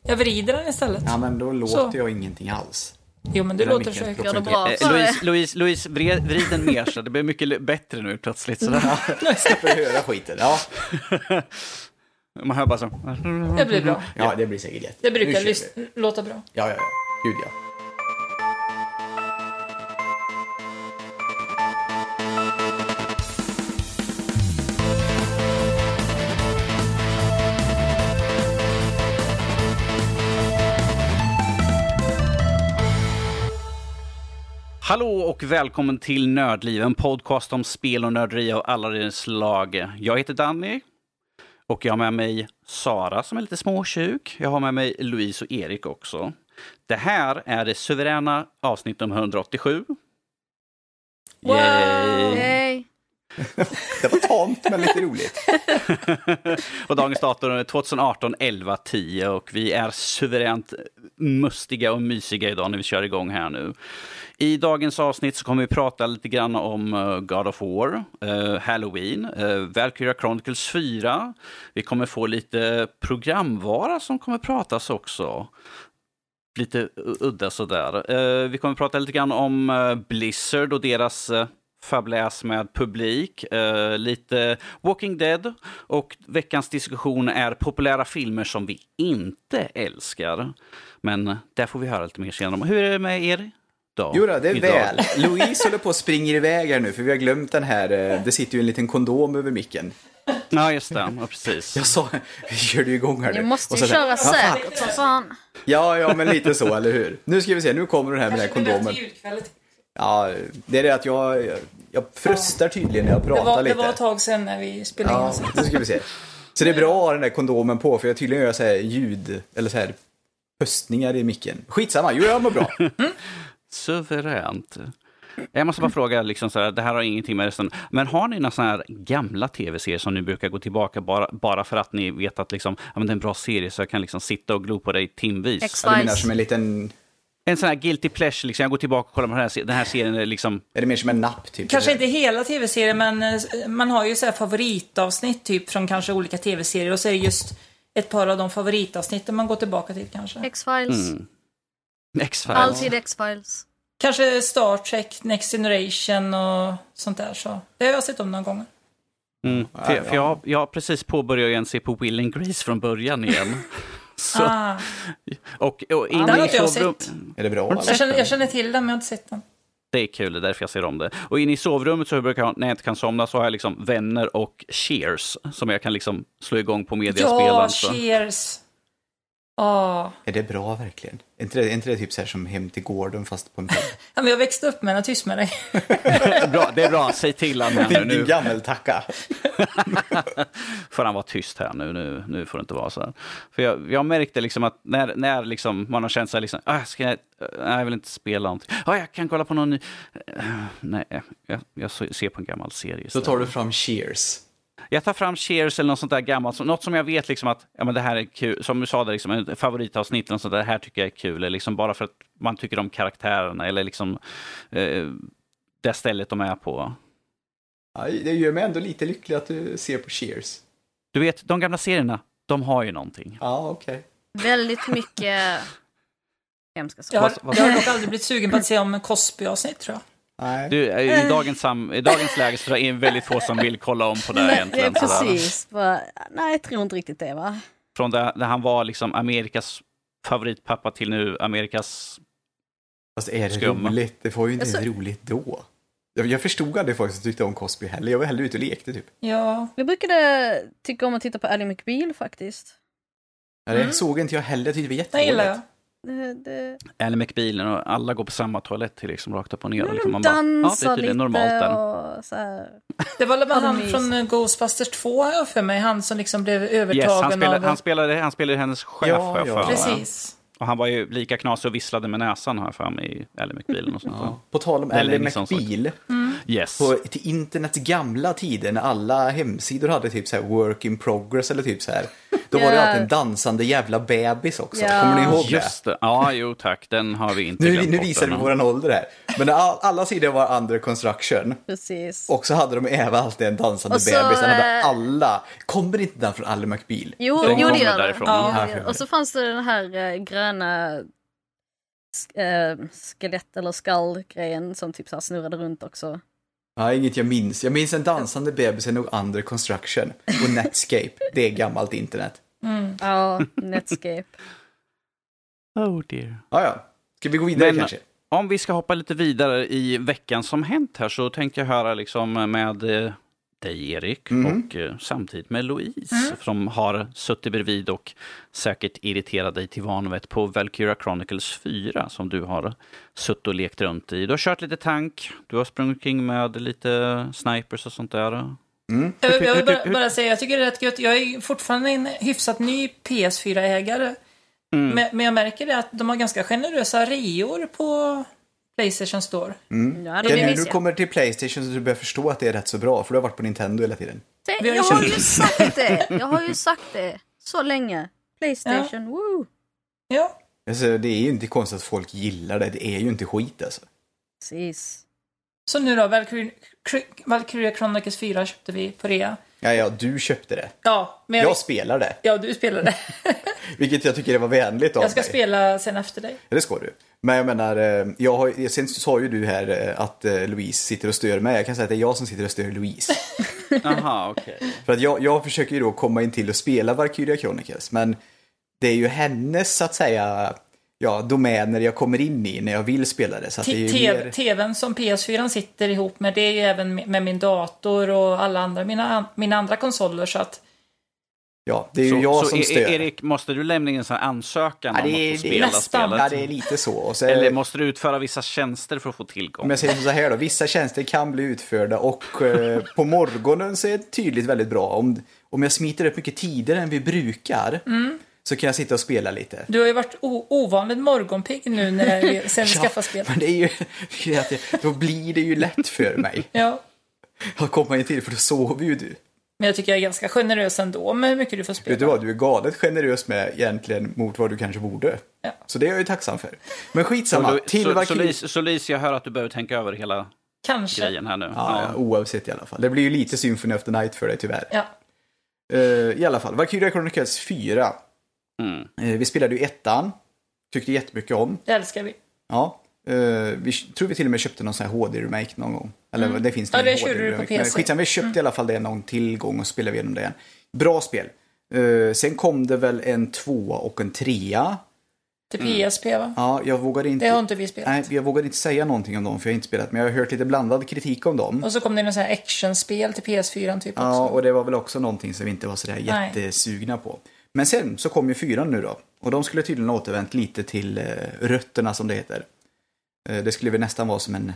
Jag vrider den istället. Ja, men då låter jag ingenting alls. Jo, men du låter så högt. Gör det bra. Louise, vrid den mer så det blir mycket bättre nu plötsligt. Ja, jag ska höra skiten. Ja. Man hör bara så. Det blir bra. Ja, det blir säkert jätte. Det brukar låta bra. Ja. Gud, ja. Hallå och välkommen till Nördliv, en podcast om spel och nörderi av alla dess slag. Jag heter Danny och jag har med mig Sara som är lite småsjuk. Jag har med mig Louise och Erik också. Det här är det suveräna avsnitt nummer 187. Wow! Yay. Det var tamt men lite roligt. Och dagens datum är 2018-11-10 och vi är suveränt mustiga och mysiga idag när vi kör igång här nu. I dagens avsnitt så kommer vi prata lite grann om God of War, Halloween, Valkyria Chronicles 4. Vi kommer få lite programvara som kommer pratas också. Lite udda sådär. Vi kommer prata lite grann om Blizzard och deras fabläs med publik. Lite Walking Dead. Och veckans diskussion är populära filmer som vi inte älskar. Men där får vi höra lite mer senare om. Hur är det med er? Jo då, det är väl. Louise håller på och springer iväg här nu för vi har glömt den här, det sitter ju en liten kondom över micken. Ja, just det. Ja, precis. Jag sa, vi körde ju igång här nu. Jag måste ju köra säkert som fan. Ja, men lite så, eller hur? Nu ska vi se, nu kommer den här med den här kondomen. Ja, det är det att jag fröstar tydligen när jag pratar lite. Det var ett tag sedan när vi spelade in. Ja, nu ska vi se. Så det är bra att ha den där kondomen på för jag tydligen gör så här ljud, eller så här höstningar i micken. Skitsamma, jo jag mår bra. Suveränt. Jag måste bara fråga, liksom så här, det här har ingenting med resten. Men har ni några sådana här gamla tv-serier som ni brukar gå tillbaka bara för att ni vet att liksom, ja, men det är en bra serie så jag kan liksom sitta och glo på dig timvis? X-Files. Du menar som en liten... En sån här guilty pleasure, liksom. Jag går tillbaka och kollar på den här serien. Är liksom... Är det mer som en napp? Typ, kanske inte hela tv-serier, men man har ju så här favoritavsnitt typ från kanske olika tv-serier. Och så är det just ett par av de favoritavsnitten man går tillbaka till kanske. X-Files. X-Files. Alltid X-Files. Kanske Star Trek, Next Generation och sånt där. Så det har jag sett om någon gång. För jag har precis påbörjat igen se på Will and Grace från början igen. Så, och den har inte jag sett. Är det bra? Jag känner till den men jag har inte sett den. Det är kul, det är därför jag ser om det. Och in i sovrummet så brukar jag, när jag inte kan somna så har jag liksom Vänner och Cheers som jag kan liksom slå igång på mediaspelen. Ja, Cheers. Är det bra verkligen? Är inte det typ så här som Hem till gården fast på en film? Ja, men jag växte upp med den, tyst med dig. Det är bra, säg till han nu. Din gammeltacka. Får han vara tyst här nu får det inte vara så här. För jag märkte liksom att när liksom man har känt sig liksom, jag vill inte spela någonting. Jag kan kolla på någon ny. Nej, jag ser på en gammal serie istället. Så tar du fram Cheers. Jag tar fram Cheers eller något sånt där gammalt. Något som jag vet liksom att men det här är kul. Som du sa, det liksom, en favoritavsnitt och sånt där, det här tycker jag är kul. Eller liksom bara för att man tycker om karaktärerna. Eller liksom det stället de är på. Ja, det gör mig ändå lite lycklig att du ser på Cheers. Du vet, de gamla serierna, de har ju någonting. Ja, okej. Väldigt mycket hemska saker. Jag har dock aldrig blivit sugen på att se om Cosby-avsnitt, tror jag. Nej. Du, i dagens läge så är det väldigt få som vill kolla om på det här egentligen. Det är precis. Nej, jag tror inte riktigt det, va? Från där han var liksom Amerikas favoritpappa till nu Amerikas Fast är det skumma. Roligt? Det var ju inte roligt då. Jag förstod aldrig folk som tyckte om Cosby heller. Jag var hellre ute och lekte typ. Ja. Vi brukade tycka om att titta på Ally McBeal faktiskt. Ja, det såg inte jag heller. Det var Det jätteroligt. gillar jag. Ally McBeal och alla går på samma toalett till liksom rakt upp och ner. Men liksom man dansar det är tydligen normalt där. och så här. Det var väl han från Ghostbusters 2 för mig. Han som liksom blev övertagen han spelade hennes chef. Ja. Precis. Och han var ju lika knasig och visslade med näsan här för mig i Ally McBeal och sånt. Ja. På tal om Ally McBeal. Yes. Till internets gamla tider när alla hemsidor hade typ så här work in progress eller typ så här. Då var det alltid en dansande jävla bebis också. Kommer ni ihåg det? Just det. Ja, jo tack. Den har vi inte glömt Nu bort. visar vi våran ålder här. Men alla sidor var under construction. Precis. Och så hade de även alltid en dansande Och så, bebis. Den hade alla. Kommer inte den från Ally McBeal? Jo, Den det kommer gör därifrån. Ja. Ja. Och så fanns det den här gröna skelett eller skallgrejen som typ så här snurrade runt också. Ja, inget jag minns. Jag minns en dansande bebis är nog under construction. Och Netscape. Det är gammalt internet. Ja, Netscape. Oh dear. Ja. Ska vi gå vidare kanske? Om vi ska hoppa lite vidare i veckan som hänt här så tänkte jag höra liksom med dig Erik och samtidigt med Louise som har suttit bredvid och säkert irriterat dig till vanvett på Valkyria Chronicles 4 som du har suttit och lekt runt i. Du har kört lite tank, du har sprungit kring med lite snipers och sånt där. Jag vill bara säga, jag tycker det är rätt gött. Jag är fortfarande en hyfsat ny PS4-ägare. Men jag märker det att de har ganska generösa reor på PlayStation Store. Ja, Det är nu du kommer till PlayStation så du börjar förstå att det är rätt så bra. För du har varit på Nintendo hela tiden. Jag har ju sagt det. Jag har ju sagt det så länge. PlayStation, woo. Ja. Alltså, det är ju inte konstigt att folk gillar det. Det är ju inte skit alltså. Precis. Så nu då, Valkyria Chronicles 4 köpte vi på rea. Ja, du köpte det. Ja, men Jag spelade. Ja, du spelade. Vilket jag tycker det var vänligt av Jag ska dig. spela sen efter dig. Ja, det ska du. Men jag menar, sen sa ju du här att Louise sitter och stör mig. Jag kan säga att det är jag som sitter och stör Louise. Aha, okej. För att jag försöker ju då komma in till och spela Valkyria Chronicles. Men det är ju hennes, så att säga, domäner jag kommer in i när jag vill spela det. Så att det är ju mer... TVn som PS4 sitter ihop med, det är ju även med min dator och alla andra, mina andra konsoler, så att... Ja, det är ju jag som stör. Erik, måste du lämna in en sån här ansökan om att få spela spelet? Ja, det är lite så. Och så, eller måste du utföra vissa tjänster för att få tillgång? Om jag säger så här då, vissa tjänster kan bli utförda och på morgonen så är det tydligt väldigt bra. Om jag smiter upp mycket tidigare än vi brukar så kan jag sitta och spela lite. Du har ju varit ovanligt morgonpigg nu sen vi skaffade spel. Men det är ju, då blir det ju lätt för mig. Ja. Att komma in till, för då sover ju du. Men jag tycker jag är ganska generös ändå med hur mycket du får spela. Vet du vad, du är galet generös med egentligen mot vad du kanske borde. Ja. Så det är jag ju tacksam för. Men skitsamma. Så Lise, jag hör att du behöver tänka över hela grejen här nu. Ja, oavsett i alla fall. Det blir ju lite Symphony of the Night för dig tyvärr. Ja. I alla fall, Valkyria Chronicles 4. Vi spelade ju ettan. Tyckte jättemycket om. Det älskar vi. Ja. Vi tror vi till och med köpte någon sån här HD-remake någon gång. Eller det finns det körde du på PC. Men skitsamma, vi köpte i alla fall det någon tillgång och spelade igenom det igen. Bra spel. Sen kom det väl en 2 och en 3. Till PSP va? Ja, jag vågade inte... Det har inte vi spelat. Nej, jag vågade inte säga någonting om dem för jag har inte spelat. Men jag har hört lite blandad kritik om dem. Och så kom det en sån här actionspel till PS4 typ också. Ja, och det var väl också någonting som vi inte var sådär jättesugna på. Men sen så kom ju 4 nu då. Och de skulle tydligen återvänt lite till rötterna som det heter. Det skulle väl nästan vara som en,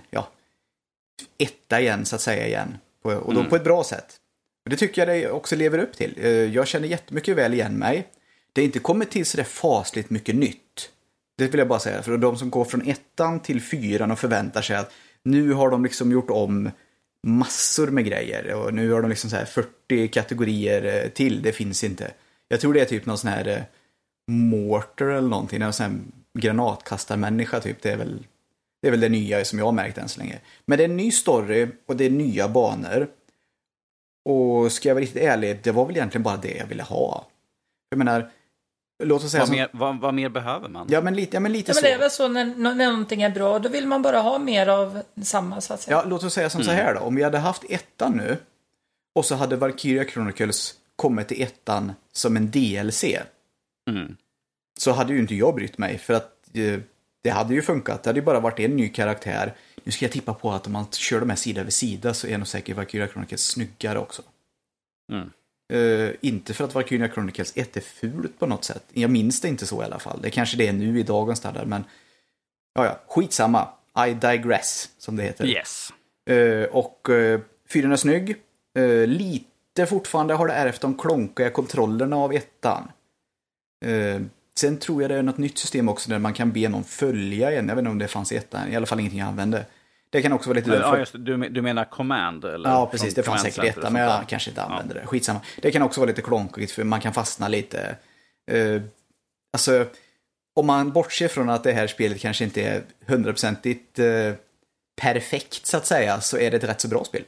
etta igen så att säga igen. Och då på ett bra sätt. Och det tycker jag det också lever upp till. Jag känner jättemycket väl igen mig. Det är inte kommit till så där fasligt mycket nytt. Det vill jag bara säga. För de som går från 1:an till 4:an och förväntar sig att nu har de liksom gjort om massor med grejer. Och nu har de liksom så här 40 kategorier till. Det finns inte. Jag tror det är typ någon sån här mortar eller någonting. Någon sån här granatkastarmänniska typ. Det är väl det nya som jag har märkt än så länge. Men det är en ny story och det är nya banor. Och ska jag vara riktigt ärlig, det var väl egentligen bara det jag ville ha. Jag menar, låt oss säga vad mer behöver man? Ja, men lite men så. det är väl så när någonting är bra, då vill man bara ha mer av samma så att säga. Ja, låt oss säga som så här då. Om vi hade haft 1:an nu och så hade Valkyria Chronicles kommit till 1:an som en DLC. Så hade ju inte jag brytt mig för att det hade ju funkat. Det hade ju bara varit en ny karaktär. Nu ska jag tippa på att om man kör de här sida vid sida så är nog säkert Valkyria Chronicles snyggare också. Inte för att Valkyria Chronicles 1 är fult på något sätt. Jag minns det inte så i alla fall. Det kanske det är nu i dagens standard. Men skitsamma. I digress, som det heter. Yes. Och 4 är snygg. Lite fortfarande har det ärvt de klonkiga kontrollerna av 1:an. Sen tror jag det är något nytt system också där man kan be någon följa en. Jag vet inte om det fanns i 1:an. I alla fall ingenting jag använde. Det kan också vara lite... Ja, just, du menar Command? Eller? Ja, precis. Det fanns säkert detta, men jag kanske inte använder det. Skitsamma. Det kan också vara lite klonkigt, för man kan fastna lite. Alltså, om man bortser från att det här spelet kanske inte är 100% perfekt, så att säga, så är det ett rätt så bra spel.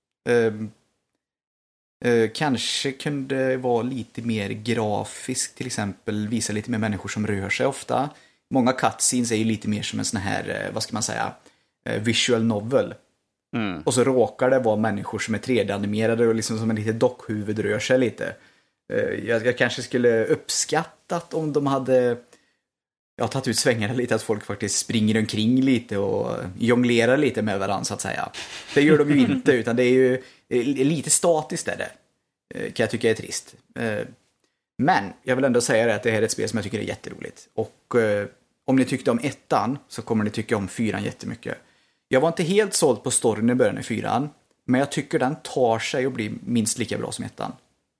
Kanske kunde vara lite mer grafiskt, till exempel visa lite mer människor som rör sig ofta. Många cutscenes är ju lite mer som en sån här, vad ska man säga, visual novel. Och så råkar det vara människor som är 3D-animerade och liksom som en liten dockhuvud rör sig lite. Jag kanske skulle uppskattat om de hade tagit ut svängarna lite, att folk faktiskt springer omkring lite och jonglerar lite med varandra, så att säga. Det gör de ju inte, utan det är ju lite statiskt är det. Kan jag tycka är trist. Men jag vill ändå säga det, att det här är ett spel som jag tycker är jätteroligt. Och om ni tyckte om 1:an så kommer ni tycka om 4:an jättemycket. Jag var inte helt såld på storyn i början i 4:an, men jag tycker den tar sig och blir minst lika bra som 1:an.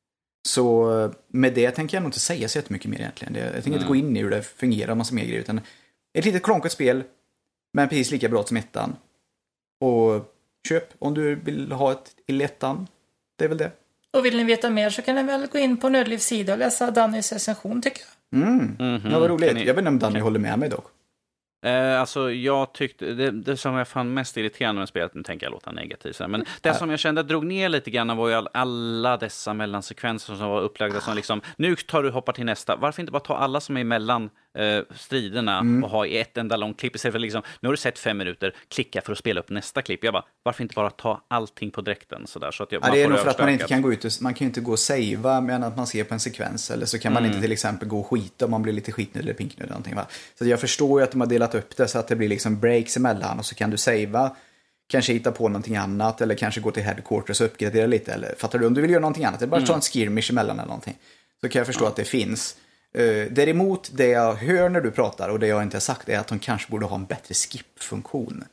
Så med det tänker jag nog inte säga så jättemycket mer egentligen. Jag tänker inte gå in i hur det fungerar, massa mer grejer, utan ett litet klonkigt spel, men precis lika bra som 1:an. Och köp om du vill ha ett till 1:an. Det är väl det. Och vill ni veta mer så kan ni väl gå in på Nördlivs sida och läsa Dannys recension, tycker jag. Ja, vad roligt. Jag vet inte om Danny håller med mig dock. Alltså jag tyckte det som jag fann mest irriterande med spelet, nu tänker jag låta negativt, men det som jag kände drog ner lite grann var ju alla dessa mellansekvenser som var upplagda som liksom, nu tar du hoppar till nästa, varför inte bara ta alla som är emellan striderna och ha i ett enda långt klipp istället för liksom, nu har du sett 5 minuter, klicka för att spela upp nästa klipp. Jag bara, varför inte bara ta allting på direkten sådär, så att jag, det är nog för att man inte kan gå ut och, man kan ju inte gå och savea medan att man ser på en sekvens, eller så kan man inte till exempel gå och skita om man blir lite skitnödig eller pinknödig eller någonting, va? Så jag förstår ju att de har delat upp det så att det blir liksom breaks emellan, och så kan du savea, kanske hitta på någonting annat, eller kanske gå till headquarters och uppgradera lite, eller fattar du, om du vill göra någonting annat, det är bara ta en skirmish emellan eller någonting, så kan jag förstå att det finns. Däremot det jag hör när du pratar och det jag inte har sagt är att de kanske borde ha en bättre skip-funktion.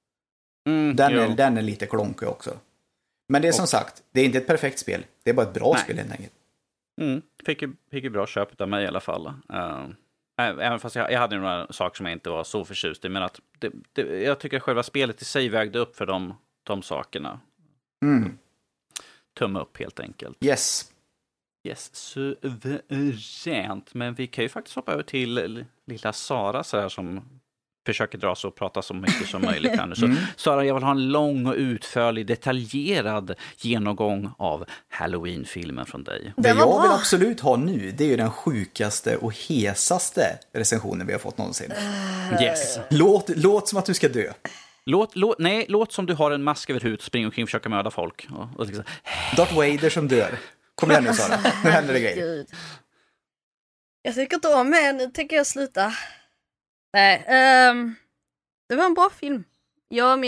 Den är lite klonkig också. Men det är som sagt, det är inte ett perfekt spel, det är bara ett bra spel helt enkelt. Fick ju bra köp av mig i alla fall. Även fast jag hade några saker som jag inte var så förtjust i, men att jag tycker att själva spelet i sig vägde upp för de sakerna. Tumme upp helt enkelt. Yes, suveränt. Men vi kan ju faktiskt hoppa över till lilla Sara så här, som försöker dra så och prata så mycket som möjligt här nu. Så Sara, jag vill ha en lång och utförlig, detaljerad genomgång av Halloween-filmen från dig. Det jag vill absolut ha nu, det är ju den sjukaste och hesaste recensionen vi har fått någonsin. Yes. Låt som att du ska dö. Låt som du har en mask över huvudet och springer omkring och försöker mörda folk. Och liksom. Darth Vader som dör. Kom igen nu, Sara. Nu händer det grejer. Jag tycker inte om mig, nu tänker jag sluta. Nej, det var en bra film. Jag och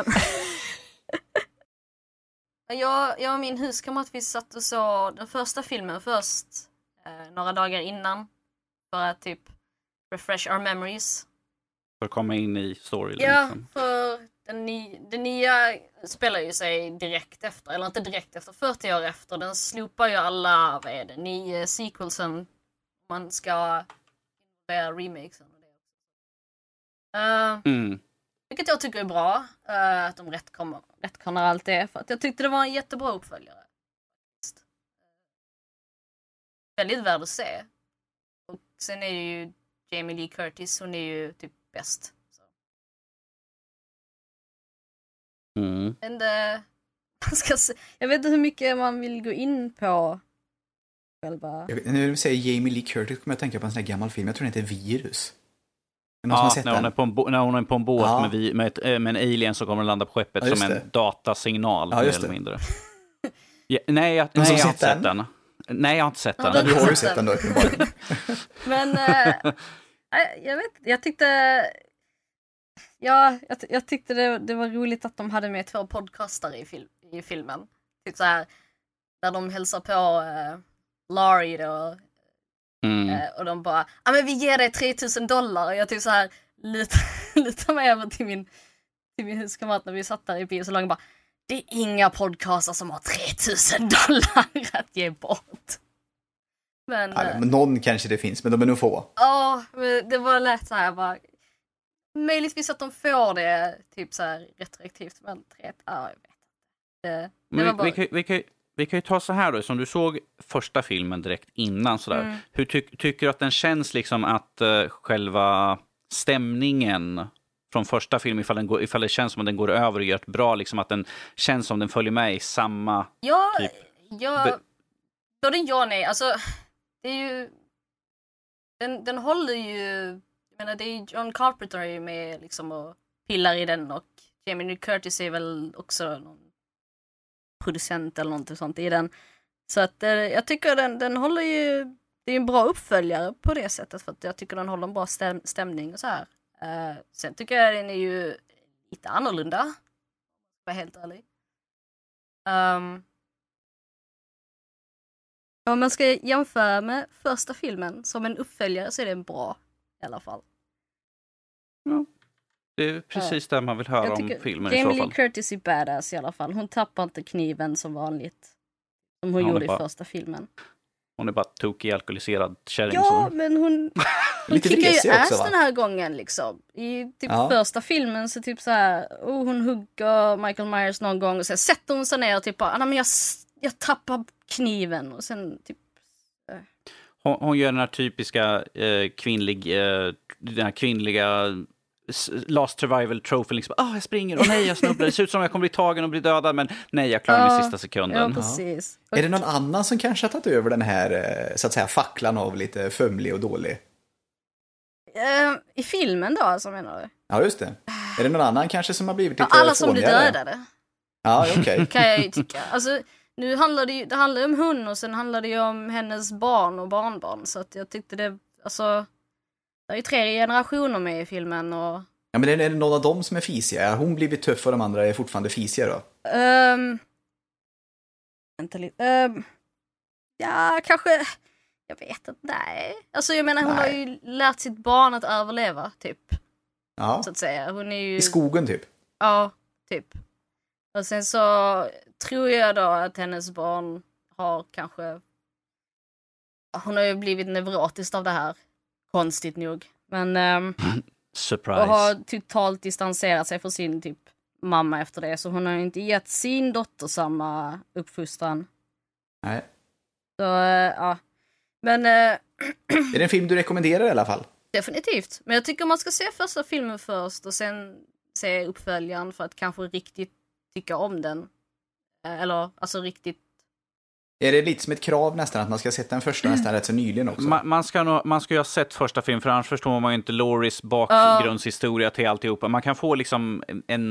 min huskamrat, vi satt och så den första filmen först några dagar innan för att typ refresh our memories. För att komma in i storyn. Ja, liksom. för den nya spelar ju sig direkt efter, eller inte direkt efter, 40 år efter. Den slopar ju alla, vad är det, 9 sequelsen man ska göra remakesen. Vilket jag tycker är bra, att de rättkonar allt det, för att jag tyckte det var en jättebra uppföljare. Väldigt värd att se. Och sen är det ju Jamie Lee Curtis, hon är ju typ bäst. Så. Jag vet inte hur mycket man vill gå in på själva. När du säger Jamie Lee Curtis kommer jag tänka på en sån här gammal film, jag tror den heter Virus. Ja, när hon är på en båt med en alien som kommer att landa på skeppet som en datasignal, mer eller mindre. Nej, jag har inte sett den. Nej, jag har inte sett den. Du har ju sett den då. Men jag tyckte jag tyckte det var roligt att de hade med 2 podcastare i filmen. Typ så här, när de hälsar på Laurie då. Och de bara, men vi ger dig $3,000. Och jag typ så här lutar mig över till min huskamrat när vi satt där i bio så långt, bara, det är inga podcaster som har $3,000 att ge bort. Men någon kanske det finns, men de är nog få. Ja, det var lätt så här bara. möjligtvis att de får det typ så här retroaktivt, men jag vet inte. Men vi kan ju ta så här då, som du såg första filmen direkt innan sådär. Hur tycker du att den känns liksom att själva stämningen från första filmen, ifall det känns som att den går över och gör ett bra, liksom att den känns som den följer med i samma typ? Både ja och nej. Alltså, det är ju... Den håller ju... Jag menar, det är John Carpenter är ju med liksom och pillar i den, och Jamie Lee Curtis är väl också någon producent eller något sånt i den. Så att jag tycker den håller ju... Det är en bra uppföljare på det sättet, för att jag tycker den håller en bra stämning och så här. Sen tycker jag den är ju lite annorlunda, för att vara helt ärlig. Om man ska jämföra med första filmen som en uppföljare så är den bra i alla fall. Ja, det är precis det man vill höra om filmen i så fall. Jamie Lee Curtis är badass i alla fall. Hon tappar inte kniven som vanligt. Som hon gjorde i första filmen. Hon är bara tokig, alkoholiserad kärring. Ja, men hon kickar ju ass den här gången liksom. I typ första filmen så typ så här, hon hugger Michael Myers någon gång och sen sätter hon sig ner och typ bara, men jag tappar kniven och sen typ... Hon gör den här typiska den här kvinnliga last survival trophy liksom. Jag springer och nej, jag snubblar. Det ser ut som jag kommer bli tagen och bli dödad, men nej, jag klarar mig i sista sekunden. Ja, precis. Är det någon annan som kanske har tagit över den här så att säga facklan av lite fumlig och dålig? I filmen då, alltså menar du? Ja, just det. Är det någon annan kanske som har blivit lite alla som blir dödade. Ja, okej. Kan jag ju tycka. Alltså, nu handlar det handlar om hon och sen handlar det ju om hennes barn och barnbarn. Så att jag tyckte det, alltså, det är ju 3 generationer med i filmen och... Ja, men är det någon av dem som är fisiga? Har hon blivit tuff och de andra är fortfarande fisiga då? Vänta lite. Ja, kanske... Jag vet inte, nej. Alltså jag menar, hon har ju lärt sitt barn att överleva, typ. Ja. Så att säga. Hon är ju... I skogen, typ? Ja, typ. Och sen så tror jag då att hennes barn har kanske... Hon har ju blivit neurotisk av det här. Konstigt nog. Men... Surprise. Och har totalt distanserat sig från sin typ mamma efter det. Så hon har inte gett sin dotter samma uppfostran. Nej. Så, ja. Men... Är det en film du rekommenderar i alla fall? Definitivt. Men jag tycker man ska se första filmen först och sen se uppföljaren för att kanske riktigt tycka om den. Eller, alltså riktigt... Är det lite som ett krav nästan att man ska ha sett den första nästan rätt så nyligen också? Man ska ju ha sett första film, för annars förstår man ju inte Lauries bakgrundshistoria till alltihopa. Man kan få liksom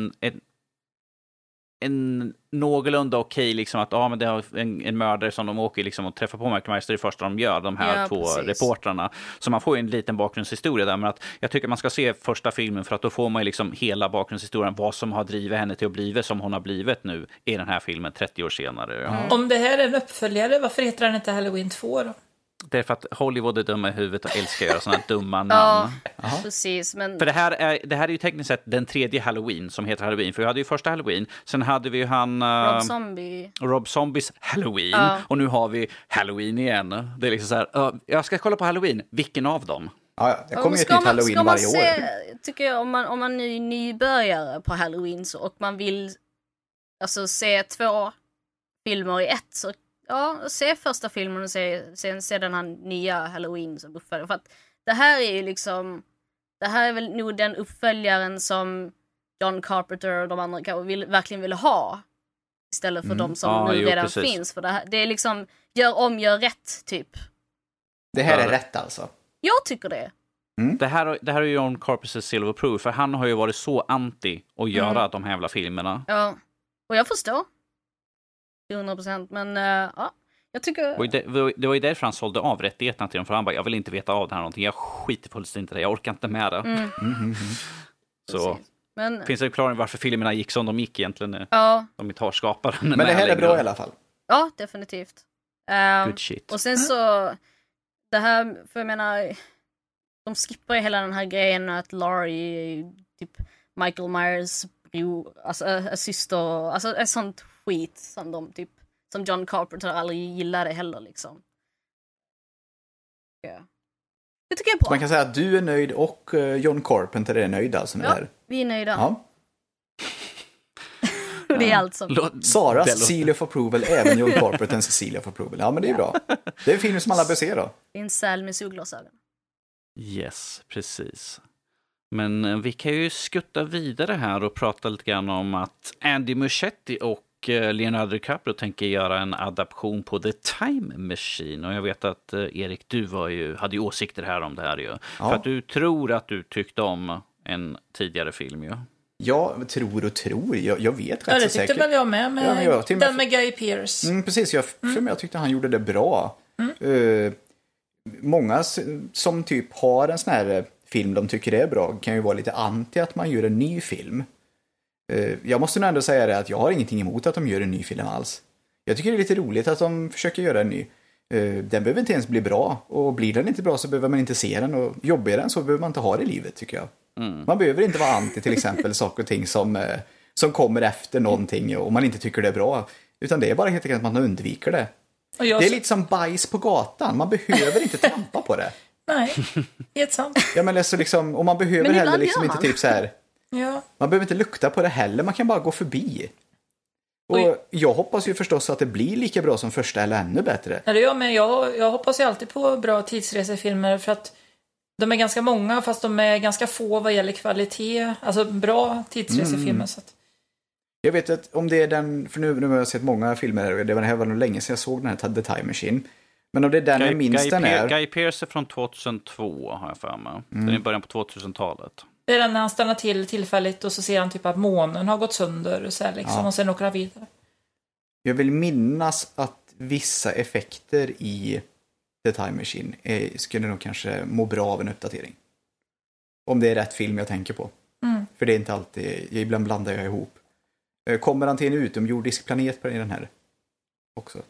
en någorlunda okej liksom att men det har en mördare som de åker liksom och träffar på Michael Myers, det är det första de gör, de här två reportrarna. Så man får ju en liten bakgrundshistoria där, men att jag tycker man ska se första filmen för att då får man ju liksom hela bakgrundshistorien, vad som har drivit henne till att bli som hon har blivit nu i den här filmen 30 år senare. Om det här är en uppföljare, varför heter den inte Halloween 2 då? Det är för att Hollywood är dumma i huvudet och älskar att göra sådana dumma namn. Ja, precis. Men... För det här är ju tekniskt sett den tredje Halloween som heter Halloween. För vi hade ju första Halloween, sen hade vi ju Rob Zombies Halloween. Och nu har vi Halloween igen. Det är liksom så här, jag ska kolla på Halloween. Vilken av dem? Ja, det kommer ju ett nytt Halloween varje år. Tycker jag, om man är nybörjare på Halloween så, och man vill alltså se 2 filmer i ett, så se första filmen och sen se den här nya Halloween som uppföljare. För att det här är ju liksom... Det här är väl nog den uppföljaren som John Carpenter och de andra verkligen ville ha. Istället för de som nu redan finns. För det är liksom, gör rätt, typ. Det här är rätt alltså? Jag tycker det. Det här är ju John Carpenters Silver Proof. För han har ju varit så anti att göra de här jävla filmerna. Ja, och jag förstår. 100%, men jag tycker... Det var ju därför han sålde av rättigheterna till dem, för han bara, jag vill inte veta av det här någonting, jag skiter fullständigt i det, jag orkar inte med det. Så men... finns det en förklaring varför filmerna gick som de gick egentligen? De inte har skaparen. Men det här är bra i alla fall. Ja, definitivt. Good shit. Och sen så, det här, för jag menar, de skippar ju hela den här grejen att Laurie typ Michael Myers bror, alltså syster, alltså ett sånt skit som de typ, som John Carpenter aldrig gillade heller liksom. Det tycker jag är bra. Så man kan säga att du är nöjd och John Carpenter är nöjd alltså med det här. Vi är nöjda. Ja. Det är allt som... Saras seal of approval, även John Carpenters seal of approval. Ja, men det är bra. Det är en film som alla bör se då. Det är en säl med solglasögon. Yes, precis. Men vi kan ju skutta vidare här och prata lite grann om att Andy Muschietti och Leonardo DiCaprio tänker göra en adaption på The Time Machine. Och jag vet att Erik, du hade ju åsikter här om det här ju. Ja. För att du tror att du tyckte om en tidigare film ju. Jag tror. Jag vet rätt det så tyckte säkert. väl jag med den med Guy Pearce. Precis, jag tyckte han gjorde det bra. Många som typ har en sån här film de tycker är bra kan ju vara lite anti att man gör en ny film. Jag måste nog ändå säga det att jag har ingenting emot att de gör en ny film alls. Jag tycker det är lite roligt att de försöker göra en ny. Den behöver inte ens bli bra, och blir den inte bra så behöver man inte se den, och jobbar den så behöver man inte ha det i livet, tycker jag. Man behöver inte vara anti till exempel saker och ting som kommer efter någonting och man inte tycker det är bra, utan det är bara helt enkelt att man undviker det. Det är lite som bajs på gatan, man behöver inte trampa på det. Nej, helt sant. Ja, men alltså liksom, och man behöver heller liksom inte typ så här. Ja. Man behöver inte lukta på det heller, man kan bara gå förbi. Och jag hoppas ju förstås att det blir lika bra som första eller ännu bättre. Ja, det gör men jag hoppas ju alltid på bra tidsresefilmer, för att de är ganska många fast de är ganska få vad gäller kvalitet. Alltså bra tidsresefilmer. Så att... Jag vet att om det är den, för nu har jag sett många filmer, det var nog länge sedan jag såg den här The Time Machine. Men om det är den jag minns den är... Guy Pearce är från 2002 har jag för mig. Den är i början på 2000-talet. Det är den när han stannar till tillfälligt och så ser han typ att månen har gått sönder så här, liksom, och sen åker han vidare. Jag vill minnas att vissa effekter i The Time Machine skulle nog kanske må bra av en uppdatering. Om det är rätt film jag tänker på. För det är inte alltid, ibland blandar jag ihop. Kommer han till en utomjordisk planet på den här också?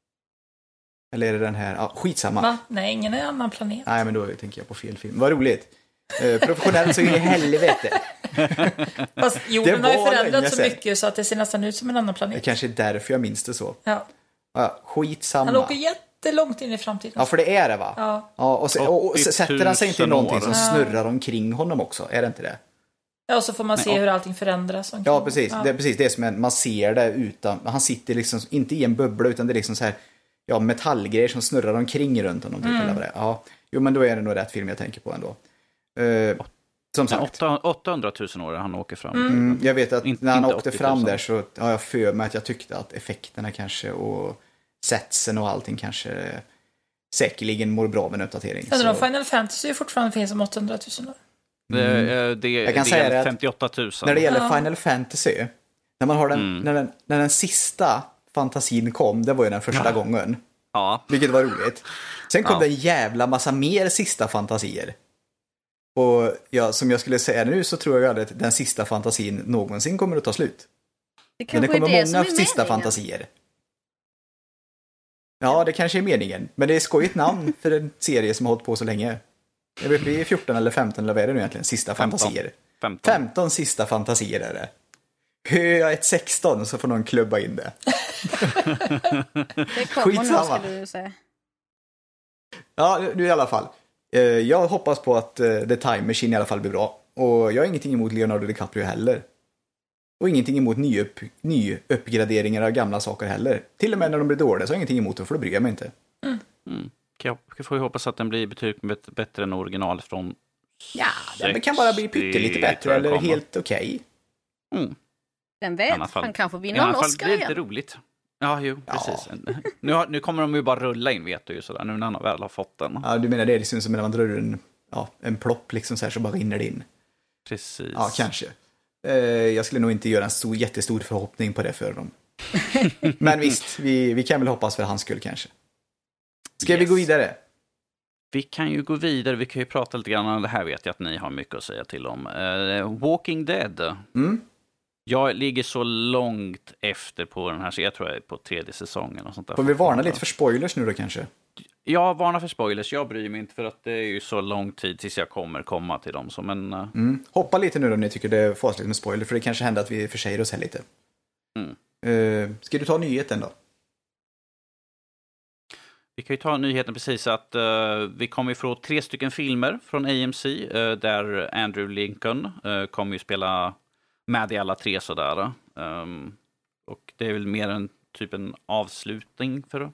Eller är det den här? Skitsamma. Va? Nej, ingen är annan planet. Nej, men då tänker jag på fel film. Vad roligt. Professionellt så är det helvete. Fast jorden har ju förändrats så mycket så att det ser nästan ut som en annan planet. Det kanske är därför jag minns det så. Ja. Skitsamma. Han åker jättelångt in i framtiden. Ja, för det är det, va? Ja. Och sätter han sig inte i någonting som snurrar omkring honom också? Är det inte det? Ja, och så får man se hur allting förändras. Ja, precis. Ja. Det är precis det som man ser det utan. Han sitter liksom inte i en bubbla, utan det är liksom så här, metallgrejer som snurrar omkring runt honom. Ja, jo, men då är det nog rätt film jag tänker på ändå. Som sagt. 800 000 år han åker fram. Jag vet att när han åkte fram där så har jag för mig att jag tyckte att effekterna kanske och setsen och allting kanske säkerligen mår bra av en uppdatering. Men Final Fantasy fortfarande finns om 800 000 år. Jag kan säga det 58 000. När det gäller Final Fantasy, när man har när den sista fantasin kom, det var ju den första gången. Ja. Vilket var roligt. Sen kom det en jävla massa mer sista fantasier. Och som jag skulle säga nu, så tror jag att den sista fantasin någonsin kommer att ta slut. Men det kommer många sista fantasier. Ja, det kanske är meningen. Men det är skojigt namn för en serie som har hållit på så länge. Jag vet, vi är 14 eller 15 eller vad är det nu egentligen? Sista 15. Fantasier. 15 sista fantasier är det. Hör jag ett 16 så får någon klubba in det. Det kommer nog, skulle du säga. Ja, nu i alla fall. Jag hoppas på att The Time Machine i alla fall blir bra. Och jag har ingenting emot Leonardo DiCaprio heller. Och ingenting emot nyuppgraderingar av gamla saker heller. Till och med när de blir dåliga så har jag ingenting emot det, för det bryr jag mig inte. Jag får ju hoppas att den blir betydligt bättre än original från... Ja, den kan bara bli pyttelite bättre eller helt okej. Den vet, han kan få vinna en Oscar igen. Det är lite roligt. Ja, precis. Nu kommer de ju bara rulla in, vet du ju sådär, nu när han väl har fått den. Ja, du menar det är liksom som när man drar ur en plopp liksom så här, så bara rinner det in. Precis. Ja, kanske. Jag skulle nog inte göra en jättestor förhoppning på det för dem. Men visst, vi kan väl hoppas för hans skull kanske. Ska vi gå vidare? Vi kan ju gå vidare, vi kan ju prata lite grann om det här, vet jag att ni har mycket att säga till om. Walking Dead. Jag ligger så långt efter på den här, så jag tror jag är på 3:e säsongen och sånt där. Får vi varna lite för spoilers nu då kanske? Jag varnar för spoilers, jag bryr mig inte, för att det är ju så lång tid tills jag komma till dem. Så, men, hoppa lite nu då om ni tycker det är fasligt med spoiler, för det kanske händer att vi försäger oss här lite. Ska du ta nyheten då? Vi kan ju ta nyheten precis att vi kommer få 3 stycken filmer från AMC där Andrew Lincoln kommer ju spela med i alla 3 sådär. Och det är väl mer en typ en avslutning för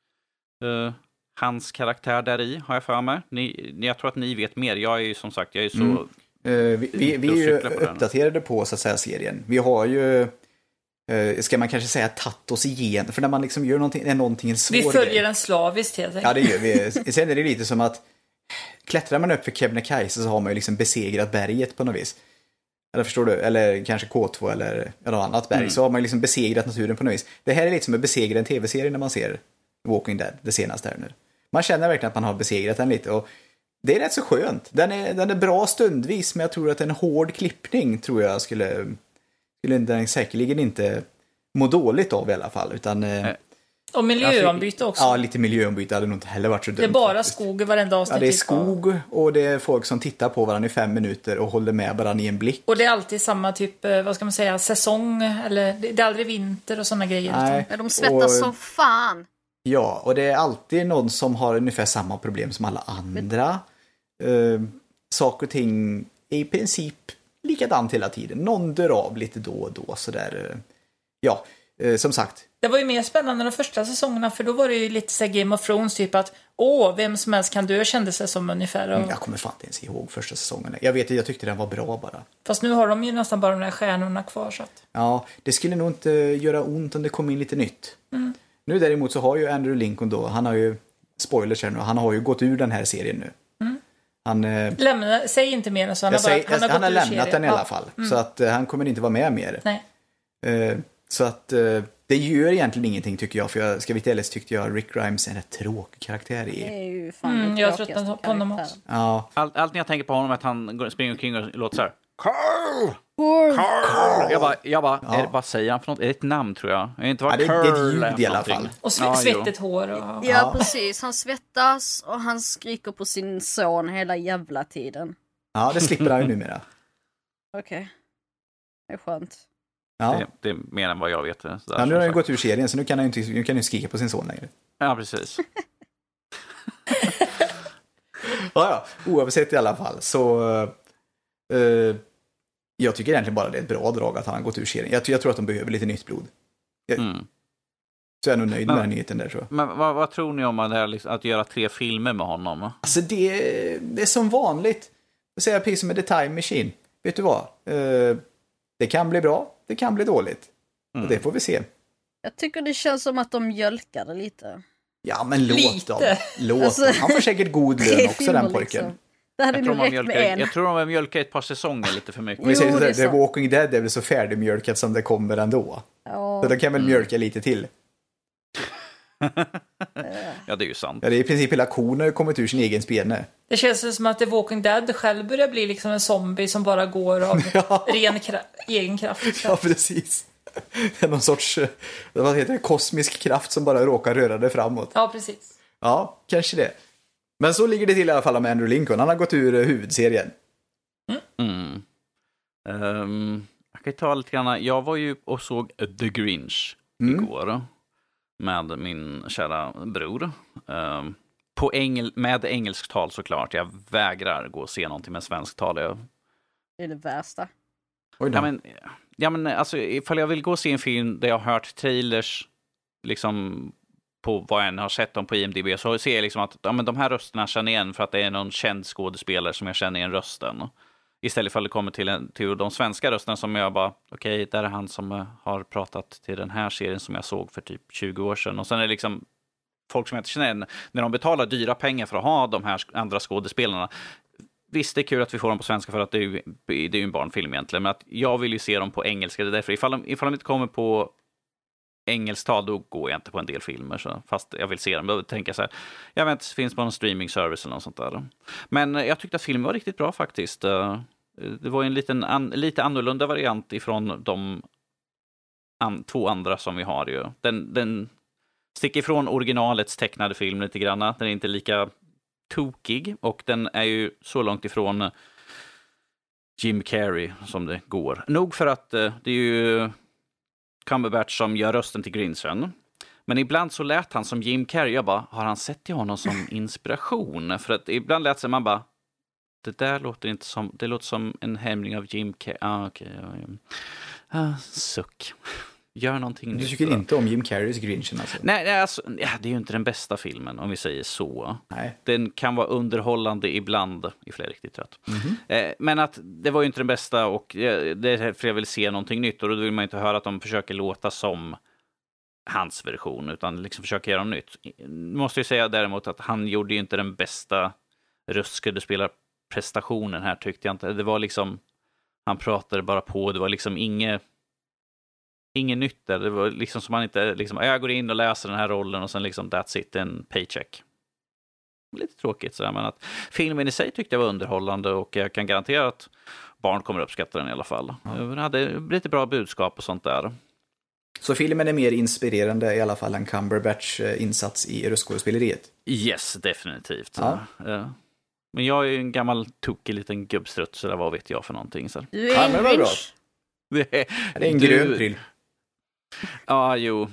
hans karaktär där i, har jag för mig. Jag tror att ni vet mer. Jag är ju som sagt, jag är så... Vi är ju uppdaterade på så att säga serien. Vi har ju, ska man kanske säga, tagit oss igen. För när man liksom gör någonting en svår vi följer den slaviskt helt enkelt. Ja, det gör vi. Sen är det lite som att klättrar man upp för Kebnekaise så har man ju liksom besegrat berget på något vis. Eller förstår du? Eller kanske K2 eller något annat berg. Så har man liksom besegrat naturen på något vis. Det här är lite som att besegra en tv-serie när man ser Walking Dead, det senaste här nu. Man känner verkligen att man har besegrat den lite. Och det är rätt så skönt. Den är bra stundvis, men jag tror att en hård klippning tror jag skulle den säkerligen inte må dåligt av i alla fall. Utan, och miljöombyte också. Ja, lite miljöombyte hade nog inte heller varit så dumt. Det är bara faktiskt. skog i varenda avsnitt. Ja, det är skog och det är folk som tittar på varandra i 5 minuter och håller med varandra i en blick. Och det är alltid samma typ, vad ska man säga, säsong. Eller det är aldrig vinter och sådana grejer. Nej, de svettas som fan. Ja, och det är alltid någon som har ungefär samma problem som alla andra. Saker och ting är i princip likadant hela tiden. Någon dör av lite då och då. Sådär. Ja, som sagt. Det var ju mer spännande de första säsongerna, för då var det ju lite så Game of Thrones typ att vem som helst kan dö, kändes det som ungefär. Och... Jag kommer fan inte ens ihåg första säsongen. Jag tyckte den var bra bara. Fast nu har de ju nästan bara de där stjärnorna kvar. Så att... Ja, det skulle nog inte göra ont om det kom in lite nytt. Nu däremot så har ju Andrew Lincoln då, han har ju, spoilers här nu, han har ju gått ur den här serien nu. Säg inte mer än så. Han har lämnat den i alla fall. Så att han kommer inte vara med mer. Nej. Så att det gör egentligen ingenting tycker jag. För ska vi inte älles tyckte jag Rick Grimes är en rätt tråkig karaktär i. Det är ju fan jag tror att på honom också. Ja. Allt när jag tänker på honom är att han springer omkring och låter så här. Carl! Jag bara vad säger han för något? Är det ett namn tror jag? Är det inte Det är ett ljud i alla fall. Och svettigt hår. Och... Ja, precis. Han svettas och han skriker på sin son hela jävla tiden. Ja, det slipper han ju numera. Okej. Det är skönt. Ja. Det är mer än vad jag vet. Där, nu har han ju gått ur serien så nu kan han ju skrika på sin son längre. Ja, precis. Ja, oavsett i alla fall så jag tycker egentligen bara det är ett bra drag att han har gått ur serien. Jag tror att de behöver lite nytt blod. Så jag är nog nöjd med den nyheten där, tror jag. Men vad tror ni om att göra 3 filmer med honom? Alltså det är som vanligt. Jag säger precis som med The Time Machine. Vet du vad? Det kan bli bra, det kan bli dåligt. Och det får vi se. Jag tycker det känns som att de mjölkar det lite. Ja, men låt dem. Han får säkert god lön också, den pojken. Liksom. Det hade nog räckt med en. Jag tror de har mjölkat ett par säsonger lite för mycket. Vi säger The Walking Dead är väl så färdigmjölkat som det kommer ändå. Ja. Så de kan väl mjölka lite till. Ja, det är ju sant. Ja, det är i princip hela kon har kommit ur sin egen spene. Det känns som att The Walking Dead själv börjar bli liksom en zombie som bara går av egen kraft. Ja, precis. Det är någon sorts kosmisk kraft som bara råkar röra det framåt. Ja, precis. Ja, kanske det. Men så ligger det till i alla fall med Andrew Lincoln. Han har gått ur huvudserien. Jag kan ta lite grann. Jag var ju och såg The Grinch igår med min kära bror. Med engelsk tal såklart. Jag vägrar gå och se någonting med svensk tal. Det är det värsta. Ja, men alltså, ifall jag vill gå och se en film där jag har hört trailers liksom på vad jag än har sett dem på IMDb, så ser jag liksom att men de här rösterna känner igen för att det är någon känd skådespelare som jag känner igen rösten. Istället för att det kommer till de svenska rösterna som jag bara, okej, där är han som har pratat till den här serien som jag såg för typ 20 år sedan. Och sen är det liksom folk som jag inte känner igen, när de betalar dyra pengar för att ha de här andra skådespelarna. Visst, det är kul att vi får dem på svenska för att det är ju en barnfilm egentligen, men att jag vill ju se dem på engelska. Det är därför ifall de inte kommer på engelsktal, då går jag inte på en del filmer. Så, fast jag vill se dem, då tänker jag så här, jag vet inte, det finns på någon streaming service eller något sånt där. Men jag tyckte att filmen var riktigt bra faktiskt. Det var en lite annorlunda variant ifrån de 2 andra som vi har ju. Den sticker ifrån originalets tecknade film lite grann. Den är inte lika tokig och den är ju så långt ifrån Jim Carrey som det går. Nog för att det är ju Cumberbatch som gör rösten till Grinchen. Men ibland så lät han som Jim Carrey. Jag bara, har han sett till honom som inspiration? För att ibland lät sig man bara, det där låter inte som, det låter som en hämning av Jim Carrey. Suck. Gör någonting. Du tycker inte om Jim Carreys Grinchen alltså? Nej, alltså, det är ju inte den bästa filmen om vi säger så. Nej. Den kan vara underhållande ibland, ifall jag är riktigt rätt. Men att det var ju inte den bästa och det är för jag vill se någonting nytt och då vill man inte höra att de försöker låta som hans version utan liksom försöka göra något nytt. Måste ju säga däremot att han gjorde ju inte den bästa röstskådespelarprestationen här tyckte jag inte. Det var liksom, han pratade bara på, det var liksom inget nytt där. Det var liksom som man inte, liksom, jag går in och läser den här rollen och sen liksom that's it, en paycheck. Lite tråkigt sådär, men att filmen i sig tyckte jag var underhållande och jag kan garantera att barn kommer uppskatta den i alla fall. Den hade lite bra budskap och sånt där. Så filmen är mer inspirerande i alla fall än Cumberbatch insats i röstskådespeleriet? Yes, definitivt. Ja. Men jag är ju en gammal tokig liten gubbstrutt så där, vad vet jag för någonting. Så. Du är en Grinch. Det är en grön pryl. Ja, jo,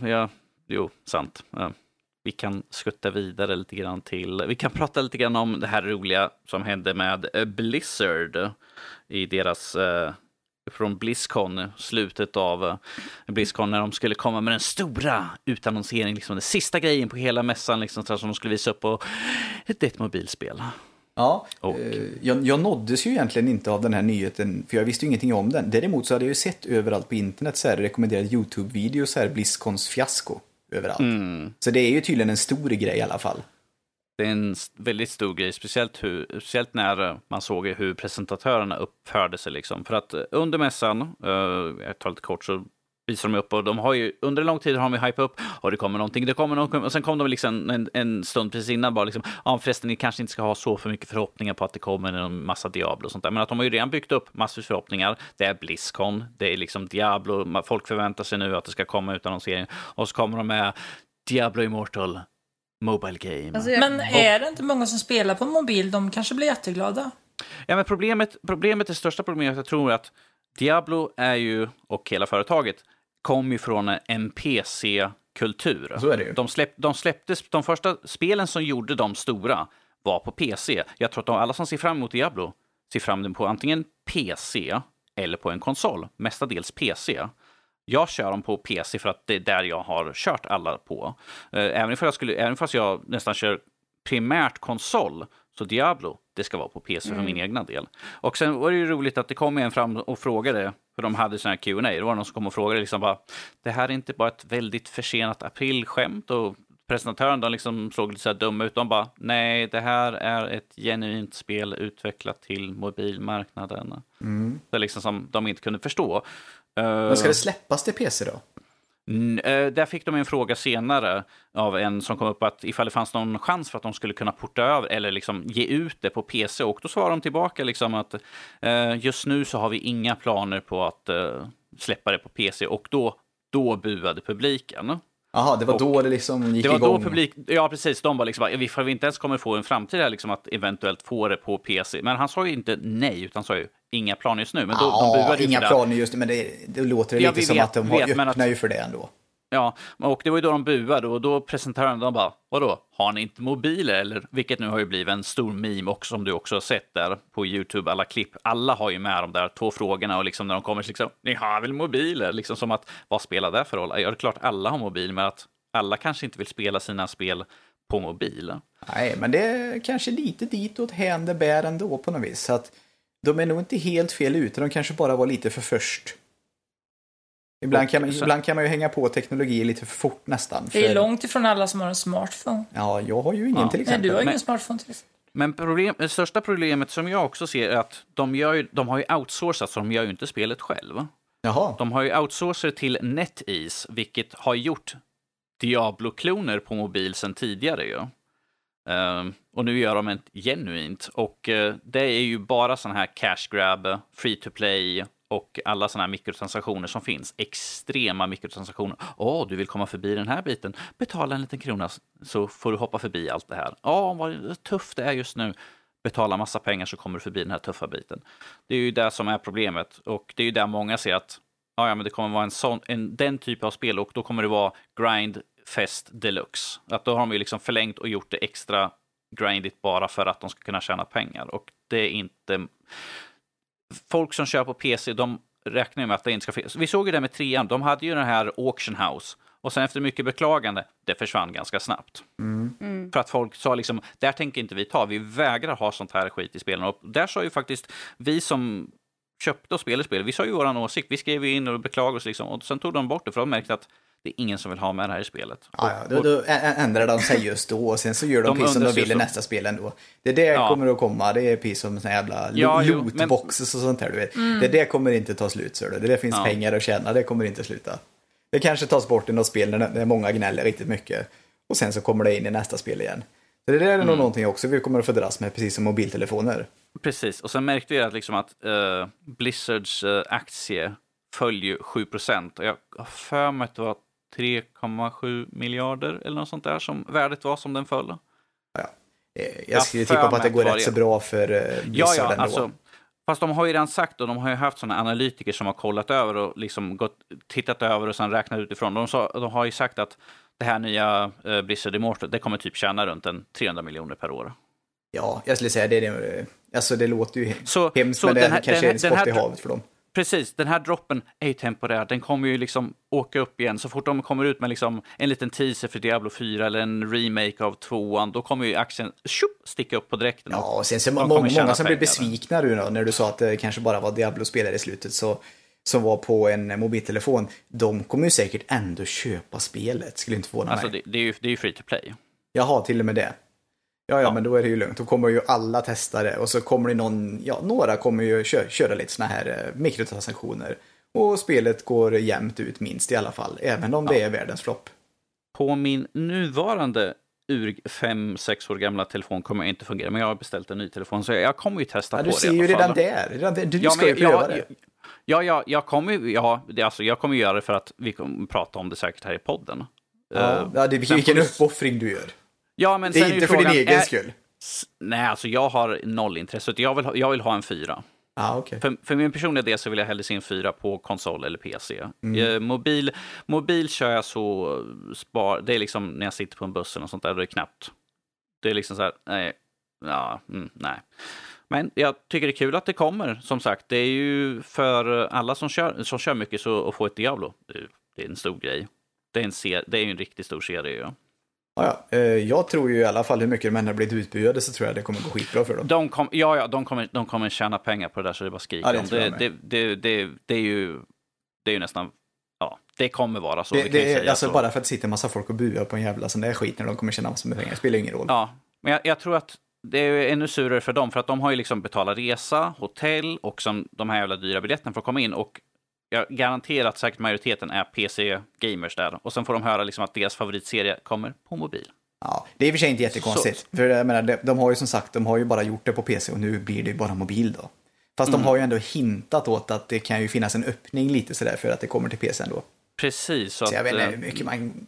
sant. Vi kan skutta vidare lite grann till. Vi kan prata lite grann om det här roliga som hände med Blizzard i deras från BlizzCon, slutet av BlizzCon när de skulle komma med den stora utannonseringen, liksom den sista grejen på hela mässan liksom, som de skulle visa upp på ett mobilspel. Ja, jag nåddes ju egentligen inte av den här nyheten för jag visste ju ingenting om den. Däremot så hade jag ju sett överallt på internet så här rekommenderade YouTube-videos så här BlizzCons fiasko överallt. Så det är ju tydligen en stor grej i alla fall. Det är en väldigt stor grej, speciellt när man såg hur presentatörerna uppförde sig liksom. För att under mässan, jag tar lite kort så visar de upp och de har ju under en lång tid har de hypat upp och det kommer någonting och sen kom de liksom en stund precis innan bara liksom, förresten ni kanske inte ska ha så för mycket förhoppningar på att det kommer en massa Diablo och sånt där, men att de har ju redan byggt upp massor av förhoppningar. Det är BlizzCon, det är liksom Diablo, folk förväntar sig nu att det ska komma ut annonsering och så kommer de med Diablo Immortal Mobile Game. Alltså, men är det inte många som spelar på mobil? De kanske blir jätteglada. Ja, men det största problemet jag tror att Diablo är ju, och hela företaget kom ju från en PC-kultur. Så är det ju. De släpptes, de första spelen som gjorde dem stora var på PC. Jag tror att alla som ser fram emot Diablo ser fram emot på antingen PC eller på en konsol. Mestadels PC. Jag kör dem på PC för att det är där jag har kört alla på. Även fast jag nästan kör primärt konsol, så Diablo, det ska vara på PC för min egna del. Och sen var det ju roligt att det kom en fram och frågade, för de hade sån här Q&A. Det var någon som kom och frågade liksom bara, det här är inte bara ett väldigt försenat aprilskämt, och presentatören de liksom såg lite så här dumma ut. De bara, nej, det här är ett genuint spel utvecklat till mobilmarknaden. Det är liksom som de inte kunde förstå. Men ska det släppas till PC då? Där fick de en fråga senare av en som kom upp att ifall det fanns någon chans för att de skulle kunna porta över eller liksom ge ut det på PC, och då svarade de tillbaka liksom att just nu så har vi inga planer på att släppa det på PC, och då buade publiken. Jaha, det var då det liksom gick igång. Då ja precis, de var liksom vi inte ens kommer få en framtid här liksom att eventuellt få det på PC. Men han sa ju inte nej, utan sa ju inga planer just nu. Men de buade inga planer just nu, men det låter lite som att de öppnar ju för det ändå. Ja, och det var ju då de buade, och då presenterade de bara, vadå, har ni inte mobiler? Eller, vilket nu har ju blivit en stor meme också, som du också har sett där på YouTube, alla klipp. Alla har ju med de där 2 frågorna, och liksom när de kommer liksom, ni har väl mobiler? Liksom som att, vad spelar det för roll? Ja, det är klart alla har mobil, men att alla kanske inte vill spela sina spel på mobil. Nej, men det är kanske lite ditåt hän det bär ändå på något vis. Så att de är nog inte helt fel ute, de kanske bara var lite för först. Ibland kan man ju hänga på teknologi lite för fort nästan. Det är långt ifrån alla som har en smartphone. Ja, jag har ju ingen till exempel. Nej, du har ingen smartphone till exempel. Men det största problemet som jag också ser är att de har ju outsourcat, så de gör ju inte spelet själv. Jaha. De har ju outsourcat till NetEase, vilket har gjort Diablo-kloner på mobil sedan tidigare ju. Och nu gör de ett genuint, och det är ju bara sån här cash grab, free to play och alla såna här mikrotransaktioner som finns. Extrema mikrotransaktioner. Du vill komma förbi den här biten. Betala en liten krona så får du hoppa förbi allt det här. Vad tufft det är just nu. Betala massa pengar så kommer du förbi den här tuffa biten. Det är ju det som är problemet. Och det är ju där många ser att men det kommer vara den typ av spel, och då kommer det vara grind fest deluxe. Att då har de ju liksom förlängt och gjort det extra grindigt bara för att de ska kunna tjäna pengar. Och det är inte... Folk som kör på PC, de räknar med att det inte ska finnas. Vi såg ju det med 3:an. De hade ju den här Auction House. Och sen efter mycket beklagande, det försvann ganska snabbt. För att folk sa liksom, där tänker inte vi ta. Vi vägrar ha sånt här skit i spelen. Och där sa ju faktiskt vi som köpte och spelade vi sa ju våran åsikt. Vi skrev in och beklagade oss liksom. Och sen tog de bort det för de märkte att det är ingen som vill ha med det här i spelet. Då ändrar de sig just då och sen så gör de precis som de vill i nästa spel ändå. Det kommer att komma, det är precis som såna jävla lootboxes och sånt här, du vet. Det kommer inte ta slut, så det finns pengar att tjäna, det kommer inte sluta. Det kanske tas bort i något spel när många gnäller riktigt mycket och sen så kommer det in i nästa spel igen. Så det där är nog någonting också vi kommer att få dras med, precis som mobiltelefoner. Precis, och sen märkte vi att, liksom att Blizzards aktie följer 7%. Och jag har för mig att det var 3,7 miljarder eller något sånt där som värdet var som den föll. Ja. Jag skulle tippa på att det går rätt så bra för Blizzard ändå. Alltså, fast de har ju redan sagt och de har ju haft sådana analytiker som har kollat över och liksom tittat över och sen räknat utifrån. De har ju sagt att det här nya Blizzard Immortal, det kommer typ tjäna runt 300 miljoner per år. Ja, jag skulle säga det låter ju hemskt, men det kanske är en sport i havet för dem. Precis, den här droppen är ju temporär. Den kommer ju liksom åka upp igen. Så fort de kommer ut med liksom en liten teaser för Diablo 4 eller en remake av 2:an, då kommer ju aktien sticka upp på direkten. Ja, och sen så många som blir besvikna när du sa att det kanske bara var Diablo-spelare i slutet som var på en mobiltelefon. De kommer ju säkert ändå köpa spelet, skulle inte förvåna mig. Alltså det är ju free to play. Jaha, till och med det. Ja, men då är det ju lugnt. Då kommer ju alla testa det. Och så kommer det några kommer ju köra lite såna här mikrotransaktioner. Och spelet går jämnt ut minst i alla fall. Även om det är världens flopp. På min nuvarande 5-6 år gamla telefon kommer jag inte fungera. Men jag har beställt en ny telefon så jag kommer ju testa på det. Du ser ju redan där. Du ska ju pröva det. Jag kommer ju göra det för att vi kommer prata om det säkert här i podden. Ja, det är vilken uppoffring du gör. Ja, men det är inte för din egen skull. Nej, alltså jag har noll intresse. Jag vill ha en 4. Okay. För min personliga del så vill jag hellre se en 4 på konsol eller PC. Mobil kör jag så det är liksom när jag sitter på en buss eller sånt där, då är det knappt. Det är liksom så här, nej. Men jag tycker det är kul att det kommer, som sagt. Det är ju för alla som kör mycket så att få ett Diablo. Det är en stor grej. Det är ju en riktigt stor serie, ja. Ja, jag tror ju i alla fall hur mycket de än har blivit utbudade så tror jag det kommer gå skitbra för dem. De kommer tjäna pengar på det där så det bara skriker om. Det är ju nästan, det kommer vara så. Alltså bara för att det sitter en massa folk och buar på en jävla sån där skit när de kommer tjäna massor med pengar, det spelar ingen roll. Ja, men jag tror att det är ännu surare för dem för att de har ju liksom betalat resa, hotell och som de här jävla dyra biljetterna för att komma in och jag garanterar att säkert majoriteten är PC-gamers där. Och sen får de höra liksom att deras favoritserie kommer på mobil. Ja, det är i och för sig inte jättekonstigt. För jag menar, de har ju som sagt, de har ju bara gjort det på PC och nu blir det bara mobil då. Fast de har ju ändå hintat åt att det kan ju finnas en öppning lite sådär för att det kommer till PC ändå. Precis. Så jag vet inte hur mycket man...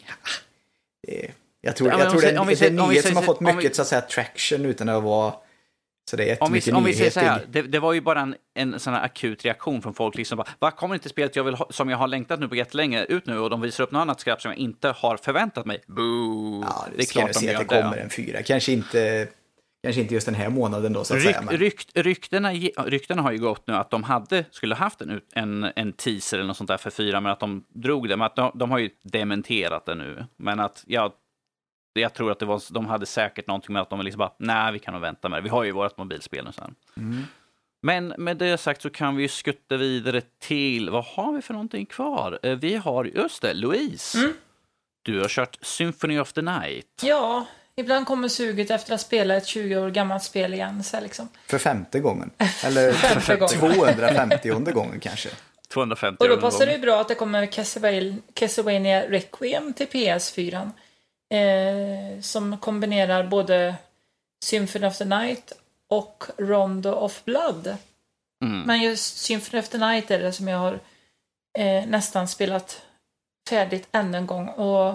Jag tror det är en nyhet som har fått mycket så att säga traction utan att vara... Så det är jättemycket om vi säger så här, det var ju bara en sån här akut reaktion från folk liksom bara, vad kommer inte spelet som jag har längtat nu på jättelänge ut nu och de visar upp något annat skräp som jag inte har förväntat mig. Boo! Ja, det är klart de gör att det kommer en 4. Kanske inte just den här månaden då så att säga. Ryktena har ju gått nu att de skulle haft en teaser eller något sånt där för 4 men att de drog det. Men att de har ju dementerat det nu. Men att jag tror att de hade säkert någonting med att de liksom bara, nej vi kan nog vänta med det. Vi har ju vårt mobilspel nu sen. Men med det sagt så kan vi ju skutta vidare till, vad har vi för någonting kvar? Vi har, just det, Louise. Du har kört Symphony of the Night. Ja, ibland kommer suget efter att spela ett 20 år gammalt spel igen. Så liksom. För 5:e gången. Eller för 250:e gången kanske. 250. Och då passar det ju bra att det kommer Castlevania Requiem till PS4. Som kombinerar både Symphony of the Night och Rondo of Blood. Men just Symphony of the Night är det som jag har nästan spelat färdigt än en gång. Och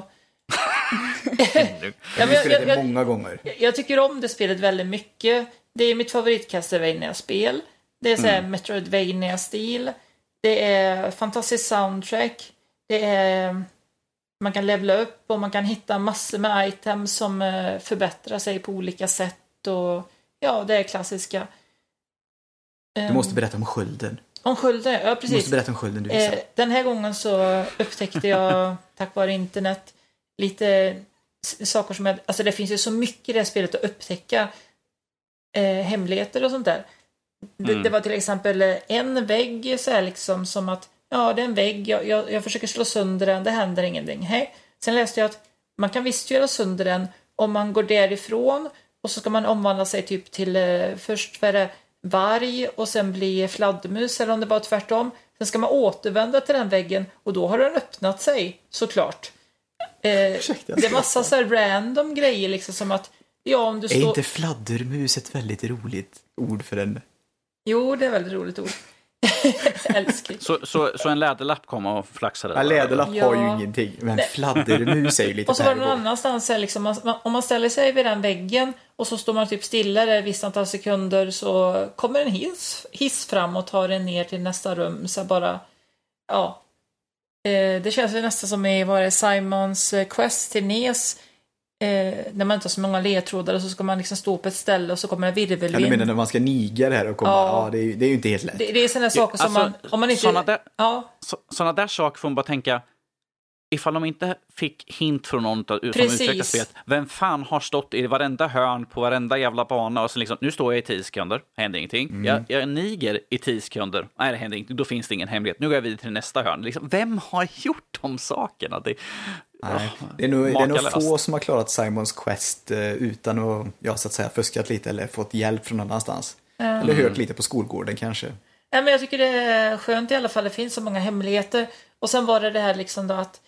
jag spelat det många gånger. Jag tycker om det spelet väldigt mycket. Det är mitt favorit Castlevania-spel. Det är så här Metroidvania-stil. Det är fantastisk soundtrack. Det är man kan levla upp och man kan hitta massor med items som förbättrar sig på olika sätt. Och ja, det är klassiska. Du måste berätta om skölden. Om skölden, ja precis. Du måste berätta om skölden du visar. Den här gången så upptäckte jag, tack vare internet, lite saker som alltså det finns ju så mycket i det här spelet att upptäcka. Hemligheter och sånt där. Det var till exempel en vägg så här liksom som att ja, det är en vägg, jag försöker slå sönder den, det händer ingenting. Hej. Sen läste jag att man kan visst göra sönder den om man går därifrån och så ska man omvandla sig typ till först varg och sen bli fladdermus, eller om det var tvärtom. Sen ska man återvända till den väggen och då har den öppnat sig, såklart. Det är massa så här random grejer liksom, som att ja, om du är inte fladdermus ett väldigt roligt ord för en? Jo, det är väldigt roligt ord. Så en läderlapp kommer och flaxade? Ja, läderlapp har ju ingenting. Men fladdermus är ju lite. Och så var det någon annanstans liksom, om man ställer sig vid den väggen och så står man typ stilla där visst antal sekunder, så kommer en hiss fram och tar en ner till nästa rum. Så bara, ja. Det känns ju nästan som i Simons Quest till NES. När man inte har så många ledtrådar och så ska man liksom stå på ett ställe och så kommer en virvelvind. Ja, du menar när man ska niga det här och komma? Ja, det är ju inte helt lätt. Det är sådana saker som alltså, om man inte... Sådana där saker får man bara tänka, ifall de inte fick hint från någon som utvecklar spelet, vem fan har stått i varenda hörn på varenda jävla bana och så liksom, nu står jag i 10 sekunder, händer ingenting. Jag niger i 10 sekunder, nej det händer ingenting, då finns det ingen hemlighet. Nu går jag vidare till nästa hörn. Liksom, vem har gjort de sakerna? Det är nog få som har klarat Simons Quest utan att så att säga fuskat lite eller fått hjälp från någon annanstans. Eller hört lite på skolgården kanske. Ja, men jag tycker det är skönt i alla fall, det finns så många hemligheter. Och sen var det här liksom då att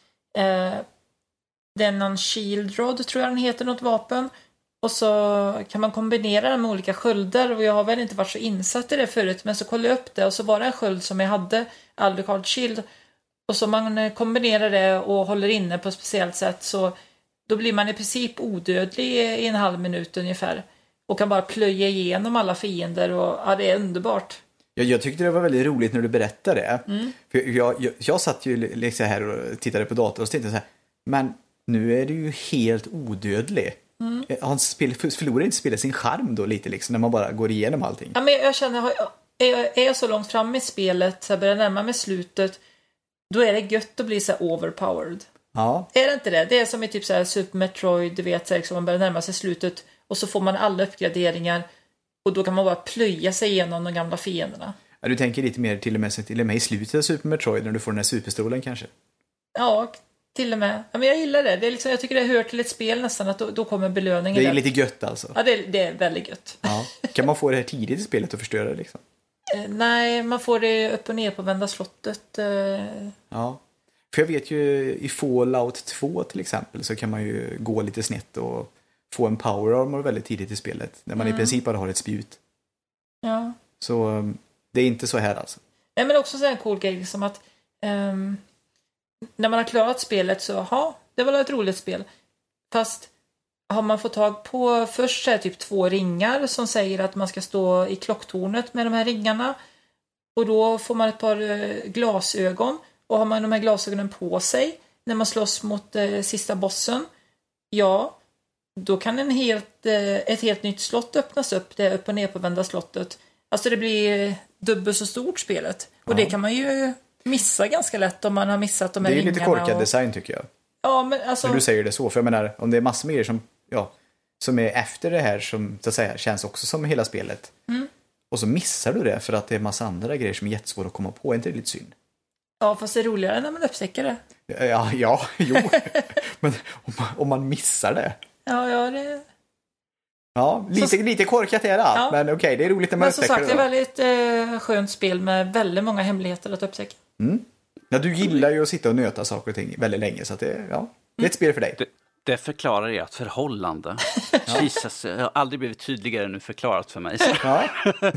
det är någon shield rod, tror jag den heter, något vapen. Och så kan man kombinera den med olika skölder. Och jag har väl inte varit så insatt i det förut, men så kollade jag upp det och så var det en sköld som jag hade, Alucard Shield. Och så man kombinerar det och håller inne på ett speciellt sätt, så då blir man i princip odödlig i en halv minut ungefär. Och kan bara plöja igenom alla fiender och ja, det är underbart. Jag tyckte det var väldigt roligt när du berättade det. För jag satt ju liksom här och tittade på datorn och tänkte så här, men nu är du ju helt odödlig. Han förlorar inte spelet sin charm då lite liksom, när man bara går igenom allting. Ja, men jag känner, är jag så långt fram i spelet så jag börjar närma mig slutet, då är det gött att bli så här overpowered. Ja. Är det inte det? Det är som i typ så här Super Metroid, du vet, så här, liksom, man börjar närma sig slutet och så får man alla uppgraderingar och då kan man bara plöja sig igenom de gamla fienderna. Ja, du tänker lite mer till och med i slutet av Super Metroid när du får den här superstolen kanske? Ja, till och med. Ja, men jag gillar det. Det är liksom, jag tycker det hör till ett spel nästan att då kommer belöningen. Det är lite gött alltså. Ja, det är väldigt gött. Ja. Kan man få det här tidigt i spelet och förstöra det liksom? Nej, man får det upp och ner på vända slottet. Ja, för jag vet ju i Fallout 2 till exempel så kan man ju gå lite snett och få en power armor väldigt tidigt i spelet. När man i princip bara har ett spjut. Ja. Så det är inte så här alltså. Nej, men också så en cool grej liksom att när man har klarat spelet så, det var ett roligt spel. Fast har man fått tag på först så här, typ 2 ringar som säger att man ska stå i klocktornet med de här ringarna. Och då får man ett par glasögon. Och har man de här glasögonen på sig när man slåss mot sista bossen, ja, då kan ett helt nytt slott öppnas upp, det upp och ner på vända slottet. Alltså det blir dubbelt så stort spelet. Och det kan man ju missa ganska lätt om man har missat de här ringarna. Det är lite korkad design tycker jag. Ja, men alltså... När du säger det så, för jag menar, om det är massor med grejer som är efter det här som så att säga känns också som hela spelet. Och så missar du det för att det är massa andra grejer som är jättesvåra att komma på. Är inte det lite synd? Ja, fast det är roligare när man upptäcker det. Jo. Men om man missar det. Ja, det... Ja, lite korkat är det. Ja. Men okej, det är roligt när man upptäcker det. Men som sagt, det är väldigt skönt spel med väldigt många hemligheter att upptäcka. Ja, du gillar ju att sitta och nöta saker och ting väldigt länge, så att det är ett spel för dig. Det förklarar ert förhållande. Jesus, jag har aldrig blivit tydligare nu förklarat för mig. Ja.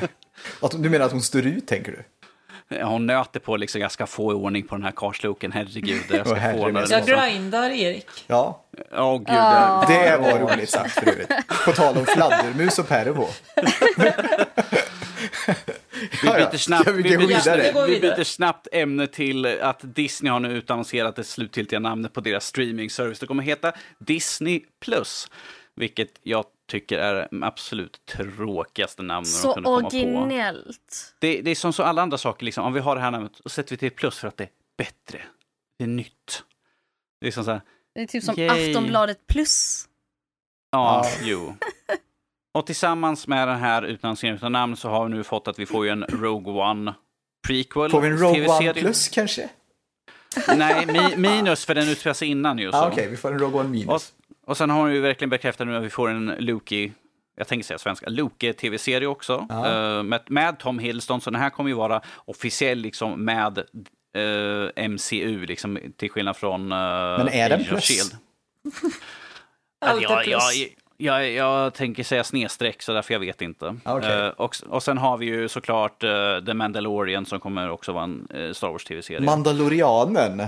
Du menar att hon står ut, tänker du? Hon nöter på liksom, jag ska få i ordning på den här karsloken, herregud. Jag grindar, Erik. Ja. Gud. Det var roligt sagt för övrigt. På tal om fladdermus och Pervo. Vi byter snabbt, vi byter snabbt ämne till att Disney har nu utannonserat det slutgiltiga namnet på deras streaming-service. Det kommer heta Disney+. Vilket jag tycker är absolut tråkigaste namnet de kunde komma på. Så originellt. Det är som så alla andra saker. Liksom. Om vi har det här namnet så sätter vi till plus för att det är bättre. Det är nytt. Det är som så här, det är typ som Aftonbladet plus. Ja, jo. Och tillsammans med den här utannonseringen av namn så har vi nu fått att vi får ju en Rogue One prequel. Får vi en Rogue One plus kanske? Nej, minus för den utspelar sig innan ju. Okej, vi får en Rogue One minus. Och sen har vi ju verkligen bekräftat nu att vi får en Loki, jag tänker säga svenska, Loki-tv-serie också. Med Tom Hiddleston, så den här kommer ju vara officiell liksom med MCU, liksom, till skillnad från Men är den plus? Jag tänker säga snedstreck, så därför jag vet inte. Okay. Och sen har vi ju såklart The Mandalorian som kommer också vara en Star Wars tv-serie. Mandalorianen?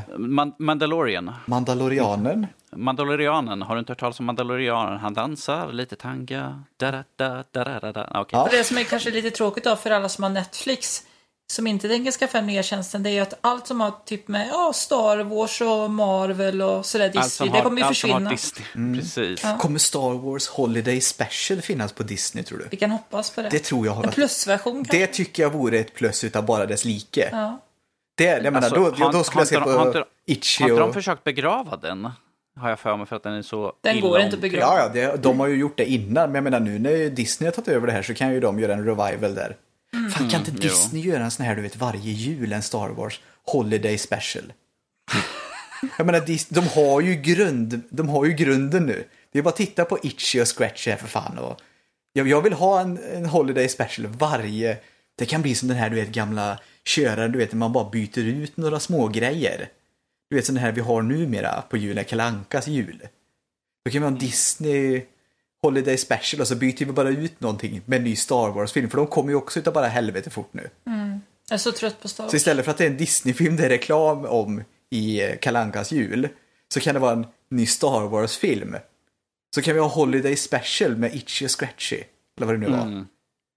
Mandalorianen, har du inte hört talas om Mandalorianen? Han dansar lite tanga. Okay. Det som är kanske lite tråkigt då för alla som har Netflix, som inte tänker skaffa nya tjänsten, det är ju att allt som har typ med Star Wars och Marvel och sådär Disney, det kommer ju försvinna. Precis. Ja. Kommer Star Wars Holiday Special finnas på Disney, tror du? Vi kan hoppas på det. Det tror jag. En plusversion kanske. Det tycker jag vore ett plus utav bara dess like. Ja. Jag menar, då skulle jag se på Itchy. Har inte de försökt begrava den? Har jag för mig, för att den är så den går inte att begrava. Ja, de har ju gjort det innan. Men jag menar, nu när Disney har tagit över det här så kan ju de göra en revival där. Fan, kan inte Disney göra en sån här, du vet, varje jul en Star Wars Holiday Special? Jag menar, de har ju grunden nu. Det är bara att titta på Itchy och Scratchy här för fan. Och jag vill ha en Holiday Special varje. Det kan bli som den här, du vet, gamla köraren, du vet, när man bara byter ut några små grejer. Du vet, sån här vi har numera på julen, Kalle Ankas jul. Då kan vi ha en Disney Holiday Special och så byter vi bara ut någonting med en ny Star Wars-film. För de kommer ju också utav bara helvete fort nu. Jag är så trött på Star Wars. Så istället för att det är en Disney-film det är reklam om i Kalle Ankas jul, så kan det vara en ny Star Wars-film. Så kan vi ha Holiday Special med Itchy och Scratchy. Eller vad det nu var.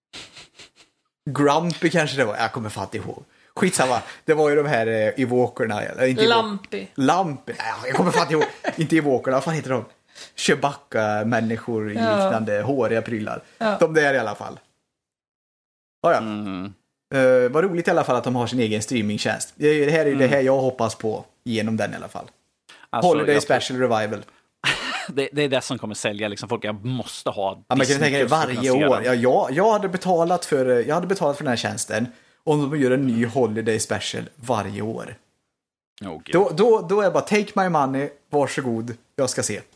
Grumpy kanske det var. Jag kommer fatt ihåg. Skitsamma. Det var ju de här evokerna. Lampy. Jag kommer fatt ihåg. Inte evokerna. Vad fan heter de? Chewbacca-människor i liknande håriga prylar. Ja. De där i alla fall. Vad roligt i alla fall att de har sin egen streamingtjänst. Det här är det här jag hoppas på genom den i alla fall. Alltså, Holiday Special Revival. Det är det som kommer sälja. Liksom, folk måste ha. Ja, man kan tänka det varje år. Jag hade betalat för den här tjänsten om de gör en ny Holiday Special varje år. Då är det bara take my money, varsågod, jag ska se.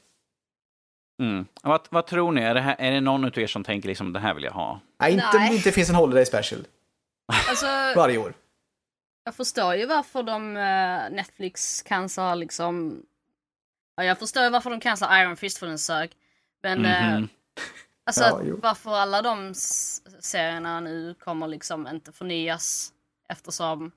Vad tror ni? Är det någon av er som tänker liksom, det här vill jag ha? Nej, inte finns en Holiday Special. Alltså, varje år. Jag förstår ju varför de Netflix cancelar liksom. Ja, jag förstår ju varför de cancelar Iron Fist för den sög. Men varför alla de serierna nu kommer liksom inte förnyas, eftersom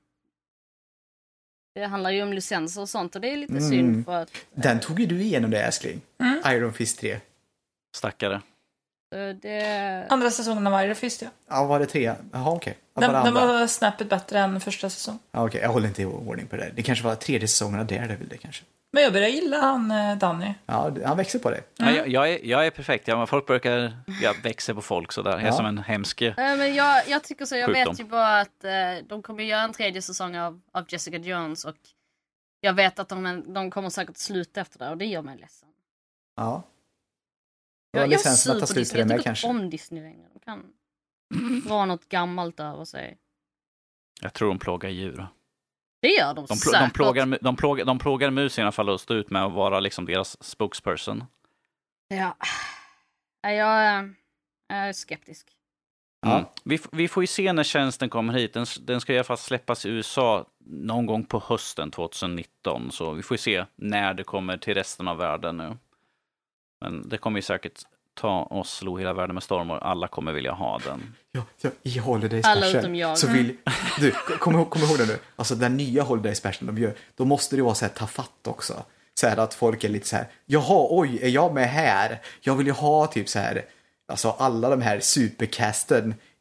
det handlar ju om licenser och sånt, och det är lite synd för att... Den tog ju du igenom det, älskling. Iron Fist 3. Stackare. Andra säsongen av Iron Fist, ja. Ja, var det 3? Jaha, okej. Den var snäppet bättre än första säsong. Ja, okej. Jag håller inte i ordning på det. Det kanske var tredje säsongen av det kanske. Men jag börjar gilla han, Danny. Ja, han växer på det. Jag är perfekt. Folk brukar... Jag växer på folk sådär. Jag är som en hemsk men jag tycker så. Jag vet ju bara att de kommer göra en tredje säsong av Jessica Jones. Och jag vet att de kommer säkert sluta efter det. Och det gör mig ledsen. Ja. Jag är super Disney. Jag tycker inte om Disney längre. De kan dra något gammalt över sig. Jag tror de plågar djur. Det gör de säkert. De plågar mus i alla fall och stå ut med att vara liksom deras spokesperson. Ja. Jag är skeptisk. Ja. Vi får ju se när tjänsten kommer hit. Den ska i alla fall släppas i USA någon gång på hösten 2019. Så vi får ju se när det kommer till resten av världen nu. Men det kommer ju säkert ta och slå hela världen med storm och alla kommer vilja ha den. Ja, i Holiday Special. Alla utom jag. Så kom ihåg det nu. Alltså den nya Holiday Special de gör, då måste det vara så här tafatt också. Så här att folk är lite så här, jaha, oj, är jag med här? Jag vill ju ha typ så här, alltså alla de här supercasten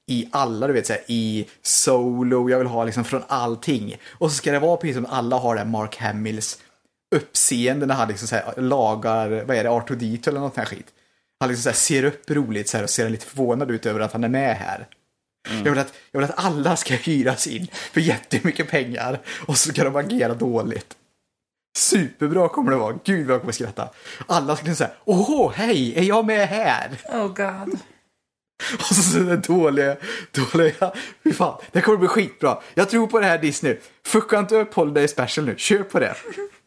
i alla, du vet så här, i Solo, jag vill ha liksom från allting. Och så ska det vara precis som alla har den Mark Hamills uppseende när han liksom så här, lagar, vad är det, R2D2 eller något här skit. Han liksom så här, ser upp roligt så här, och ser lite förvånad ut över att han är med här. Jag vill att alla ska hyras in för jättemycket pengar och så ska de agera dåligt. Superbra kommer det vara. Gud vad jag kommer skratta. Alla ska säga, åh hej, är jag med här? Oh god. Och så det dåliga. Fy fan, det kommer bli skitbra. Jag tror på det här Disney. Fucka inte upp Holiday Special nu, kör på det.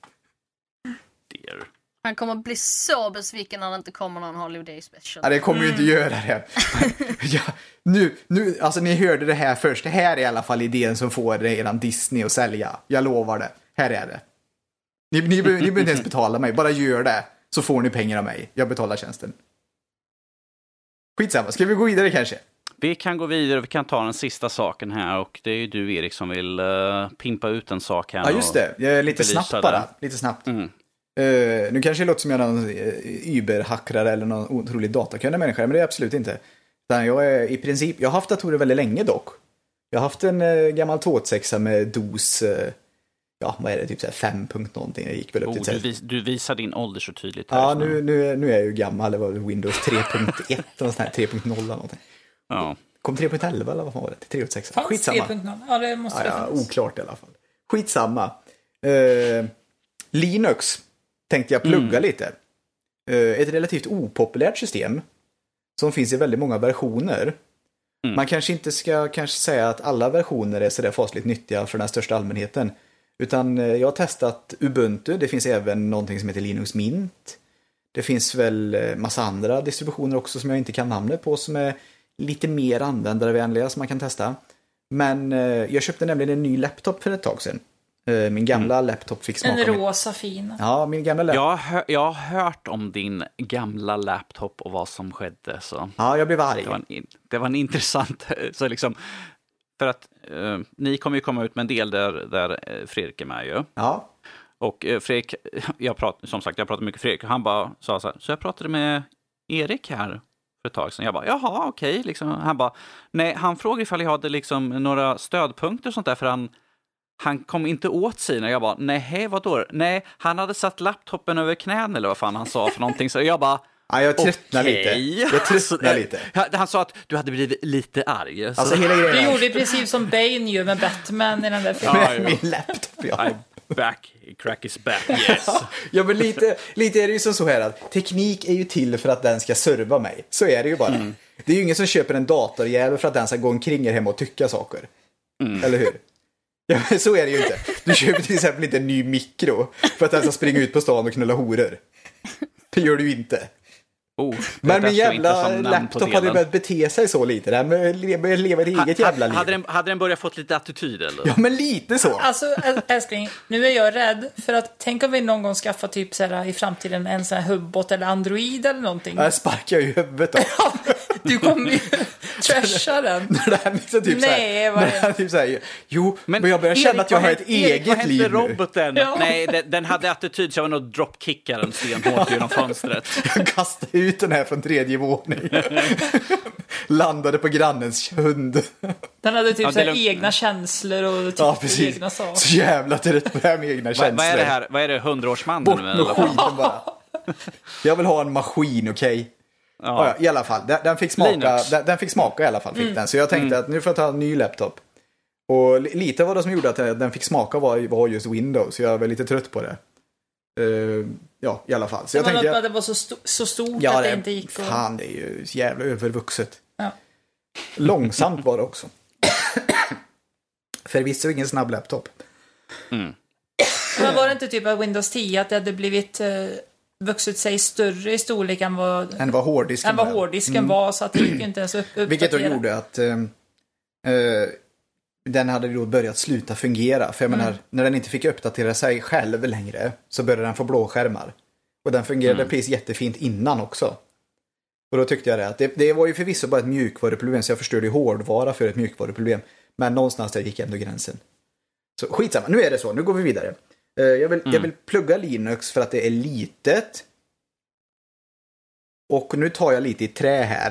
Han kommer bli så besviken när det inte kommer någon Holiday Special. Ja, det kommer ju inte göra det. Ja, nu, alltså ni hörde det här först. Det här är i alla fall idén som får eran Disney att sälja. Jag lovar det. Här är det. Ni behöver inte ens betala mig. Bara gör det. Så får ni pengar av mig. Jag betalar tjänsten. Skitsamma. Ska vi gå vidare kanske? Vi kan gå vidare. Vi kan ta den sista saken här. Och det är ju du Erik som vill pimpa ut en sak här. Ja just det. Jag är lite snabbt bara. Lite snabbt. Nu kanske det låter som jag är någon überhackrare eller någon otrolig datakunnig människa, men det är absolut inte. Jag är i princip, jag har haft datorer väldigt länge dock. Jag har haft en gammal 286 med DOS, ja vad är det, typ så här 5 punkt någonting. Jag gick väl upp till du visar din ålder så tydligt här. Ja, nu är jag ju gammal. Det var Windows 3.1 och sån här 3.0 eller någonting. Ja. Kom 3.11 eller vad fan var det? 386. Fanns Skitsamma. 3.0? Ja, det måste det finnas. Oklart i alla fall. Skitsamma. Linux tänkte jag plugga lite. Ett relativt opopulärt system som finns i väldigt många versioner. Man kanske inte ska säga att alla versioner är så där fasligt nyttiga för den största allmänheten. Utan jag har testat Ubuntu. Det finns även någonting som heter Linux Mint. Det finns väl massa andra distributioner också som jag inte kan namnet på som är lite mer användarvänliga som man kan testa. Men jag köpte nämligen en ny laptop för ett tag sedan. Min gamla laptop fick smaka. En rosa fin. Ja, min gamla laptop. Jag har hört om din gamla laptop och vad som skedde. Så. Ja, jag blev arg. Det var en intressant... Så liksom, för att ni kommer ju komma ut med en del där Fredrik är med ju. Ja. Och Fredrik, jag pratade mycket med Fredrik. Han bara sa så här, så jag pratade med Erik här för ett tag sedan. Jag bara, jaha, okej. Liksom. Han bara, nej, han frågade ifall jag hade liksom några stödpunkter och sånt där för han kom inte åt sina. Jag bara, nej, vadå? Nej, han hade satt laptopen över knän eller vad fan han sa för någonting. Så jag bara, ja, jag tröttnar lite. Jag tröttnar lite. Han sa att du hade blivit lite arg. Alltså, hela grejen. Du gjorde i princip som Bane gör med Batman i den där filmen. Ja, min laptop, ja. I'm back. Crack is back, yes. Ja, men lite är det ju som så här att teknik är ju till för att den ska serva mig. Så är det ju bara. Det är ju ingen som köper en datorjävel för att den ska gå omkring här hemma och tycka saker. Eller hur? Ja, men så är det ju inte. Du köper till exempel inte en ny mikro för att den ska springa ut på stan och knulla horor. Det gör du inte. Men min jävla laptop hade börjat bete sig så lite. Den började leva ett eget jävla liv. Hade den börjat fått lite attityd eller? Ja, men lite så. Alltså, älskling, nu är jag rädd. För att tänk om vi någon gång skaffar typ så här, i framtiden en sån här hubbot eller android eller någonting. Jag sparkar ju huvudet då. Du kommer ju trasha den. Det här liksom typ nej, vad är det? Typ så här, jo, men jag börjar känna att jag har ett eget liv nu. Roboten? Ja. Nej, den hade attityd så jag var nog dropkickar den stenhårt genom fönstret. Jag kastade ut den här från 3:e våningen. Landade på grannens hund. Den hade typ så här egna känslor och typ egna saker. Så jävla trött på det här med egna känslor. Vad är det här? Vad är det? 100-årsmannen? Bort med skiten bara. Jag vill ha en maskin, okej? Ja, i alla fall. Den fick smaka i alla fall. Fick den. Så jag tänkte att nu får jag ta en ny laptop. Och lite var det som gjorde att den fick smaka var just Windows. Så jag var lite trött på det. Ja, i alla fall. Så jag tänkte att det var så stort att det inte gick. Fan, det är ju jävla övervuxet. Ja. Långsamt var det också. Förvisso ingen snabb laptop. Men var det inte typ av Windows 10 att det hade blivit vuxit sig större i storlek än vad hårddisken var, så att det gick inte ens uppdatera. Vilket då gjorde att den hade då börjat sluta fungera. För jag menar, när den inte fick uppdatera sig själv längre så började den få blåskärmar. Och den fungerade precis jättefint innan också. Och då tyckte jag att det var ju förvisso bara ett mjukvaruproblem, så jag förstörde ju hårdvara för ett mjukvaruproblem. Men någonstans där gick ändå gränsen. Så skitsamma, nu är det så, nu går vi vidare. Jag vill plugga Linux för att det är litet. Och nu tar jag lite i trä här.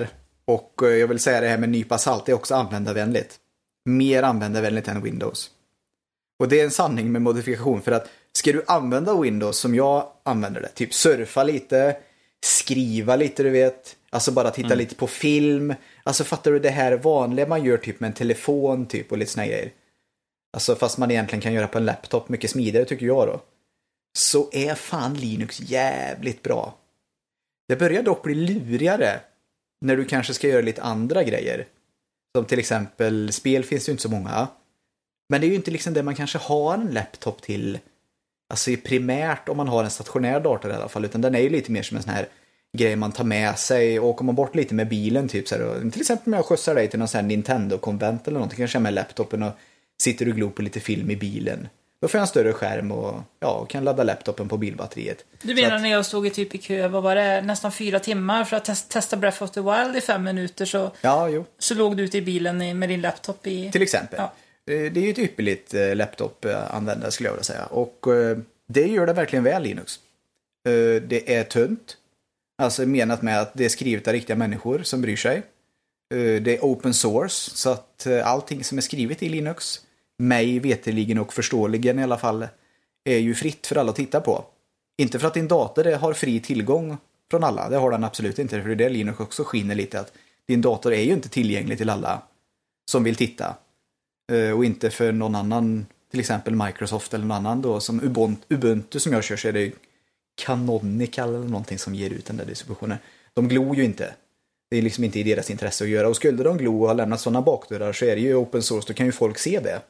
Och jag vill säga det här med nypa salt är också användarvänligt. Mer användarvänligt än Windows. Och det är en sanning med modifikation, för att ska du använda Windows som jag använder det, typ surfa lite, skriva lite, du vet, alltså bara titta lite på film, alltså fattar du det här vanliga man gör typ med en telefon typ och lite såna grejer. Alltså fast man egentligen kan göra på en laptop mycket smidigare tycker jag då. Så är fan Linux jävligt bra. Det börjar dock bli lurigare när du kanske ska göra lite andra grejer. Som till exempel, spel finns ju inte så många. Men det är ju inte liksom det man kanske har en laptop till. Alltså primärt om man har en stationär dator i alla fall. Utan den är ju lite mer som en sån här grej man tar med sig. Och åker man bort lite med bilen typ så här. Till exempel om jag skjutsar dig till någon sån här Nintendo-konvent eller någonting. Kanske med laptopen och sitter och glor på lite film i bilen. Då får jag en större skärm och kan ladda laptopen på bilbatteriet. Du menar när jag stod i kö, vad var det? Nästan 4 timmar för att testa Breath of the Wild i 5 minuter så låg du ute i bilen med din laptop i... Till exempel. Ja. Det är ju ett ypperligt laptop-användare skulle jag vilja säga. Och det gör det verkligen väl Linux. Det är tunt. Alltså menat med att det är skrivet av riktiga människor som bryr sig. Det är open source. Så att allting som är skrivet i Linux, mig veterligen och förståeligen i alla fall, är ju fritt för alla att titta på. Inte för att din dator har fri tillgång från alla. Det har den absolut inte. För det är Linux också skiner lite att din dator är ju inte tillgänglig till alla som vill titta. Och inte för någon annan, till exempel Microsoft eller någon annan då, som Ubuntu som jag kör, så är det Canonical eller någonting som ger ut den där distributionen. De glor ju inte. Det är liksom inte i deras intresse att göra. Och skulle de glo och ha lämnat sådana bakdörrar så är det ju open source, då kan ju folk se det.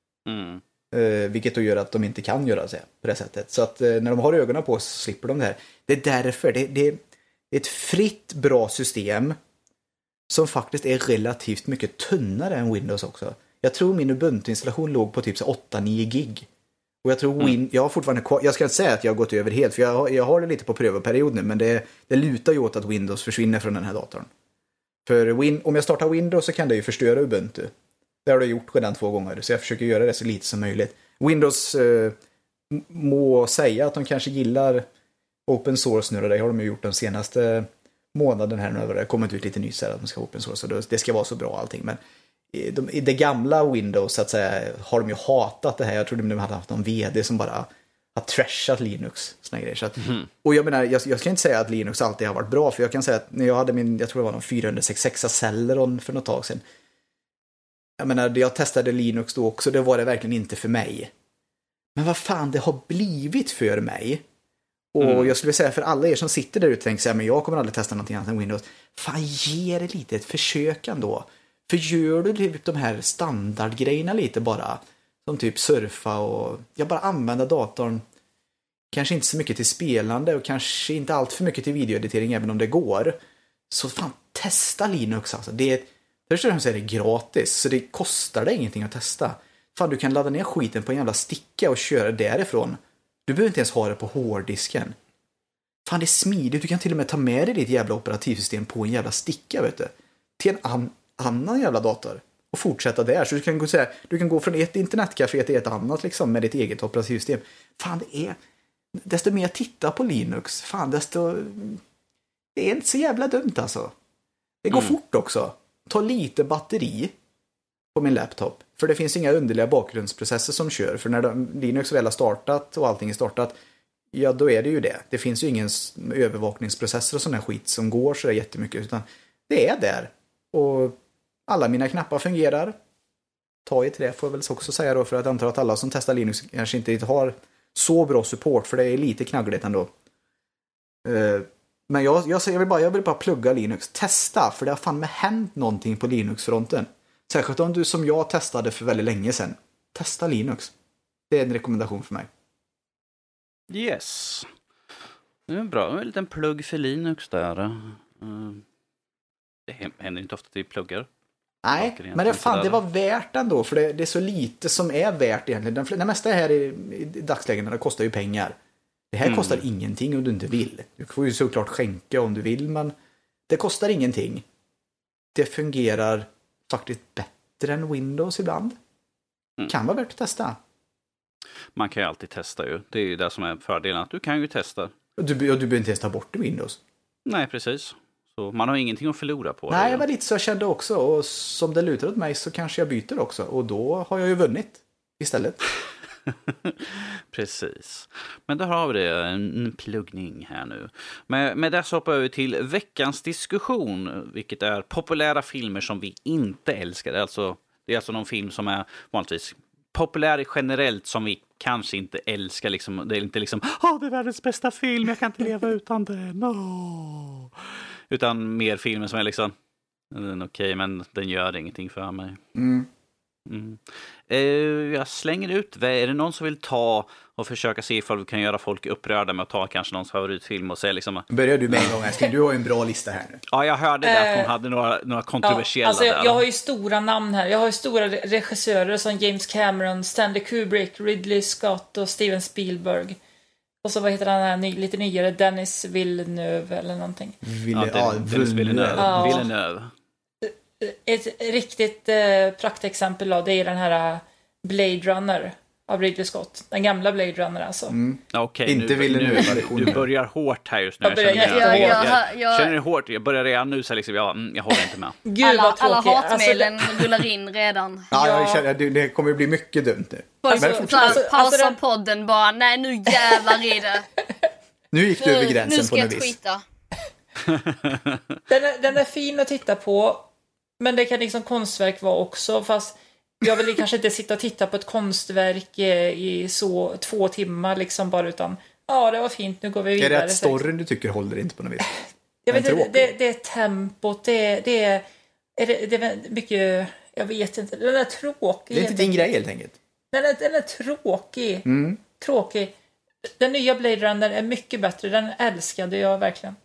Vilket då gör att de inte kan göra det på det sättet. Så att när de har ögonen på så slipper de det här. Det är därför det är ett fritt bra system som faktiskt är relativt mycket tunnare än Windows också. Jag tror min Ubuntu-installation låg på typ 8-9 gig. Och jag tror jag har fortfarande kvar, jag ska inte säga att jag har gått över helt, för jag har det lite på prövoperiod nu, men det lutar ju åt att Windows försvinner från den här datorn. För om jag startar Windows så kan det ju förstöra Ubuntu. Det har det gjort redan 2 gånger, så jag försöker göra det så lite som möjligt. Windows må säga att de kanske gillar open source nu, och det har de ju gjort den senaste månaden här nu, när det har kommit ut lite nyss att de ska open source, och det ska vara så bra allting, men i det gamla Windows så att säga har de ju hatat det här. Jag trodde de hade haft någon vd som bara har trashat Linux, såna grejer. Så att, och jag menar, jag ska inte säga att Linux alltid har varit bra, för jag kan säga att när jag hade jag tror det var någon 466 Celeron för något tag sedan. Jag menar, jag testade Linux då också, det var det verkligen inte för mig. Men vad fan, det har blivit för mig. Och jag skulle säga för alla er som sitter där ute och tänker så här, men jag kommer aldrig testa någonting annat än Windows. Fan, ge det lite ett försök ändå. För gör du typ de här standardgrejerna lite bara, som typ surfa och bara använda datorn, kanske inte så mycket till spelande och kanske inte allt för mycket till videoeditering även om det går, så fan, testa Linux alltså. Först och främst är det gratis, så det kostar dig ingenting att testa. Fan, du kan ladda ner skiten på en jävla sticka och köra därifrån. Du behöver inte ens ha det på hårddisken. Fan, det är smidigt, du kan till och med ta med dig ditt jävla operativsystem på en jävla sticka, vet du, till en annan jävla dator och fortsätta där. Så du kan gå från ett internetcafé till ett annat liksom, med ditt eget operativsystem. Fan, desto mer jag tittar på Linux, fan, det är inte så jävla dumt alltså. Det går fort också. Ta lite batteri på min laptop, för det finns inga underliga bakgrundsprocesser som kör, för när Linux väl har startat och allting är startat, ja, då är det ju det. Det finns ju ingen övervakningsprocesser och sån här skit som går så jättemycket, utan det är där. Och alla mina knappar fungerar. Ta i till det, får jag väl också säga då, för att jag antar att alla som testar Linux kanske inte har så bra support, för det är lite knaggligt ändå. Men jag vill bara plugga Linux. Testa, för det har fan med hänt någonting på Linux-fronten. Särskilt om du som jag testade för väldigt länge sedan. Testa Linux. Det är en rekommendation för mig. Yes. Det är bra. En liten plugg för Linux där. Det händer inte ofta att vi pluggar. Nej, men det var värt ändå, för det är så lite som är värt egentligen. Det mesta här i dagsläget kostar ju pengar. Det här kostar ingenting om du inte vill. Du får ju såklart skänka om du vill, men det kostar ingenting. Det fungerar faktiskt bättre än Windows ibland. Kan vara värt att testa. Man kan ju alltid testa ju. Det är ju det som är fördelen, att du kan ju testa. Du behöver inte ens ta bort Windows. Nej, precis. Så man har ingenting att förlora på det. Nej, det var lite så jag kände också. Och som det lutar åt mig så kanske jag byter också. Och då har jag ju vunnit istället. Precis. Men då har vi det, en pluggning här nu. Med det så hoppar vi till veckans diskussion, vilket är populära filmer som vi inte älskar. Det är alltså någon film som är vanligtvis populär generellt som vi kanske inte älskar. Liksom, det är inte liksom, det är världens bästa film, jag kan inte leva utan den. No. Utan mer filmer som är liksom, okej, men den gör ingenting för mig. Jag slänger ut. Är det någon som vill ta och försöka se ifall vi kan göra folk upprörda med att ta kanske någons favoritfilm och säga liksom... Börjar du med en gång, älskling? Du har ju en bra lista här nu. Ja, jag hörde det att hon hade några kontroversiella alltså, där. Jag har ju stora namn här. Jag har ju stora regissörer som James Cameron, Stanley Kubrick, Ridley Scott och Steven Spielberg. Och så vad heter han här lite nyare, Dennis Villeneuve eller någonting. Dennis Villeneuve. Ett riktigt praktexempel då, det är den här Blade Runner av Ridley Scott. Den gamla Blade Runner alltså. Okej, inte nu du börjar hårt här just nu. Jag känner det hårt. Jag börjar redan nu så liksom, jag håller inte med. Gud vad alla tråkigt. hatmejlen rullar in redan. Jag känner, det kommer bli mycket dumt nu. Pausa podden bara, nej nu jävlar i det. Nu gick du över gränsen. Nu ska jag tweeta. Den är fin att titta på. Men det kan liksom konstverk vara också. Fast jag vill kanske inte sitta och titta på ett konstverk i så 2 timmar liksom bara, utan det var fint, nu går vi vidare. Är det att storyn du tycker håller inte på något vis? Jag vet inte, det är tempot, det är mycket, jag vet inte, den är tråkig. Det är inte din grej helt enkelt. Den är tråkig. Tråkig. Den nya Blade Runner är mycket bättre, den älskade jag verkligen.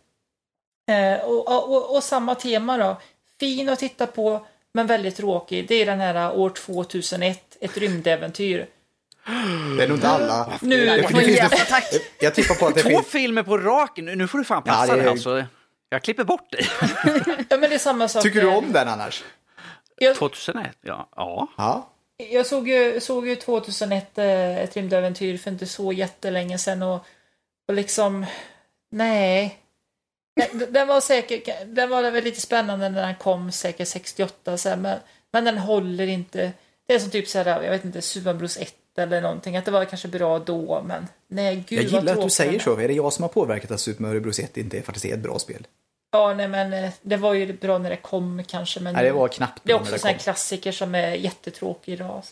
Och samma tema då. Fin att titta på, men väldigt tråkig. Det är den här år 2001, ett rymdäventyr. Det är nog inte alla. Jag tippar på att det 2 filmer på raken. Nu får du fan passa dig alltså. Jag klipper bort dig. Ja, men det är samma sak. Tycker du om den annars? 2001, ja. Jag såg ju 2001 ett rymdäventyr för inte så jättelänge sedan och liksom, nej. Den var väl lite spännande när den kom säkert 68 så här, men den håller inte. Det är som typ så här, jag vet inte, Superbros 1 eller någonting, att det var kanske bra då, men nej, gud. Jag gillar att du säger så. Är det jag som har påverkat att Super Mario Bros 1 inte är faktiskt ett bra spel? Ja, nej, men det var ju bra när det kom kanske, men nej, det var knappt. Det är också såna här klassiker som är jättetråkiga idag.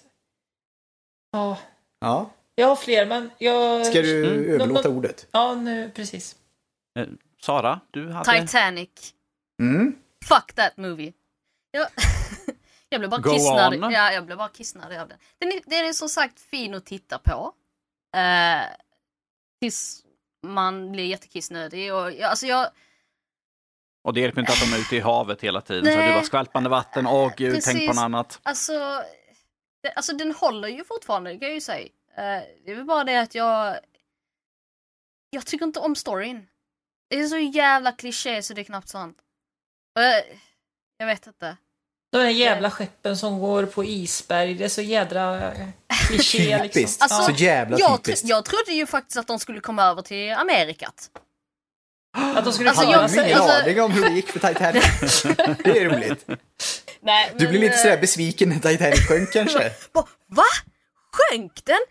Ja. Jag har fler, men jag... Ska du överlåta ordet? Ja, nu, precis. Sara, du hade... Titanic. Fuck that movie. Jag blev bara kissnödig. Ja, jag blev bara kissnödig av den. Den är som sagt fin att titta på. Tills man blir jättekissnödig. Och det hjälper inte att de är ute i havet hela tiden. Nej. Så det var skvalpande vatten. Gud, tänk på något annat. Alltså den håller ju fortfarande, kan jag ju säga. Det är väl bara det att jag tycker inte om storyn. Det är så jävla kliché så det är knappt sant. Jag vet inte. De här jävla skeppen som går på isberg, det är så jädra kliché liksom. Alltså, så jävla typiskt. Jag trodde ju faktiskt att de skulle komma över till Amerikat. Att de skulle jag har ingen aning om hur det gick för Titanic. Det är roligt. Nej, du blir lite sådär besviken när Titanic sjönk kanske. Va? Sjönk den?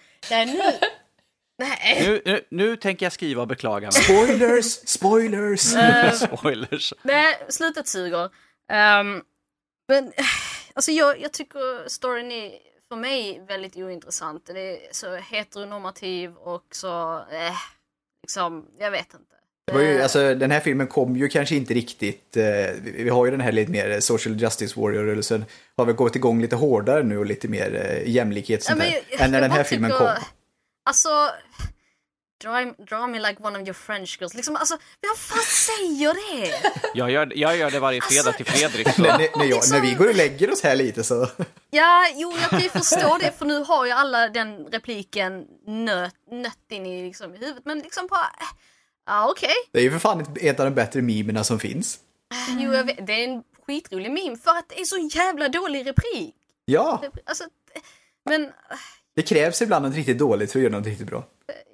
Nej. Nu tänker jag skriva och beklaga mig. Spoilers. Spoilers. Nej, slutet suger. Men alltså jag tycker storyn är för mig väldigt ointressant. Den är så heteronormativ och så liksom, jag vet inte. Det var ju, alltså, den här filmen kom ju kanske inte riktigt, vi har ju den här lite mer social justice warrior-rörelsen har väl gått igång lite hårdare nu och lite mer jämlikhet sånt där, än när den här filmen kom. Alltså, draw me like one of your French girls. Liksom, alltså, vem fan säger det? Jag gör det varje fredag till Fredrik. Så. När vi går och lägger oss här lite så... Ja, jo, jag kan ju förstå det. För nu har ju alla den repliken nött in i, liksom, i huvudet. Men liksom bara... okej. Det är ju för fan ett av de bättre mimerna som finns. Jo, jag vet, det är en skitrolig meme för att det är så jävla dålig replik. Ja. Alltså, men... Det krävs ibland något riktigt dåligt för att göra något riktigt bra.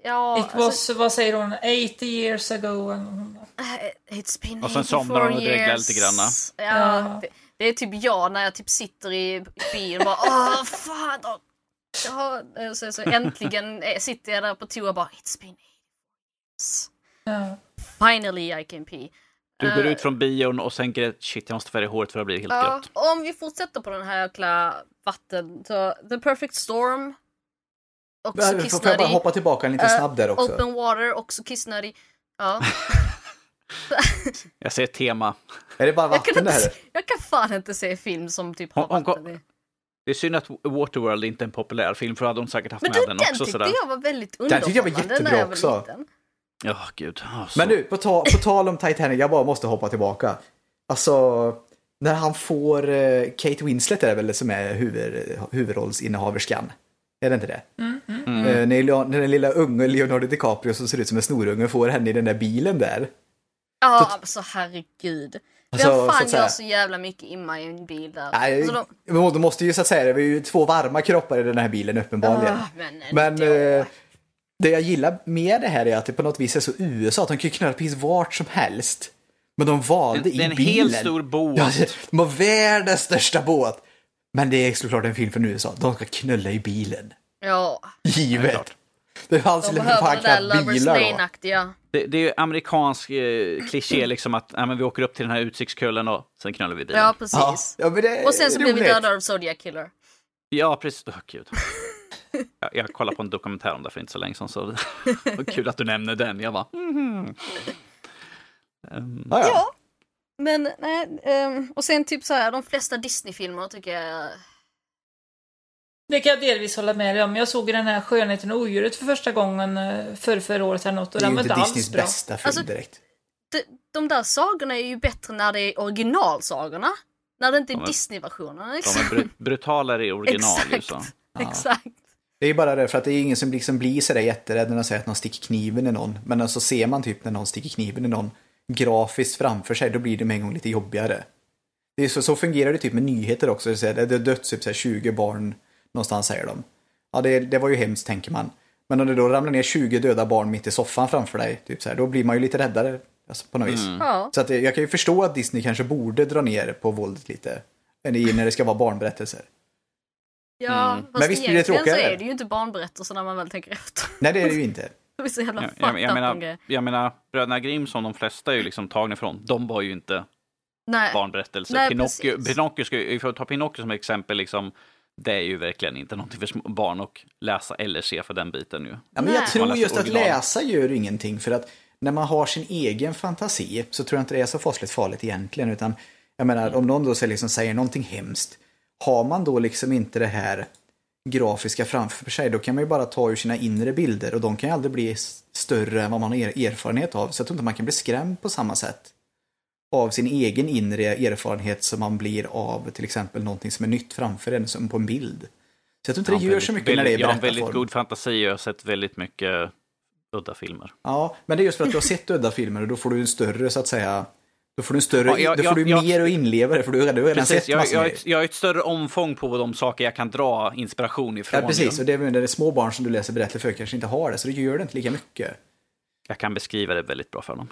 It was, vad säger hon? 80 years ago. It's been 84 years. Och sen somnar hon och dreglar lite granna. Ja, det är typ jag när jag typ sitter i bil och bara fan. Så äntligen sitter jag där på toa och bara it's been 80 years. Finally I can pee. Du går ut från bion och tänker shit, jag måste färga håret för att bli helt grått. Om vi fortsätter på den här jäkla vatten, så The Perfect Storm, också kissnödig. Får jag bara hoppa tillbaka lite snabb där också? Open Water, också kissnödig. Ja. Jag ser ett tema. Är det bara vatten det här? Jag kan fan inte se film som typ har vatten i. Det är synd att Waterworld inte är en populär film, för hade hon säkert haft men med den också. Men den tyckte jag var väldigt Den underhållande. tyckte jag var jättebra också. Ja, gud. Men nu, på tal om Titanic, jag bara måste hoppa tillbaka. Alltså, när han får Kate Winslet är det väl som är huvudrollsinnehaverskan. Är det inte det? När den lilla unge Leonardo DiCaprio som ser ut som en snorunge får henne i den där bilen där. Ja, alltså herregud. Vem fan gör så jävla mycket imma i en bil där? Nej, alltså, de måste ju så att säga, det var ju 2 varma kroppar i den här bilen uppenbarligen. Men det jag gillar med det här är att det på något vis är så USA att de kan knulla precis vart som helst. Men de valde i bilen. Det är en helt stor båt. Ja, de har världens största båt. Men det är såklart en film från USA. De ska knulla i bilen. Ja. Givet. Det fanns de lite behöver det där Lovers bilar Lane-aktiga. Det är ju amerikansk kliché liksom att men vi åker upp till den här utsiktskullen och sen knullar vi bilen. Ja, precis. Ja, och sen så blir vi döda av Zodiac Killer. Ja, precis. Gud. Jag kollade på en dokumentär om det för inte så länge sedan, så kul att du nämner den. Jag bara... Ja. Men nej, och sen typ så här, de flesta Disney-filmer tycker jag... Det kan jag delvis hålla med dig om. Jag såg den här Skönheten och odjuret för första gången förra året eller något. Och det är ju den inte var Disneys bästa film direkt. De där sagorna är ju bättre när det är originalsagorna. När det inte är Disney-versionerna. De är brutalare i original. Exakt. Det är bara det, för att det är ingen som liksom blir sådär jätterädd när de säger att någon sticker kniven i någon. Men alltså ser man typ när någon sticker kniven i någon grafiskt framför sig, då blir det med en gång lite jobbigare. Det är så fungerar det typ med nyheter också. Det är dött typ 20 barn någonstans, säger de. Ja, det var ju hemskt, tänker man. Men om det då ramlar ner 20 döda barn mitt i soffan framför dig, typ så här, då blir man ju lite räddare, alltså, på något vis. Så att jag kan ju förstå att Disney kanske borde dra ner på våldet lite när det ska vara barnberättelser. Ja, fast men visst blir det tråkigare. Så är det ju inte barnberättelser när man väl tänker efter. Nej, det är det ju inte. Det är så jävla jag menar, Bröderna Grimm, som de flesta är ju liksom tagna ifrån, de var ju inte barnberättelser. Nej, Pinocchio vi får ta Pinocchio som exempel, liksom, det är ju verkligen inte någonting för barn att läsa eller se för den biten nu. Ja, men jag tror just att läsa gör ingenting, för att när man har sin egen fantasi så tror jag inte det är så farligt egentligen, utan jag menar, om någon då liksom säger någonting hemskt, har man då liksom inte det här grafiska framför sig, då kan man ju bara ta ur sina inre bilder, och de kan ju aldrig bli större än vad man har erfarenhet av, så jag tror inte man kan bli skrämd på samma sätt av sin egen inre erfarenhet som man blir av till exempel någonting som är nytt framför en, som på en bild. Så jag tror inte det gör så mycket när det är berättarform. Jag har väldigt god fantasi, jag har sett väldigt mycket udda filmer. Ja, men det är just för att du har sett udda filmer, och då får du en större, så att säga, då får du en större, då får du mer att inleva det, för du har redan sett massor. Jag har ett större omfång på de saker jag kan dra inspiration ifrån. Ja, precis, och det är små barn som du läser berättelser för kanske inte har det, så det gör det inte lika mycket. Jag kan beskriva det väldigt bra för dem.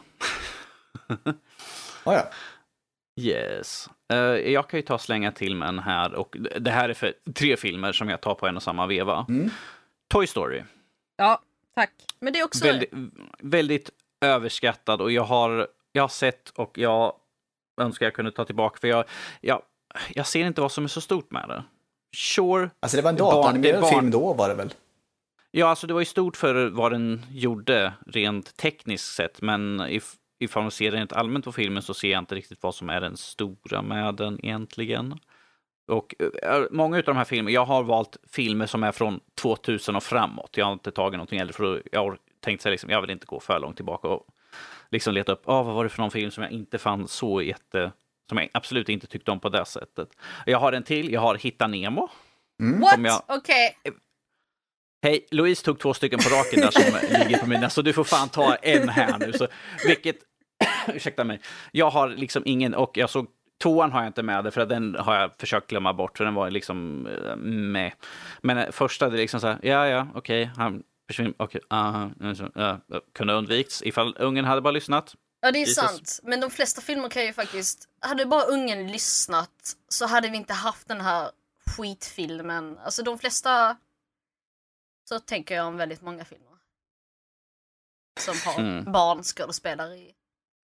Ja. Yes. Jag kan ju ta slänga till med en här, och det här är för 3 filmer som jag tar på en och samma veva. Toy Story. Ja, tack. Men det är också väldigt överskattad, och jag har sett, och jag önskar jag kunde ta tillbaka, för jag ser inte vad som är så stort med det. Sure. Alltså det var en datoranimerad film då, var det väl? Ja, alltså det var ju stort för vad den gjorde rent tekniskt sett, men ifall man ser rent allmänt på filmen så ser jag inte riktigt vad som är den stora med den egentligen. Och många av de här filmerna, jag har valt filmer som är från 2000 och framåt. Jag har inte tagit någonting äldre, för jag har tänkt sig liksom, jag vill inte gå för långt tillbaka och liksom leta upp, vad var det för någon film som jag inte fann så som jag absolut inte tyckte om på det sättet. Jag har en till, jag har Hitta Nemo. What? Okej. Hej, Louise tog 2 stycken på raken där som ligger på mina, så du får fan ta en här nu. Så, ursäkta mig. Jag har liksom ingen, och jag såg 2:an har jag inte med det, för den har jag försökt glömma bort, för den var liksom med. Men första, det är liksom så här, okej. kunde undvikts ifall ungen hade bara lyssnat. Ja, det är sant. Men de flesta filmer kan ju faktiskt... Hade bara ungen lyssnat så hade vi inte haft den här skitfilmen. Alltså de flesta... Så tänker jag om väldigt många filmer. Som har barnskådespelare i.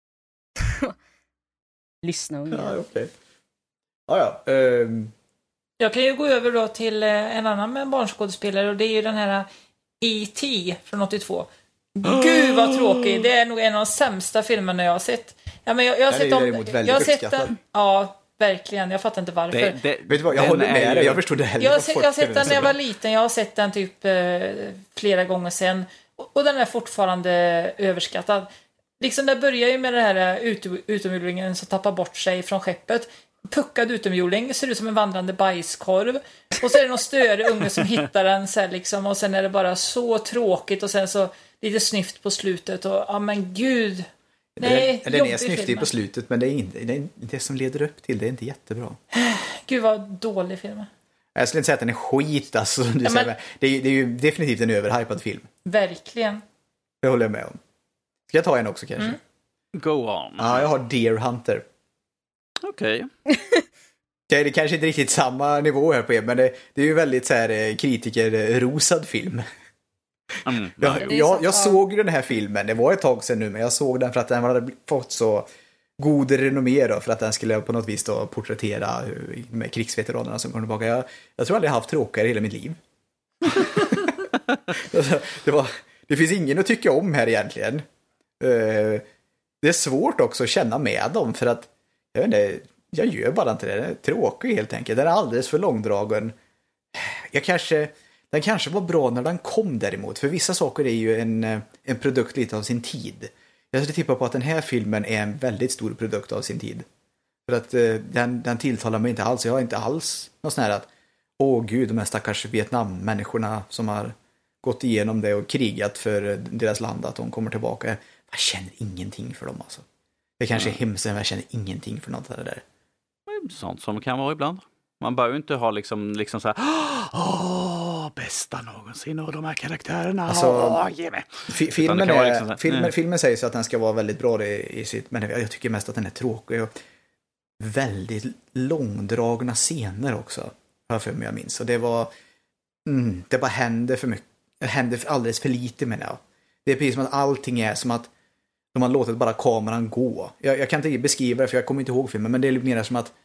Lyssna unga. Ja, okej. Ja. Jag kan ju gå över då till en annan med barnskådespelare och det är ju den här E.T. från 82. Gud vad tråkig. Det är nog en av de sämsta filmerna jag har sett. Ja, men jag har sett dem. Jag har sett den. Ja, verkligen. Jag fattar inte varför. Vet du vad, jag håller med dig. Jag förstår det heller. Jag har sett den när jag var liten. Jag har sett den typ flera gånger sen. Och den är fortfarande överskattad. Liksom det börjar ju med det här utomjordingen som tappar bort sig från skeppet. Puckad utomjording, ser ut som en vandrande bajskorv. Och så är det någon större unge som hittar den så här liksom. Och sen är det bara så tråkigt. Och sen så lite snyft på slutet. Och ja men gud. Nej, den är snyftig på slutet. Men det är inte det som leder upp till det är inte jättebra. Gud vad dålig film. Jag skulle inte säga att den är skit alltså, som du säger. Det är ju definitivt en överhypad film. Verkligen. Det håller jag med om. Ska jag ta en också kanske? Go on. Ja, jag har Deer Hunter. Okej. Det är kanske inte riktigt samma nivå här på er, men det är ju väldigt så här kritikerrosad film. Jag såg den här filmen, det var ett tag sedan nu, men jag såg den för att den hade fått så god renommé då, för att den skulle på något vis då porträttera med krigsveteranerna som kom tillbaka. Jag tror aldrig jag haft tråkigare i hela mitt liv. Det finns ingen att tycka om här egentligen. Det är svårt också att känna med dem för att jag vet inte, jag gör bara inte det. Den är tråkig helt enkelt. Den är alldeles för långdragen. Den kanske var bra när den kom däremot. För vissa saker är ju en produkt lite av sin tid. Jag skulle tippa på att den här filmen är en väldigt stor produkt av sin tid. För att den tilltalar mig inte alls. Jag har inte alls något sån här att gud, de här stackars Vietnam-människorna som har gått igenom det och krigat för deras land, att de kommer tillbaka. Jag känner ingenting för dem alltså. Det kanske är hemskt, men jag känner ingenting för något av det där. Sånt som kan vara ibland. Man behöver ju inte ha liksom så här bästa någonsin och de här karaktärerna. Alltså, ge mig. Filmen säger så att den ska vara väldigt bra i sitt, men jag tycker mest att den är tråkig och väldigt långdragna scener också. För jag minns. Och det var det bara hände för mycket. Det hände alldeles för lite, menar jag. Det är precis som att allting är som att de har låtit bara kameran gå. Jag kan inte beskriva det för jag kommer inte ihåg filmen, men det är lite mer som att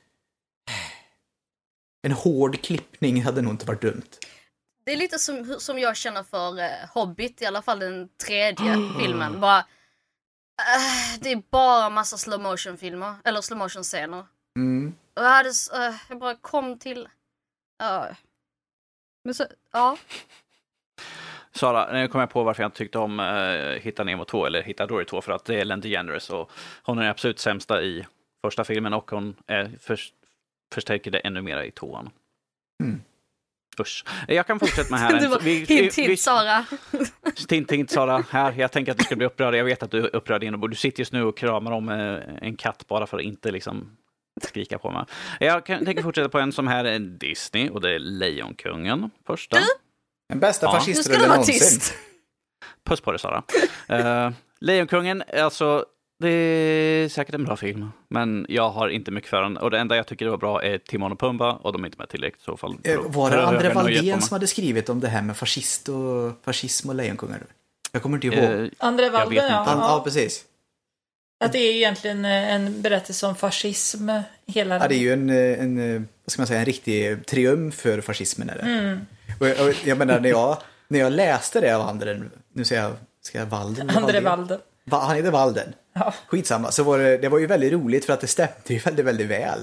en hård klippning hade nog inte varit dumt. Det är lite som jag känner för Hobbit, i alla fall den tredje filmen. Bara, det är bara massa slow motion filmer, eller slow motion scener. Och jag bara kom till... Men så, Sara, nu kom jag på varför jag inte tyckte om Hitta Nemo 2 eller Hitta Dory 2, för att det är Ellen DeGeneres och hon är absolut sämsta i första filmen och hon förstärker det ännu mer i tvåan. Usch. Jag kan fortsätta med här. Hint, Sara. Hint, Sara. Här, jag tänker att du ska bli upprörd. Jag vet att du är upprörd inombords. Du sitter just nu och kramar om en katt bara för att inte liksom skrika på mig. Jag tänker fortsätta på en som här är Disney och det är Lejonkungen första. Den bästa fascistrullen någonsin. Puss på det, Sara. Lejonkungen, alltså det är säkert en bra film, men jag har inte mycket för den. Och det enda jag tycker var bra är Timon och Pumba, och de är inte med tillräckligt i så fall. Var det André Valdén som hade skrivit om det här med fascism och lejonkungar? Jag kommer inte ihåg. André Valdén, ja, precis. Att det är egentligen en berättelse om fascism hela. Ja, det är ju en vad ska man säga, en riktig triumf för fascismen är det. Och jag menar, när jag läste det av André, nu säger jag, ska jag Walden? André Walden. Han heter Walden. Ja. Skitsamma. Så det var ju väldigt roligt för att det stämde ju väldigt, väldigt väl.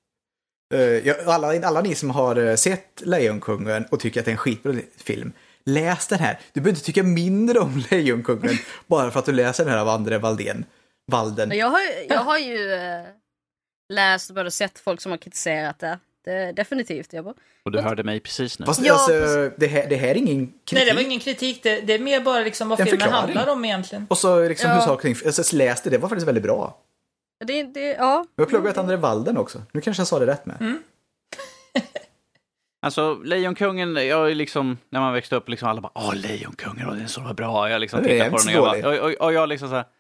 Alla ni som har sett Lejonkungen och tycker att det är en skitbra film, läs den här. Du behöver inte tycka mindre om Lejonkungen bara för att du läser den här av André Walden. Jag har ju läst och både sett folk som har kritiserat det. Definitivt. Och du hörde mig precis nu. Fast, alltså, det här är ingen kritik. Nej, det var ingen kritik. Det är mer bara liksom vad filmen handlar om egentligen. Och så liksom hur saker alltså, läste det var faktiskt väldigt bra. Ja. Jag har pluggat André Walden också. Nu kanske jag sa det rätt med. Alltså, Lejonkungen, jag är liksom, när man växte upp, liksom alla bara, Lejonkungen, och den är så bra. Jag liksom tittar på den och jag liksom så här,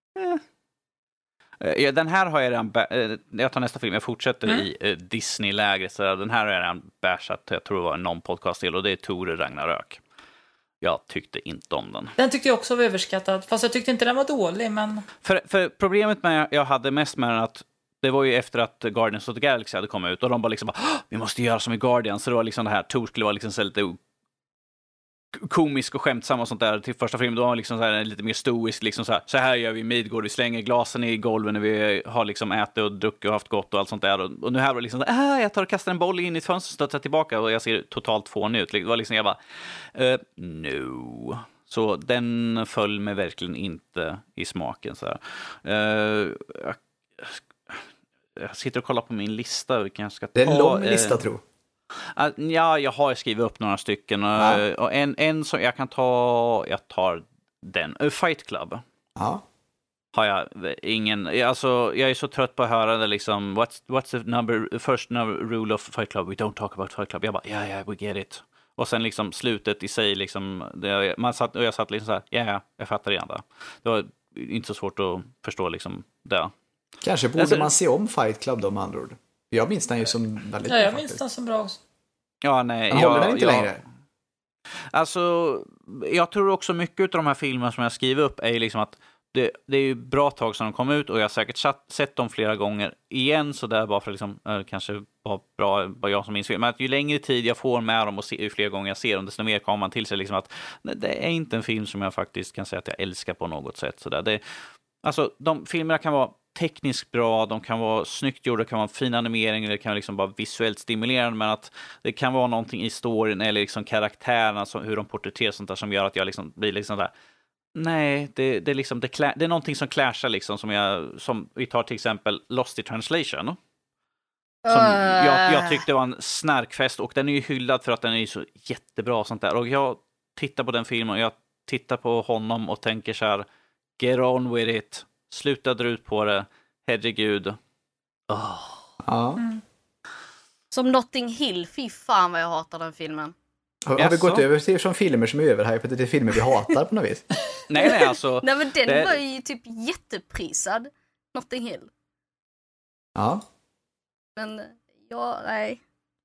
Den här har jag redan, jag tar nästa film, jag fortsätter i Disney-lägret, så den här har jag redan bärsat, jag tror det var någon podcast till, och det är Thor Ragnarök. Jag tyckte inte om den. Den tyckte jag också var överskattad, fast jag tyckte inte den var dålig, men... För problemet med jag hade mest med den att det var ju efter att Guardians of the Galaxy hade kommit ut, och de bara liksom, vi måste göra som i Guardians, så det var liksom det här, Thor skulle vara liksom så lite komisk och skämtsam och sånt där till första filmen. Då var liksom så här, lite mer stoisk, liksom så här gör vi i Midgård, vi slänger glasen i golven när vi har liksom ätit och druckit och haft gott och allt sånt där, och nu här var det liksom jag tar och kastar en boll in i ett fönster och stöter tillbaka och jag ser totalt fånig ut. Det var liksom, jag bara no. Så den föll mig verkligen inte i smaken så här. Jag sitter och kollar på min lista vilken jag ska ta. Det är en lång lista, tror Ja, jag har skrivit upp några stycken. Och en som jag kan ta, jag tar den. Fight Club. Ja. Har jag ingen, alltså jag är så trött på att höra det liksom, what's the first rule of Fight Club? We don't talk about Fight Club. Jag bara, yeah, we get it. Och sen liksom slutet i sig liksom, jag satt liksom så här, jag fattar igen det. Det var inte så svårt att förstå liksom det. Kanske borde man se om Fight Club då, med andra ord. Jag minns den ju som väldigt bra. Jag minns den som bra också. Ja, nej. Han håller den inte längre. Alltså, jag tror också mycket av de här filmerna som jag skriver upp är liksom att det är ju bra tag sedan de kom ut, och jag har säkert sett dem flera gånger igen, så där bara för liksom, kanske var bra, bara jag som minns fel. Men att ju längre tid jag får med dem och ju fler gånger jag ser dem, desto mer kommer man till sig liksom att det är inte en film som jag faktiskt kan säga att jag älskar på något sätt. Så där. Alltså, de filmerna kan vara tekniskt bra, de kan vara snyggt gjorda, det kan vara en fin animering, eller det kan liksom vara visuellt stimulerande, men att det kan vara någonting i storyn eller liksom karaktärerna, hur de porträtterar sånt där, som gör att jag liksom blir liksom där. Nej, det är liksom det är någonting som clashar liksom, som vi tar till exempel Lost in Translation. Som jag tyckte var en snarkfest, och den är ju hyllad för att den är så jättebra och sånt där. Och jag tittar på den filmen och jag tittar på honom och tänker så här, get on with it. Sluta dra ut på det. Herregud. Ja. Som Notting Hill. Fy fan vad jag hatar den filmen. Har vi gått över till från filmer som är överhypade till filmer vi hatar på något vis? Nej, alltså. Nej, men den var ju typ jätteprisad. Notting Hill. Ja. Men, nej.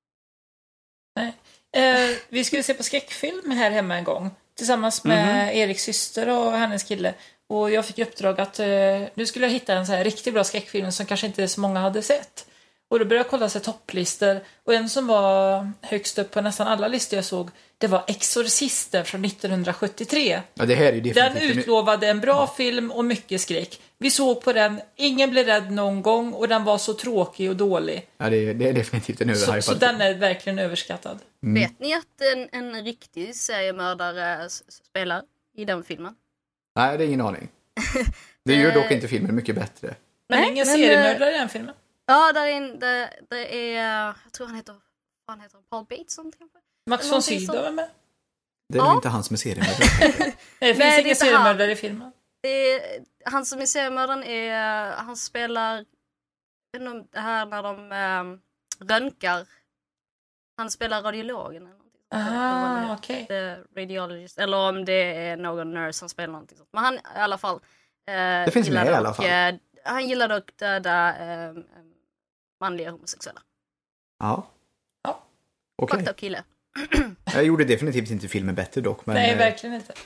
Vi skulle se på skräckfilm här hemma en gång. Tillsammans med Eriks syster och hennes kille. Och jag fick uppdrag att nu skulle jag hitta en så här riktigt bra skräckfilm som kanske inte så många hade sett. Och då började jag kolla sig topplistor. Och en som var högst upp på nästan alla listor jag såg, det var Exorcisten från 1973. Ja, det här är ju den utlovade en bra film och mycket skräck. Vi såg på den, ingen blev rädd någon gång, och den var så tråkig och dålig. Ja, det är definitivt en överhypad. Så den är verkligen överskattad. Vet ni att en riktig seriemördare spelar i den filmen? Nej, det är ingen aning. Det gör dock inte filmen mycket bättre. Men det är ingen seriemördare i den filmen. Ja, det är jag tror han heter Paul Bates kanske. Max von Sydow är med. Det är väl inte han som är seriemördare. Det finns ingen seriemördare i filmen. Han som är seriemördaren han spelar det här när de röntgar. Han spelar radiologen eller någonting. Okej. Radiologist, eller om det är någon nurse som spelar någonting sånt. Men han i alla fall det finns med i alla fall. Han gillade att döda manliga homosexuella. Ja. Okej. Fucked up kille. Jag gjorde definitivt inte filmen bättre dock. Men, nej, verkligen inte.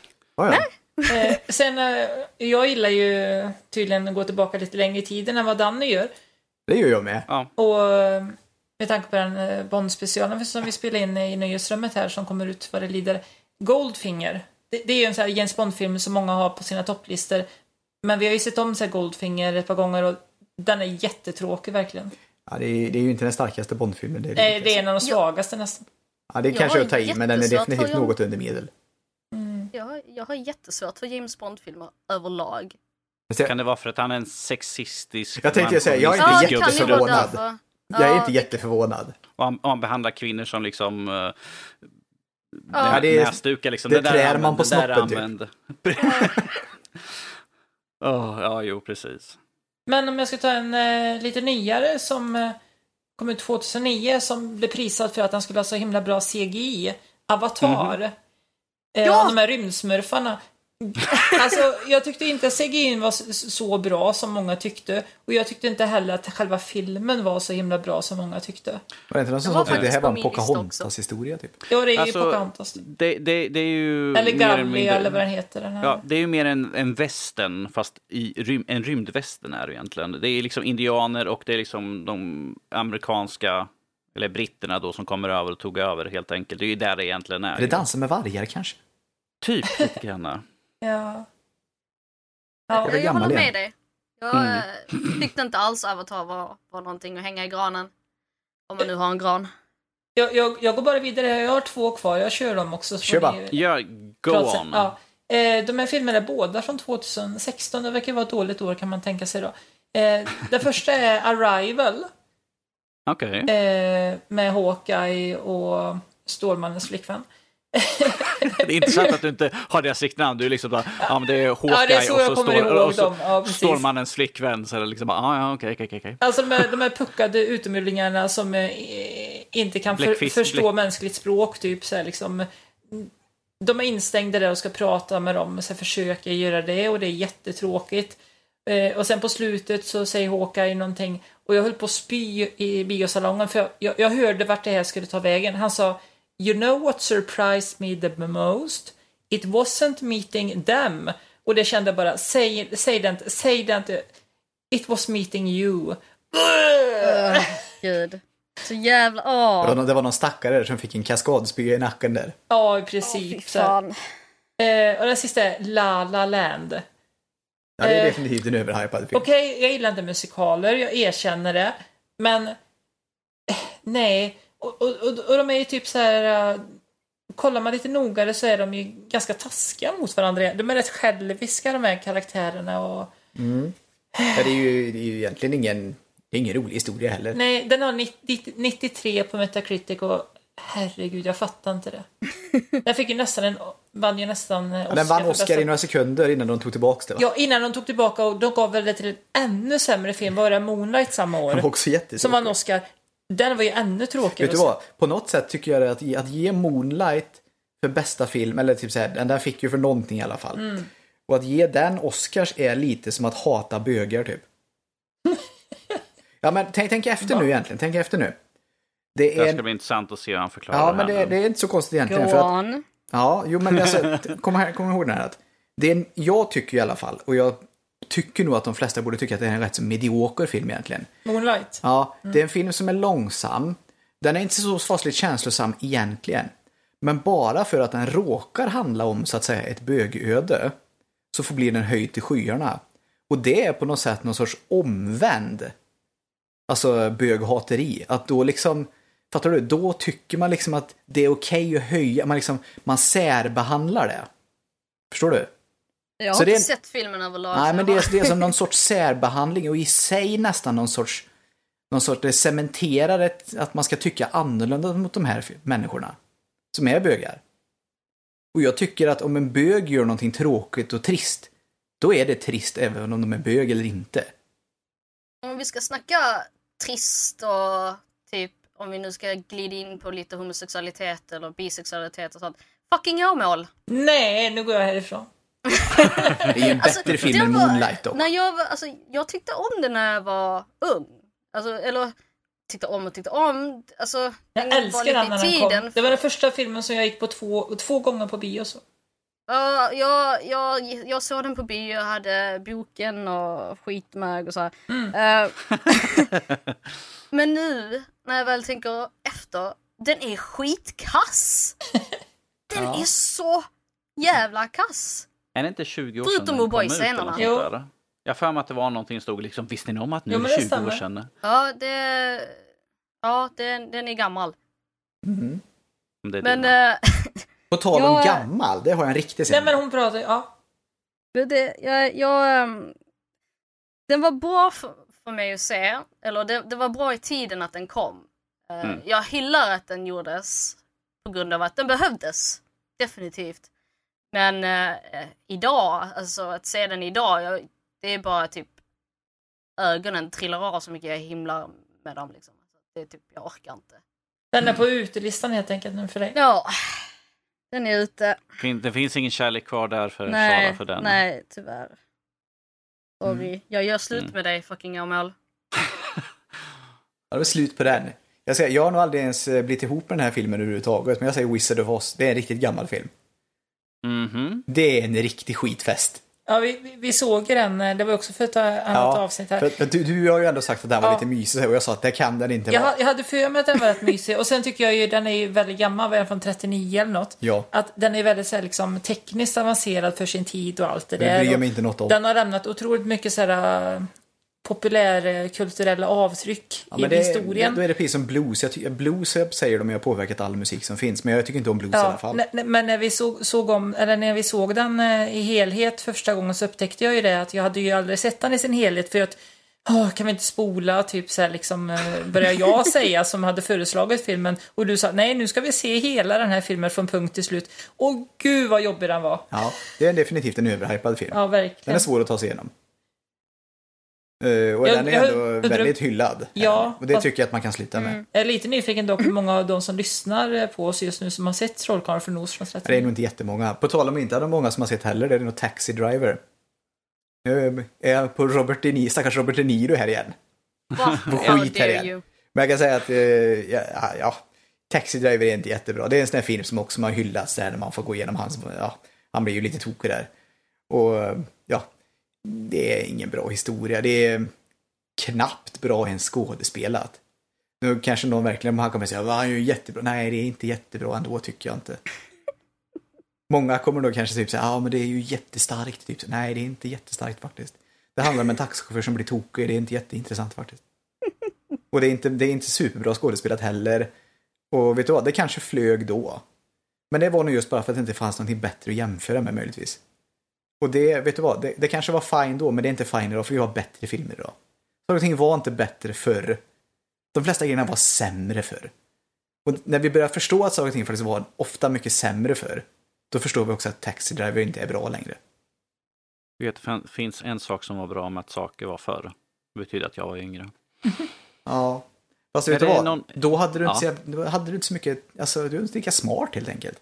Sen, jag gillar ju tydligen att gå tillbaka lite längre i tiden än vad Danny gör. Det gör jag med. Ja. Och med tanke på den Bond-specialen som vi spelar in i nöjesrummet här, som kommer ut vad det lider. Goldfinger. Det är ju en sån här James Bond-film som många har på sina topplistor. Men vi har ju sett om så här Goldfinger ett par gånger, och den är jättetråkig verkligen. Ja, det är ju inte den starkaste Bond-filmen. Det är en av de svagaste nästan. Ja, det kanske jag tar i, men den är definitivt något under medel. Jag har jättesvårt för James Bond-filmer överlag. Kan det vara för att han är en sexistisk... Jag tänkte säga, jag är inte jätteförvånad. Jag är inte jätteförvånad. Och han behandlar kvinnor som liksom... det är näsdukar liksom. Det trär man på snoppen typ. Ja, jo, precis. Men om jag ska ta en lite nyare som kom ut 2009 som blev prisad för att den skulle ha så himla bra CGI. Avatar. Ja! Och de här rymdsmurfarna. Alltså, jag tyckte inte att CGI var så bra som många tyckte. Och jag tyckte inte heller att själva filmen var så himla bra som många tyckte. Var det inte någon som sa att det här var en Pocahontas-historia typ? Ja, det är ju Pocahontas. Det är ju... Eller Gully, eller vad den heter. Den här. Ja, det är ju mer en västern, fast en rymdvästern är det egentligen. Det är liksom indianer och det är liksom de amerikanska, eller britterna då, som kommer över och tog över helt enkelt. Det är ju där det egentligen är. Är det Dansa med vargar kanske? Typ lite grann. Ja. Jag håller med dig. Jag tyckte inte alls Avatar var någonting att hänga i granen. Om man nu har en gran. Jag går bara vidare. Jag har 2 kvar. Jag kör dem också. Kör bara. Ja, go on. Ja. De här filmerna är båda från 2016. Det verkar vara ett dåligt år, kan man tänka sig då. Det första är Arrival. Okej. Med Hawkeye och Stålmannens flickvän. Det är intressant att du inte har deras riktnamn. Du är liksom bara, men det är Hawkeye det är så och så Stålmannens flickvän. Så är det liksom bara, okej. Alltså de här puckade utomjordingarna som inte kan förstå mänskligt språk typ så här, liksom. De är instängda där och ska prata med dem, så försöker göra det, och det är jättetråkigt. Och sen på slutet så säger Hawkeye någonting, och jag höll på att spy i biosalongen, för jag hörde vart det här skulle ta vägen. Han sa, "You know what surprised me the most? It wasn't meeting them." Och det kände bara, säg det inte. It was meeting you. Gud. Så jävla... Det var någon stackare som fick en kaskadspya i nacken där. Ja, precis. Och den sista är La La Land. Ja, det är definitivt en överhypad film. Okej, jag gillar inte musikaler, jag erkänner det. Men nej. Och de är ju typ så här. Kollar man lite nogare så är de ju ganska taskiga mot varandra. De är rätt själviska, de här karaktärerna. Och... Ja, det är ju egentligen ingen rolig historia heller. Nej, den har 93 på Metacritic och herregud, jag fattar inte det. Den fick ju vann ju nästan Oscar. Den vann Oscar i några sekunder innan de tog tillbaka det, va? Ja, innan de tog tillbaka, och de gav väl det till en ännu sämre film. Var det Moonlight samma år? Den var också jättetråkig. Som vann Oscar. Den var ju ännu tråkigare. Vet du vad? På något sätt tycker jag att ge Moonlight för bästa film, eller typ så här, den där fick ju för någonting i alla fall. Och att ge den Oscars är lite som att hata bögar typ. Ja, men tänk efter nu egentligen. Tänk efter nu. Det ska bli intressant att se hur han förklarar. Ja, men det är inte så konstigt egentligen. För att, ja, jo, men alltså, kom ihåg den här. Att jag tycker i alla fall, och jag tycker nog att de flesta borde tycka att det är en rätt så medioker film egentligen. Moonlight. Ja, det är en film som är långsam. Den är inte så fasligt känslosam egentligen. Men bara för att den råkar handla om, så att säga, ett bögöde, så får bli den höjd till skyarna. Och det är på något sätt någon sorts omvänd, alltså böghateri. Att då liksom, fattar du, då tycker man liksom att det är okej att höja, man särbehandlar det. Förstår du? Jag har inte sett filmen överlag. Nej, men det är som någon sorts särbehandling, och i sig nästan någon sorts det cementerar att man ska tycka annorlunda mot de här människorna som är bögar. Och jag tycker att om en bög gör någonting tråkigt och trist, då är det trist även om de är bög eller inte. Om vi ska snacka trist och typ, om vi nu ska glida in på lite homosexualitet eller bisexualitet och sånt. Fucking Åmål. Nej, nu går jag härifrån. Det är ju en bättre film än Moonlight då. Jag tyckte om den när jag var ung. Eller tyckte om. Jag älskar den när den kom. Det var den första filmen som jag gick på två gånger på bio. Så. Jag såg den på bio. Jag hade boken och skitmög och så här. Men nu, när jag väl tänker efter, den är skitkass. Den är så jävla kass. Är det inte 20 år sedan den kom ut? Jo. Jag får mig att det var någonting som stod liksom, visste ni om att nu är 20 år sedan? Ja, den är gammal. Mm. Men på tal om gammal, det har jag en riktig scen. Nej, men hon pratar, ja. Den var bra för mig att se. Eller det var bra i tiden att den kom. Jag hyllar att den gjordes på grund av att den behövdes. Definitivt. Men idag, alltså att se den idag, det är bara typ ögonen trillar av så mycket jag himlar med dem liksom. det är typ, jag orkar inte. Den är på utelistan helt enkelt nu för dig. Ja, den är ute. Det finns ingen kärlek kvar där för Sara för den. Nej, tyvärr. Sorry, jag gör slut med dig, fucking Amal. Ja, det var slut på den. Jag har nog aldrig ens blivit ihop med den här filmen överhuvudtaget, men jag säger Wizard of Oz, det är en riktigt gammal film. Det är en riktig skitfest. Ja, vi såg den, det var också för ett annat avsnitt här. För du har ju ändå sagt att den var lite mysig och jag sa att det kan den inte vara. Jag hade för mig att den var rätt mysig, och sen tycker jag ju den är ju väldigt gammal, var från 39 eller något. Ja. Att den är väldigt så här, liksom, tekniskt avancerad för sin tid och allt det där. Det bryr mig inte något om. Den har lämnat otroligt mycket så här populärkulturella avtryck i historien. Då är det precis som blues. Blues säger de har påverkat all musik som finns, men jag tycker inte om blues i alla fall. Men när vi såg den i helhet första gången, så upptäckte jag ju det att jag hade ju aldrig sett den i sin helhet, för att kan vi inte spola, typ så här, liksom, börjar jag säga som hade föreslagit filmen, och du sa nej, nu ska vi se hela den här filmen från punkt till slut. Och gud vad jobbig den var. Ja, det är definitivt en överhypad film. Ja, verkligen. Den är svår att ta sig igenom. Och den är ändå väldigt hyllad. Ja, och det tycker jag att man kan sluta med. Jag är lite nyfiken dock hur många av de som lyssnar på oss just nu som har sett Trollkarlen från Oz från 39. Det är nog inte jättemånga. På tal om inte är det många som har sett heller. Det är nog Taxi Driver. Är jag på stackars Robert De Niro här igen. På skit här igen. Men jag kan säga att Taxi Driver är inte jättebra. Det är en sån här film som också har hyllats där när man får gå igenom hans... han blir ju lite tokig där. Och det är ingen bra historia. Det är knappt bra ens skådespelat. Nu kanske någon verkligen han kommer säga han är ju jättebra. Nej, det är inte jättebra ändå, tycker jag inte. Många kommer då kanske typ säga men det är ju jättestarkt. Typ. Nej, det är inte jättestarkt faktiskt. Det handlar om en taxichaufför som blir tokig. Det är inte jätteintressant faktiskt. Och det är inte superbra skådespelat heller. Och vet du vad, det kanske flög då. Men det var nog just bara för att det inte fanns någonting bättre att jämföra med möjligtvis. Och det, vet du vad, det kanske var fine då, men det är inte fine idag, för vi har bättre filmer idag. Saker och ting var inte bättre förr. De flesta grejerna var sämre förr. Och när vi börjar förstå att saker och ting faktiskt var ofta mycket sämre förr, då förstår vi också att Taxi Driver inte är bra längre. Det finns en sak som var bra med att saker var förr. Det betyder att jag var yngre. Ja. Fast vet du vad? Då hade du inte så mycket, alltså du är inte lika smart helt enkelt.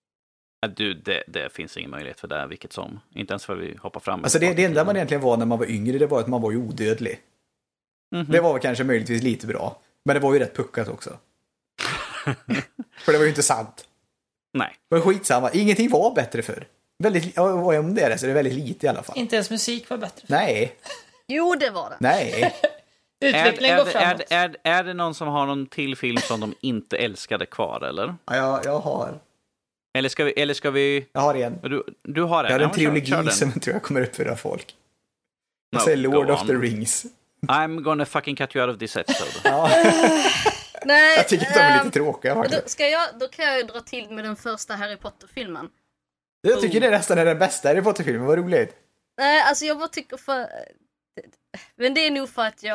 Det finns ingen möjlighet för det, vilket som. Inte ens för vi hoppar fram. Alltså det enda man egentligen var när man var yngre, det var att man var ju odödlig. Det var kanske möjligtvis lite bra. Men det var ju rätt puckat också. För det var ju inte sant. Nej. Det var skitsamma. Ingenting var bättre förr. Om det är det så är det väldigt lite i alla fall. Inte ens musik var bättre förr. Nej. Jo, det var det. Nej. Utvecklingen går framåt. Är det någon som har någon till film som de inte älskade kvar, eller? Ja, jag har. Eller ska vi... Jag har en. Du har en? Jag har en trilogi som jag tror jag kommer uppföra folk. Jag säger Lord of the Rings. I'm gonna fucking cut you out of this episode. Nej, jag tycker att de är lite tråkiga faktiskt. Då kan jag dra till med den första Harry Potter-filmen. Jag tycker det nästan är den bästa Harry Potter-filmen. Vad roligt. Nej, alltså jag bara tycker men det är nog för att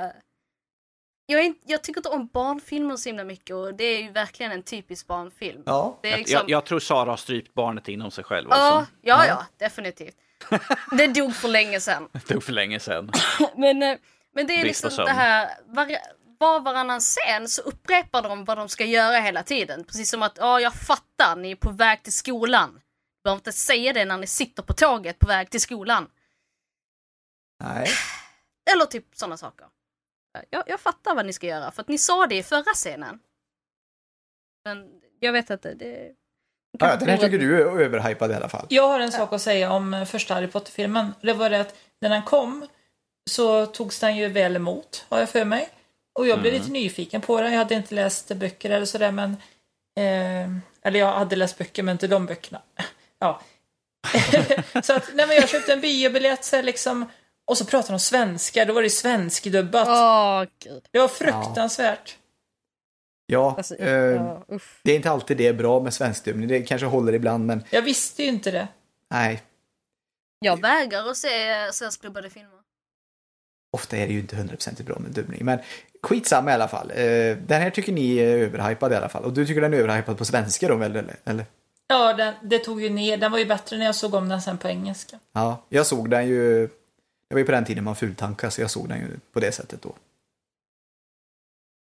jag tycker inte om barnfilmer så himla mycket, och det är ju verkligen en typisk barnfilm. Ja. Det är liksom... jag tror Sara har strypt barnet inom sig själv. Ja, definitivt. Det dog för länge sedan. Men det är liksom det här, varannan scen så upprepar de vad de ska göra hela tiden. Precis som att, jag fattar, ni är på väg till skolan. Du behöver inte säga det när ni sitter på tåget på väg till skolan. Nej. Eller typ sådana saker. Jag fattar vad ni ska göra, för att ni sa det i förra scenen. Men jag vet att det... Ja, den här tycker du är överhypad i alla fall. Jag har en sak att säga om första Harry Potter-filmen. Det var det att när den kom så togs den ju väl emot, har jag för mig. Och jag blev lite nyfiken på den. Jag hade inte läst böcker eller sådär, men... eller jag hade läst böcker, men inte de böckerna. Ja. Så att när jag köpte en biobiljett så liksom... Och så pratade de svenska. Då var det svenskdubbat. Gud. Det var fruktansvärt. Ja, alltså, det är inte alltid det är bra med svenskdubbning. Det kanske håller ibland, men... Jag visste ju inte det. Nej. Jag vägrar att se svenskdubbade filmer. Ofta är det ju inte 100% bra med dubbning. Men skitsamma i alla fall. Den här tycker ni är överhypad i alla fall. Och du tycker den är överhypad på svenska då, eller? Ja, det tog ju ner. Den var ju bättre när jag såg om den sen på engelska. Ja, jag såg den ju... Det var ju på den tiden man fultankade, så jag såg den ju på det sättet då.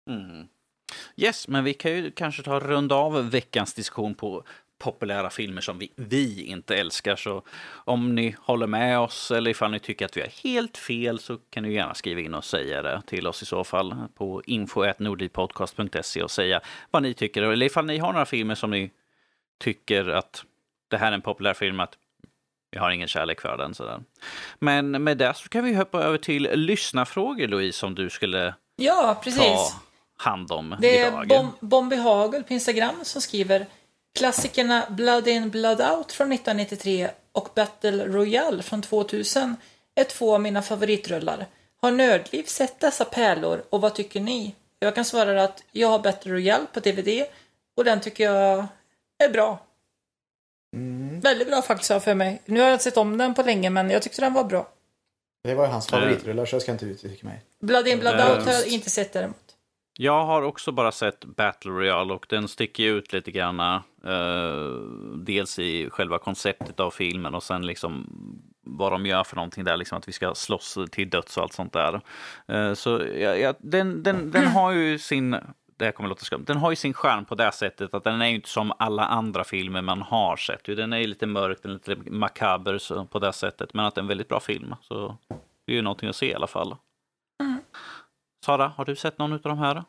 Yes, men vi kan ju kanske ta runda av veckans diskussion på populära filmer som vi inte älskar. Så om ni håller med oss eller ifall ni tycker att vi har helt fel så kan ni gärna skriva in och säga det till oss i så fall på info@nordlivpodcast.se och säga vad ni tycker. Eller ifall ni har några filmer som ni tycker att det här är en populär film, att jag har ingen kärlek för den. Sådär. Men med det så kan vi hoppa över till lyssnarfrågor, Louise, som du skulle ta hand om det idag. Det är Bombi Hagel på Instagram som skriver: klassikerna Blood In Blood Out från 1993 och Battle Royale från 2000 är 2 av mina favoritrullar. Har Nördliv sett dessa pärlor och vad tycker ni? Jag kan svara att jag har Battle Royale på DVD och den tycker jag är bra. Väldigt bra faktiskt för mig. Nu har jag inte sett om den på länge, men jag tyckte den var bra. Det var ju hans favoritrullar, så jag ska inte uttrycka mig. Blood In Blood Out har jag inte sett däremot. Jag har också bara sett Battle Royale och den sticker ut lite grann. Dels i själva konceptet av filmen och sen liksom vad de gör för någonting där, liksom att vi ska slåss till döds och allt sånt där. Så den har ju sin... Det här kommer låta skumt. Den har ju sin charm på det sättet att den är ju inte som alla andra filmer man har sett. Den är ju lite mörk, den är lite makaber så på det sättet. Men att det är en väldigt bra film. Så det är ju någonting att se i alla fall. Sara, har du sett någon av de här?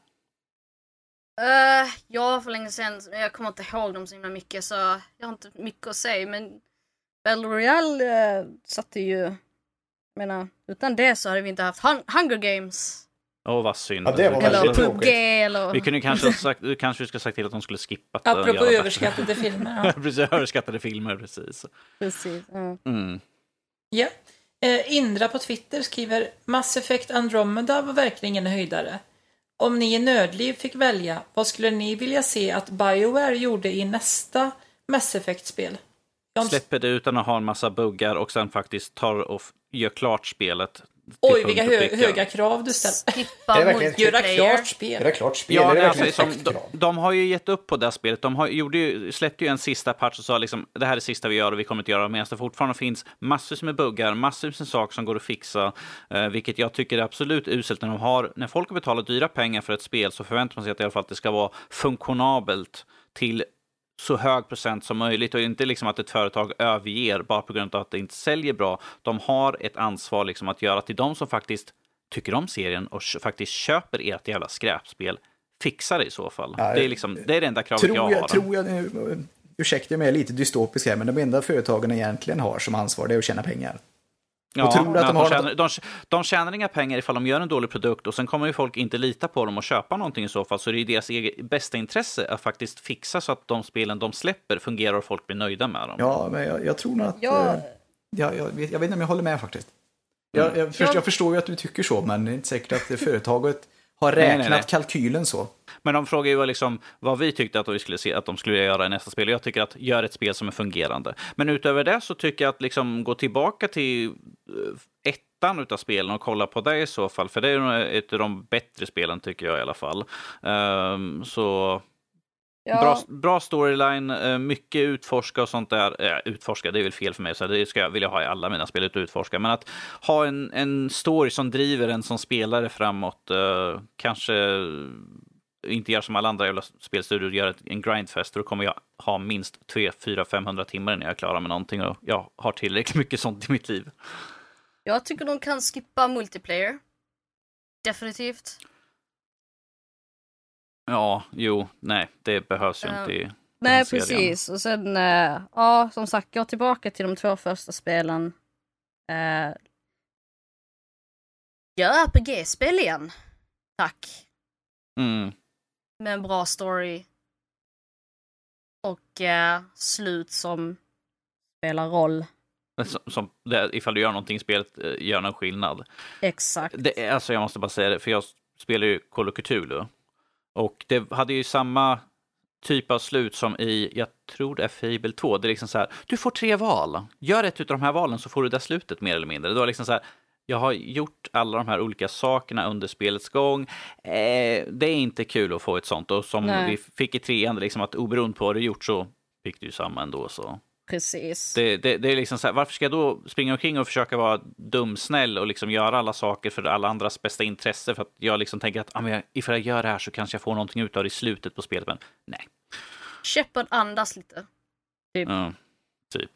Ja, för länge sedan. Jag kommer inte ihåg dem så himla mycket, så jag har inte mycket att säga. Men Battle Royale satte ju... Jag menar, utan det så hade vi inte haft Hunger Games. Vad synd. Ja, det var eller PUBG eller... Vi kunde kanske ska sagt till att de skulle skippa. Apropå överskattade filmer. Ja. Precis, överskattade filmer, precis. Ja. Indra på Twitter skriver: Mass Effect Andromeda var verkligen ingen höjdare. Om ni i Nördliv fick välja, vad skulle ni vilja se att BioWare gjorde i nästa Mass Effect-spel? Släpper det utan att ha en massa buggar och sen faktiskt tar och gör klart spelet. Oj, vilka höga krav du ställer. Göra klart spel. Ja, de har ju gett upp på det spelet. Släppte ju en sista patch och sa liksom, det här är det sista vi gör och vi kommer inte göra det, medan det fortfarande finns massor med buggar, massor med saker som går att fixa, vilket jag tycker är absolut uselt. När folk har betalat dyra pengar för ett spel så förväntar man sig att i alla fall att det ska vara funktionabelt till så hög procent som möjligt och inte liksom att ett företag överger bara på grund av att det inte säljer bra. De har ett ansvar liksom att göra till de som faktiskt tycker om serien och faktiskt köper ert jävla skräpspel, fixa det i så fall. Ja, det är det enda kravet jag har. Tror jag nu, ursäkta mig, lite dystopisk här, men de enda företagen egentligen har som ansvar det är att tjäna pengar. Ja, de tjänar inga pengar ifall de gör en dålig produkt och sen kommer ju folk inte lita på dem och köpa någonting i så fall, så det är deras bästa intresse att faktiskt fixa så att de spelen de släpper fungerar och folk blir nöjda med dem. Ja, men jag tror nog att... Jag vet inte om jag håller med faktiskt. Jag förstår ju att du tycker så, men det är inte säkert att företaget har räknat kalkylen så. Men de frågar ju liksom vad vi tyckte att vi skulle se att de skulle göra i nästa spel. Jag tycker att gör ett spel som är fungerande. Men utöver det så tycker jag att liksom gå tillbaka till ettan utav spelen och kolla på det i så fall. För det är nog ett av de bättre spelen tycker jag i alla fall. Så... Ja. Bra storyline, mycket utforska och sånt där. Utforska, det är väl fel för mig, så det vill jag ha i alla mina spel, utforska. Men att ha en story som driver en som spelare framåt, kanske inte gör som alla andra jävla spelstudior, gör en grindfest, då kommer jag ha minst 300-400-500 timmar när jag är klar med någonting och jag har tillräckligt mycket sånt i mitt liv. Jag tycker de kan skippa multiplayer. Definitivt. Ja, nej, det behövs ju inte i nej, precis. Och sen, ja, som sagt, gå tillbaka till de 2 första spelen. Gör RPG-spel igen. Tack. Med en bra story. Och slut som spelar roll. Som ifall du gör någonting i spelet, gör någon skillnad. Exakt. Alltså jag måste bara säga det, för jag spelar ju Call of Cthulhu. Och det hade ju samma typ av slut som i, jag tror det är Fable 2. Det är liksom så här, du får 3 val. Gör ett utav de här valen så får du det slutet mer eller mindre. Det var liksom så här, jag har gjort alla de här olika sakerna under spelets gång. Det är inte kul att få ett sånt. Och som vi fick i 3:an, liksom att oberoende på vad du gjort så fick du ju samma ändå. Så. Precis. Det är liksom så här, varför ska jag då springa omkring och försöka vara dumsnäll och liksom göra alla saker för alla andras bästa intresse? För att jag liksom tänker att ifall jag gör det här så kanske jag får någonting ut av det i slutet på spelet. Men nej. Shepard andas lite. Typ. Ja, typ.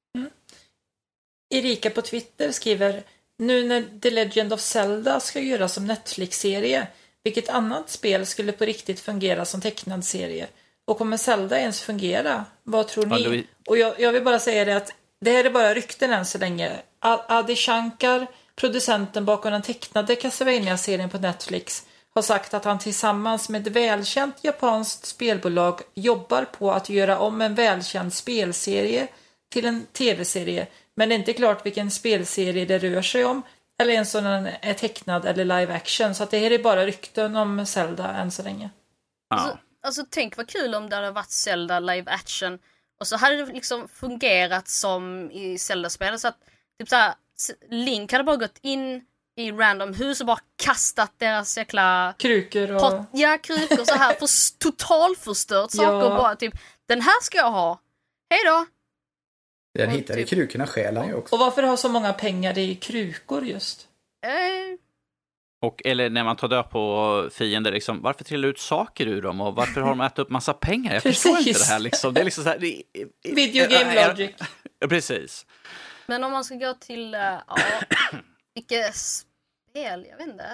Erika på Twitter skriver: nu när The Legend of Zelda ska göras som Netflix-serie, vilket annat spel skulle på riktigt fungera som tecknad serie? Och kommer Zelda ens fungera? Vad tror ni? Och jag vill bara säga det att det här är bara rykten än så länge. Adi Shankar, producenten bakom den tecknade Castlevania-serien på Netflix, har sagt att han tillsammans med ett välkänt japanskt spelbolag jobbar på att göra om en välkänd spelserie till en tv-serie. Men det är inte klart vilken spelserie det rör sig om, eller ens om den är tecknad eller live action. Så att det här är bara rykten om Zelda än så länge. Alltså tänk vad kul om det hade varit Zelda live action och så hade det liksom fungerat som i Zelda-spelen, så att typ så här, Link hade bara gått in i random hus och bara kastat deras jäkla krukor och krukor så här, totalförstört saker och bara typ, den här ska jag ha. Hej då. Den hittade typ krukorna stjäl han ju också. Och varför har så många pengar i krukor just? Eller när man tar död på fiender, liksom, varför trillar ut saker ur dem och varför har de ätit upp massa pengar? Jag förstår inte det här. Liksom. Det är liksom så här, video game logic. Precis. Men om man ska gå till vilket spel, jag vet inte.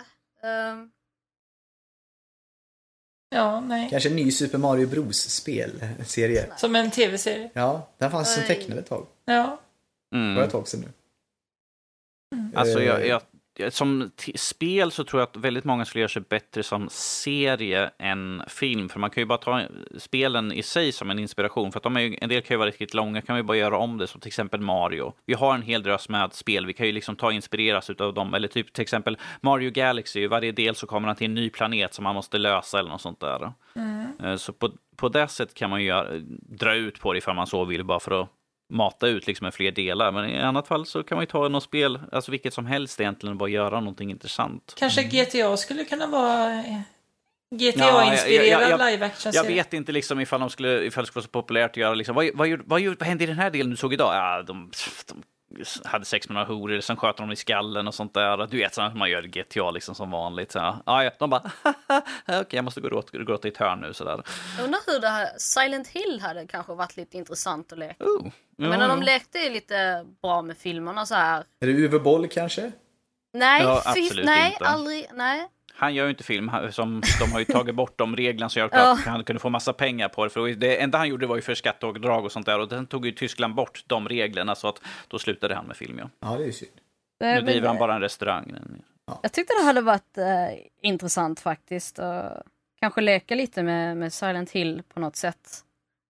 Nej. Kanske en ny Super Mario Bros-spelserie. Som en tv-serie. Ja, den fanns som tecknad ett tag. Ja. Det var ett tag sedan nu. Alltså som spel så tror jag att väldigt många skulle göra sig bättre som serie än film. För man kan ju bara ta spelen i sig som en inspiration. För att en del kan ju vara riktigt långa, kan vi bara göra om det. Som till exempel Mario. Vi har en hel drös med spel. Vi kan ju liksom inspireras utav dem. Eller typ till exempel Mario Galaxy. Varje del så kommer man till en ny planet som man måste lösa eller något sånt där. Så på det sättet kan man ju dra ut på det ifall man så vill, bara för att mata ut liksom med fler delar. Men i annat fall så kan man ju ta något spel, alltså vilket som helst egentligen, och bara göra någonting intressant. Kanske GTA skulle kunna vara GTA-inspirerad live action. Jag vet inte liksom ifall det skulle vara så populärt att göra liksom, vad hände i den här delen du såg idag? Ja, de hade sex med några horor, sen sköt de i skallen och sånt där. Du vet, så man gör GTA liksom som vanligt. Så, de bara, okej, jag måste gå åt i ett hörn nu. Sådär. Jag undrar hur det här Silent Hill hade kanske varit lite intressant att leka. Men när de lekte lite bra med filmerna så här. Är det Uwe Boll kanske? Nej, absolut nej, inte. Aldrig, nej. Han gör ju inte film, som de har ju tagit bort de reglerna så att han kunde få massa pengar på det. För det enda han gjorde var ju för skatteavdrag och sånt där. Och den tog ju Tyskland bort de reglerna, så att då slutade han med film. Ja, det är ju synd. Nu driver han bara en restaurang. Jag tyckte det hade varit intressant faktiskt. Och kanske leka lite med Silent Hill på något sätt.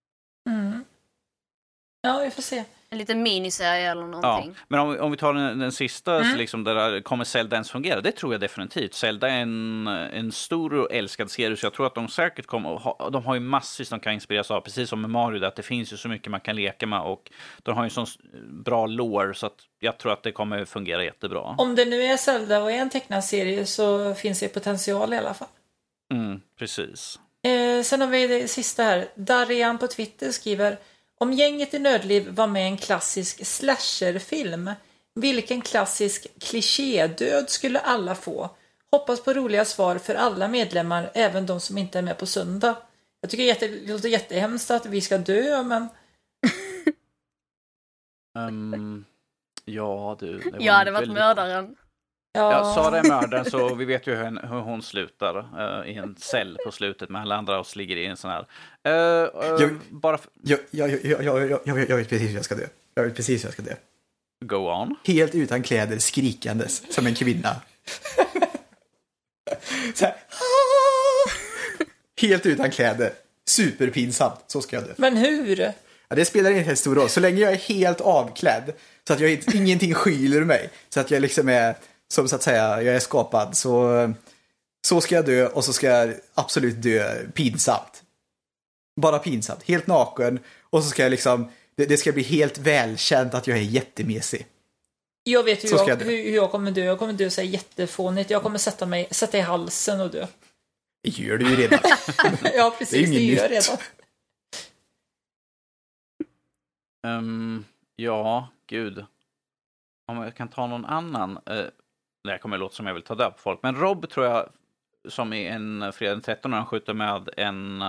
Ja, vi får se. En liten miniserie eller någonting. Ja, men om vi tar den sista, så liksom, där kommer Zelda ens fungera? Det tror jag definitivt. Zelda är en stor och älskad serie, så jag tror att de säkert kommer de har ju massvis de kan inspireras av, precis som med Mario, att det finns ju så mycket man kan leka med, och de har ju sån bra lore, så att jag tror att det kommer fungera jättebra. Om det nu är Zelda och är en tecknad serie så finns det potential i alla fall. Precis. Sen har vi det sista här. Darian på Twitter skriver: om gänget i Nördliv var med i en klassisk slasherfilm, vilken klassisk klichédöd skulle alla få? Hoppas på roliga svar för alla medlemmar, även de som inte är med på söndag. Jag tycker det låter jättehemskt att vi ska dö, men... Ja, du. Jag hade varit mördaren. Ja, Sara är mördaren, så vi vet ju hur hon slutar i en cell på slutet, med alla andra oss ligger i en sån här. Jag vet precis hur jag ska dö. Go on. Helt utan kläder, skrikandes som en kvinna. Så här. Helt utan kläder. Superpinsamt. Så ska jag dö. Men hur? Ja, det spelar inte stor roll. Så länge jag är helt avklädd, så att ingenting skyler mig, så att jag liksom är, som så att säga, jag är skapad, så ska jag dö, och så ska jag absolut dö pinsamt. Bara pinsamt. Helt naken. Och så ska jag liksom, det ska bli helt välkänt att jag är jättemesig. Jag vet hur jag kommer dö. Jag kommer dö så jättefånigt. Jag kommer sätta i halsen och dö. Det gör du ju redan. Ja, precis. Det gör jag redan. Ja, gud. Om jag kan ta någon annan. Det här kommer låta som jag vill ta död på folk. Men Rob tror jag, som är en fredag den 13 när han skjuter med en...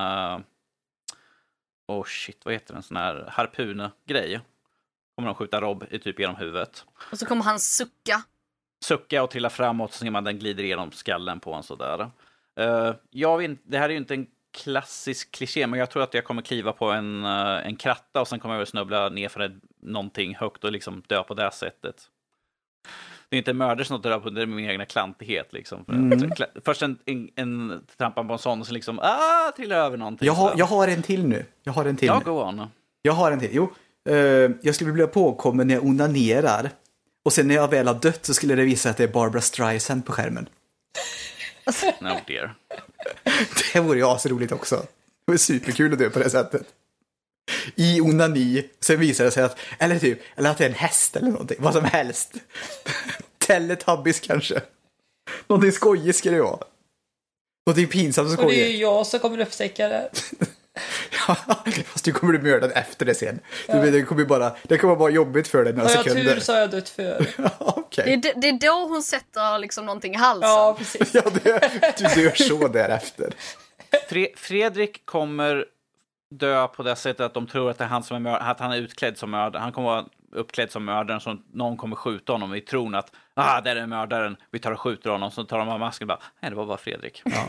vad heter en sån här harpun-grej. Kommer de skjuta Rob i typ genom huvudet. Och så kommer han sucka och trilla framåt, så ser man den glider igenom skallen på en sådär. Det här är ju inte en klassisk kliché, men jag tror att jag kommer kliva på en kratta och sen kommer jag snubbla ner för någonting högt och liksom dö på det sättet. Det är inte en mördare som dör på, det är min egna klantighet liksom. Först en trampan på en sån och så liksom trillar över någonting. Jag har en till nu. Ja, go on. Jag har en till. Jo, jag skulle bli påkommen när jag onanerar. Och sen när jag väl har dött så skulle det visa att det är Barbra Streisand på skärmen. No dear. Det vore ju asroligt också. Det var superkul att dö på det sättet. I onani. Sen visar det sig att eller att det är en häst eller någonting. Vad som helst. Teletubbies kanske. Någonting skojigt ska det vara. Någonting pinsamt och skojigt. Och det är ju jag som kommer upptäcka det. Fast du kommer bli mördad efter det sen. Ja. Det kommer vara jobbigt för dig några sekunder. Har jag tur så har jag dött för. Okay. Det är då hon sätter liksom någonting i halsen. Ja, precis. Ja, du dör så därefter. Fredrik kommer dö på det sättet att de tror att det är han som är mördaren, att han är utklädd som mördaren. Han kommer vara uppklädd som mördaren, så någon kommer skjuta honom i tron att där är mördaren, vi tar och skjuter honom, så tar de av masken och bara, nej, det var bara Fredrik. Ja.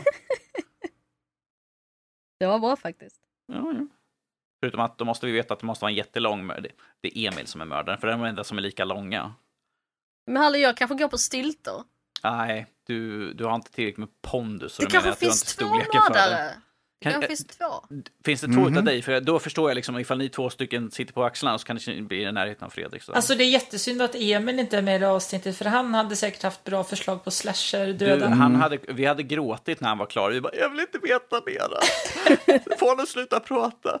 Det var bra faktiskt. Ja. Förutom att då måste vi veta att det måste vara en jättelång mördare. Det är Emil som är mördaren, för det är de enda som är lika långa. Men jag kanske går på stiltor. Nej, du har inte tillräckligt med pondus. Det kanske finns två mördare. Finns det två utav dig? För då förstår jag liksom, ifall ni två stycken sitter på axlarna så kan det bli i närheten av Fredrik. Så. Alltså det är jättesynd att Emil inte är med i det avsnittet, för han hade säkert haft bra förslag på slasher-döden. Vi hade gråtit när han var klar. Vi bara, jag vill inte veta mera. Får honom sluta prata.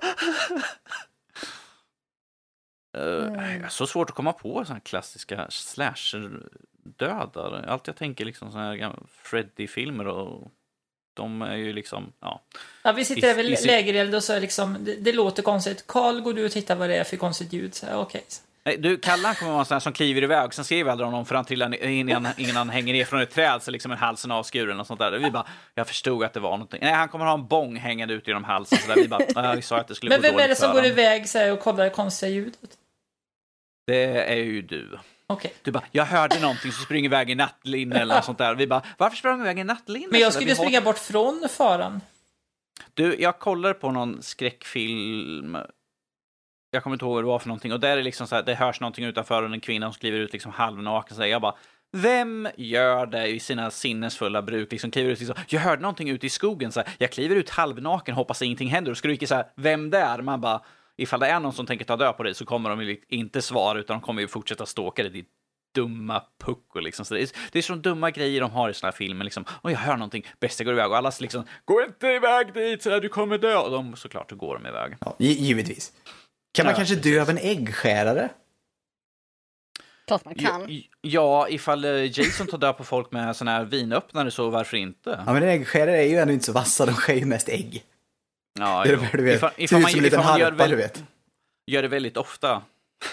Så svårt att komma på sådana klassiska slasher-dödar. Allt jag tänker liksom sådana här Freddy-filmer och de är ju liksom, ja, vi sitter väl lägereld och så är liksom, det låter konstigt. Karl, går du och tittar vad det är för konstigt ljud? Så okej. Nej, du, Kalle kommer vara en sån här som kliver iväg. Sen ser vi aldrig honom för han trillar innan han hänger ner från ett träd, så liksom en halsen avskuren och sånt där. Vi bara, jag förstod att det var någonting. Nej, han kommer ha en bång hängande ut genom halsen. Så där. Vi bara, vi sa att det skulle gå dåligt. Men vem är det som går iväg så här, och kollar konstiga ljudet? Det är ju du. Okay. Du bara, jag hörde någonting som springer iväg i nattlinne eller något sånt där. Vi bara, varför sprang iväg i nattlinne? Men jag skulle springa bort från faran. Du, jag kollar på någon skräckfilm. Jag kommer inte ihåg vad det var för någonting. Och där är liksom så här, det hörs någonting utanför och en kvinna som skriver ut liksom halvnaken. Så jag bara, vem gör det i sina sinnesfulla bruk? Liksom kliver ut liksom, jag hörde någonting ute i skogen. Så här, jag kliver ut halvnaken, hoppas ingenting händer. Och skriker så här, vem där? Man bara, ifall det är någon som tänker ta död på dig så kommer de inte svara, utan de kommer ju fortsätta ståka det. Dumma pucko liksom. Så det är så dumma grejer de har i såna här filmer liksom. Och jag hör någonting, bästa går iväg och alla liksom, gå inte iväg dit så här, du kommer dö. Och de såklart då går de iväg. Ja, givetvis. Kan man kanske dö av en äggskärare? Klart man kan. Ja, ifall Jason tar död på folk med såna här vinöppnare, så varför inte? Ja, men äggskärare är ju ändå inte så vassa, de skär ju mest ägg. Ja, det är det du vet. Ifall man gör det väldigt ofta.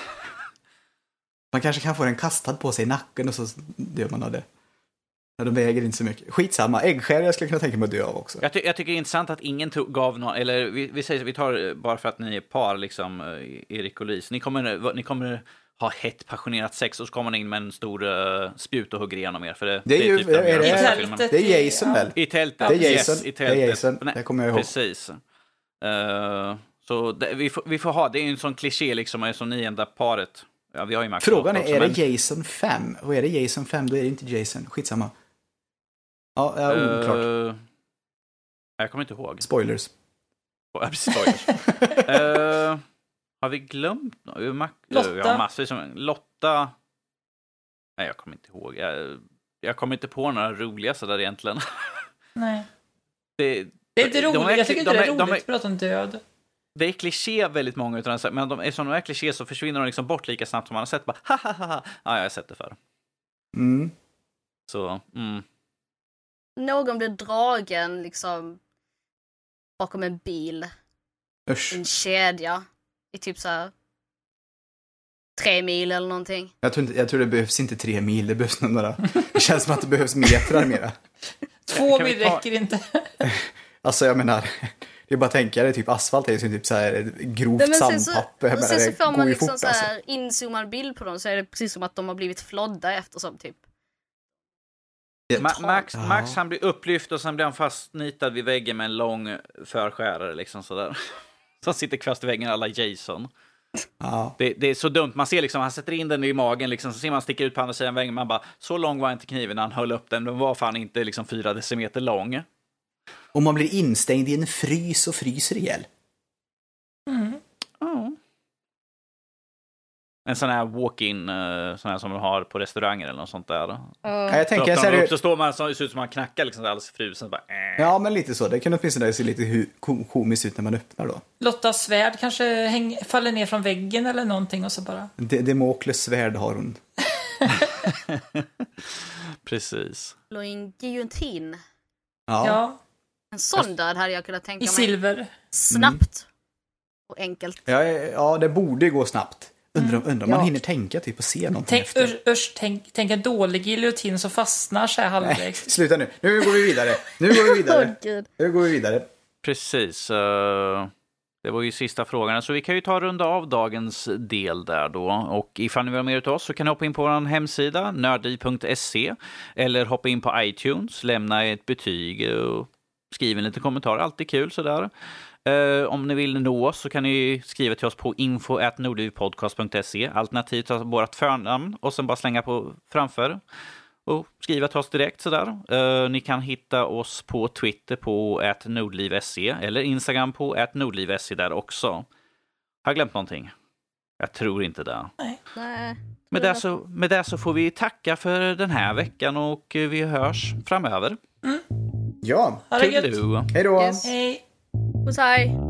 Man kanske kan få den kastad på sig i nacken och så dör man av det. Ja, de väger inte så mycket. Skitsamma, äggskärare jag skulle kunna tänka mig att dö av också. Jag tycker det är intressant att ingen gav någon, eller vi säger, vi tar bara för att ni är par liksom, Erik och Lis. Ni kommer ha hett passionerat sex och så kommer ni in med en stor spjut och hugger igenom er. För det är ju typ det är Jason väl? I tältet. Det är Jason. Yes, i tältet. Det är Jason. Det kommer jag ihåg. Precis. Så vi får ha, det är ju en sån kliché liksom, som ni enda paret. Ja, vi har ju frågan är det Jason 5? Och är det Jason 5, då är det inte Jason. Skitsamma. Ja, oklart. Jag kommer inte ihåg. Spoilers. Spoilers. Har vi glömt något? Lotta. Jag har massor som Lotta. Nej, jag kommer inte ihåg. Jag kommer inte på några roliga sådär egentligen. Nej. Det är inte roligt. Jag tycker inte det är roligt att prata om död. Det är kliché väldigt många utav dem, men eftersom de är kliché så försvinner de liksom bort lika snabbt som man har sett. Bara, ja, jag har sett det för. Så, Någon blir dragen liksom bakom en bil. Usch. En kedja. I typ så här 3 mil eller någonting. Jag tror det behövs inte 3 mil, det behövs några. Det känns som att det behövs metrar mera. 2 mil räcker inte. Alltså jag menar, det är bara att tänka det, typ asfalt är ju typ så här grovt sandpapper. Och sen så får man liksom fort, så här inzoomad bild på dem, så är det precis som att de har blivit flodda eftersom typ. Max han blir upplyft och sen blir han fastnitad vid väggen med en lång förskärare liksom sådär. Så sitter kvast i väggen alla Jason. Ja. Det är så dumt, man ser liksom, han sätter in den i magen liksom, så ser man sticker ut på andra sidan väggen, man bara, så lång var inte kniven när han höll upp den var fan inte liksom 4 decimeter lång. Och man blir instängd i en frys och fryser ihjäl. En sån här walk-in sån här som de har på restauranger eller något sånt där. Jag tänker så står man så ut som man knackar liksom alldeles frusen bara. Ja, men lite så. Det kan åtminstone se lite komiskt ut när man öppnar då. Lottas svärd kanske faller ner från väggen eller någonting och så bara. Demokles svärd har hon. Precis. Eller en giljotin. Ja. En sån död hade jag kunnat tänka mig. I silver. Snabbt. Och enkelt. Ja, det borde gå snabbt. Undrar om man hinner tänka typ och se någonting efter. Tänk en dålig giljotin så fastnar så här halvvägs. Nej, sluta nu. Nu går vi vidare. Nu går vi vidare. Precis. Det var ju sista frågan. Så vi kan ju ta runda av dagens del där då. Och ifall ni vill ha mer utav oss så kan ni hoppa in på vår hemsida nördi.se eller hoppa in på iTunes, lämna ett betyg och skriva en liten kommentar. Alltid kul sådär. Om ni vill nå oss så kan ni skriva till oss på info@nordlivpodcast.se, alternativt ta vårt förnamn och sen bara slänga på framför och skriva till oss direkt sådär. Ni kan hitta oss på Twitter på @nordliv.se eller Instagram på @nordliv.se där också. Har jag glömt någonting? Jag tror inte det. Nej. Med det så får vi tacka för den här veckan och vi hörs framöver. Ja. Ha det gött. Hej då. Yes. Hej. Hej.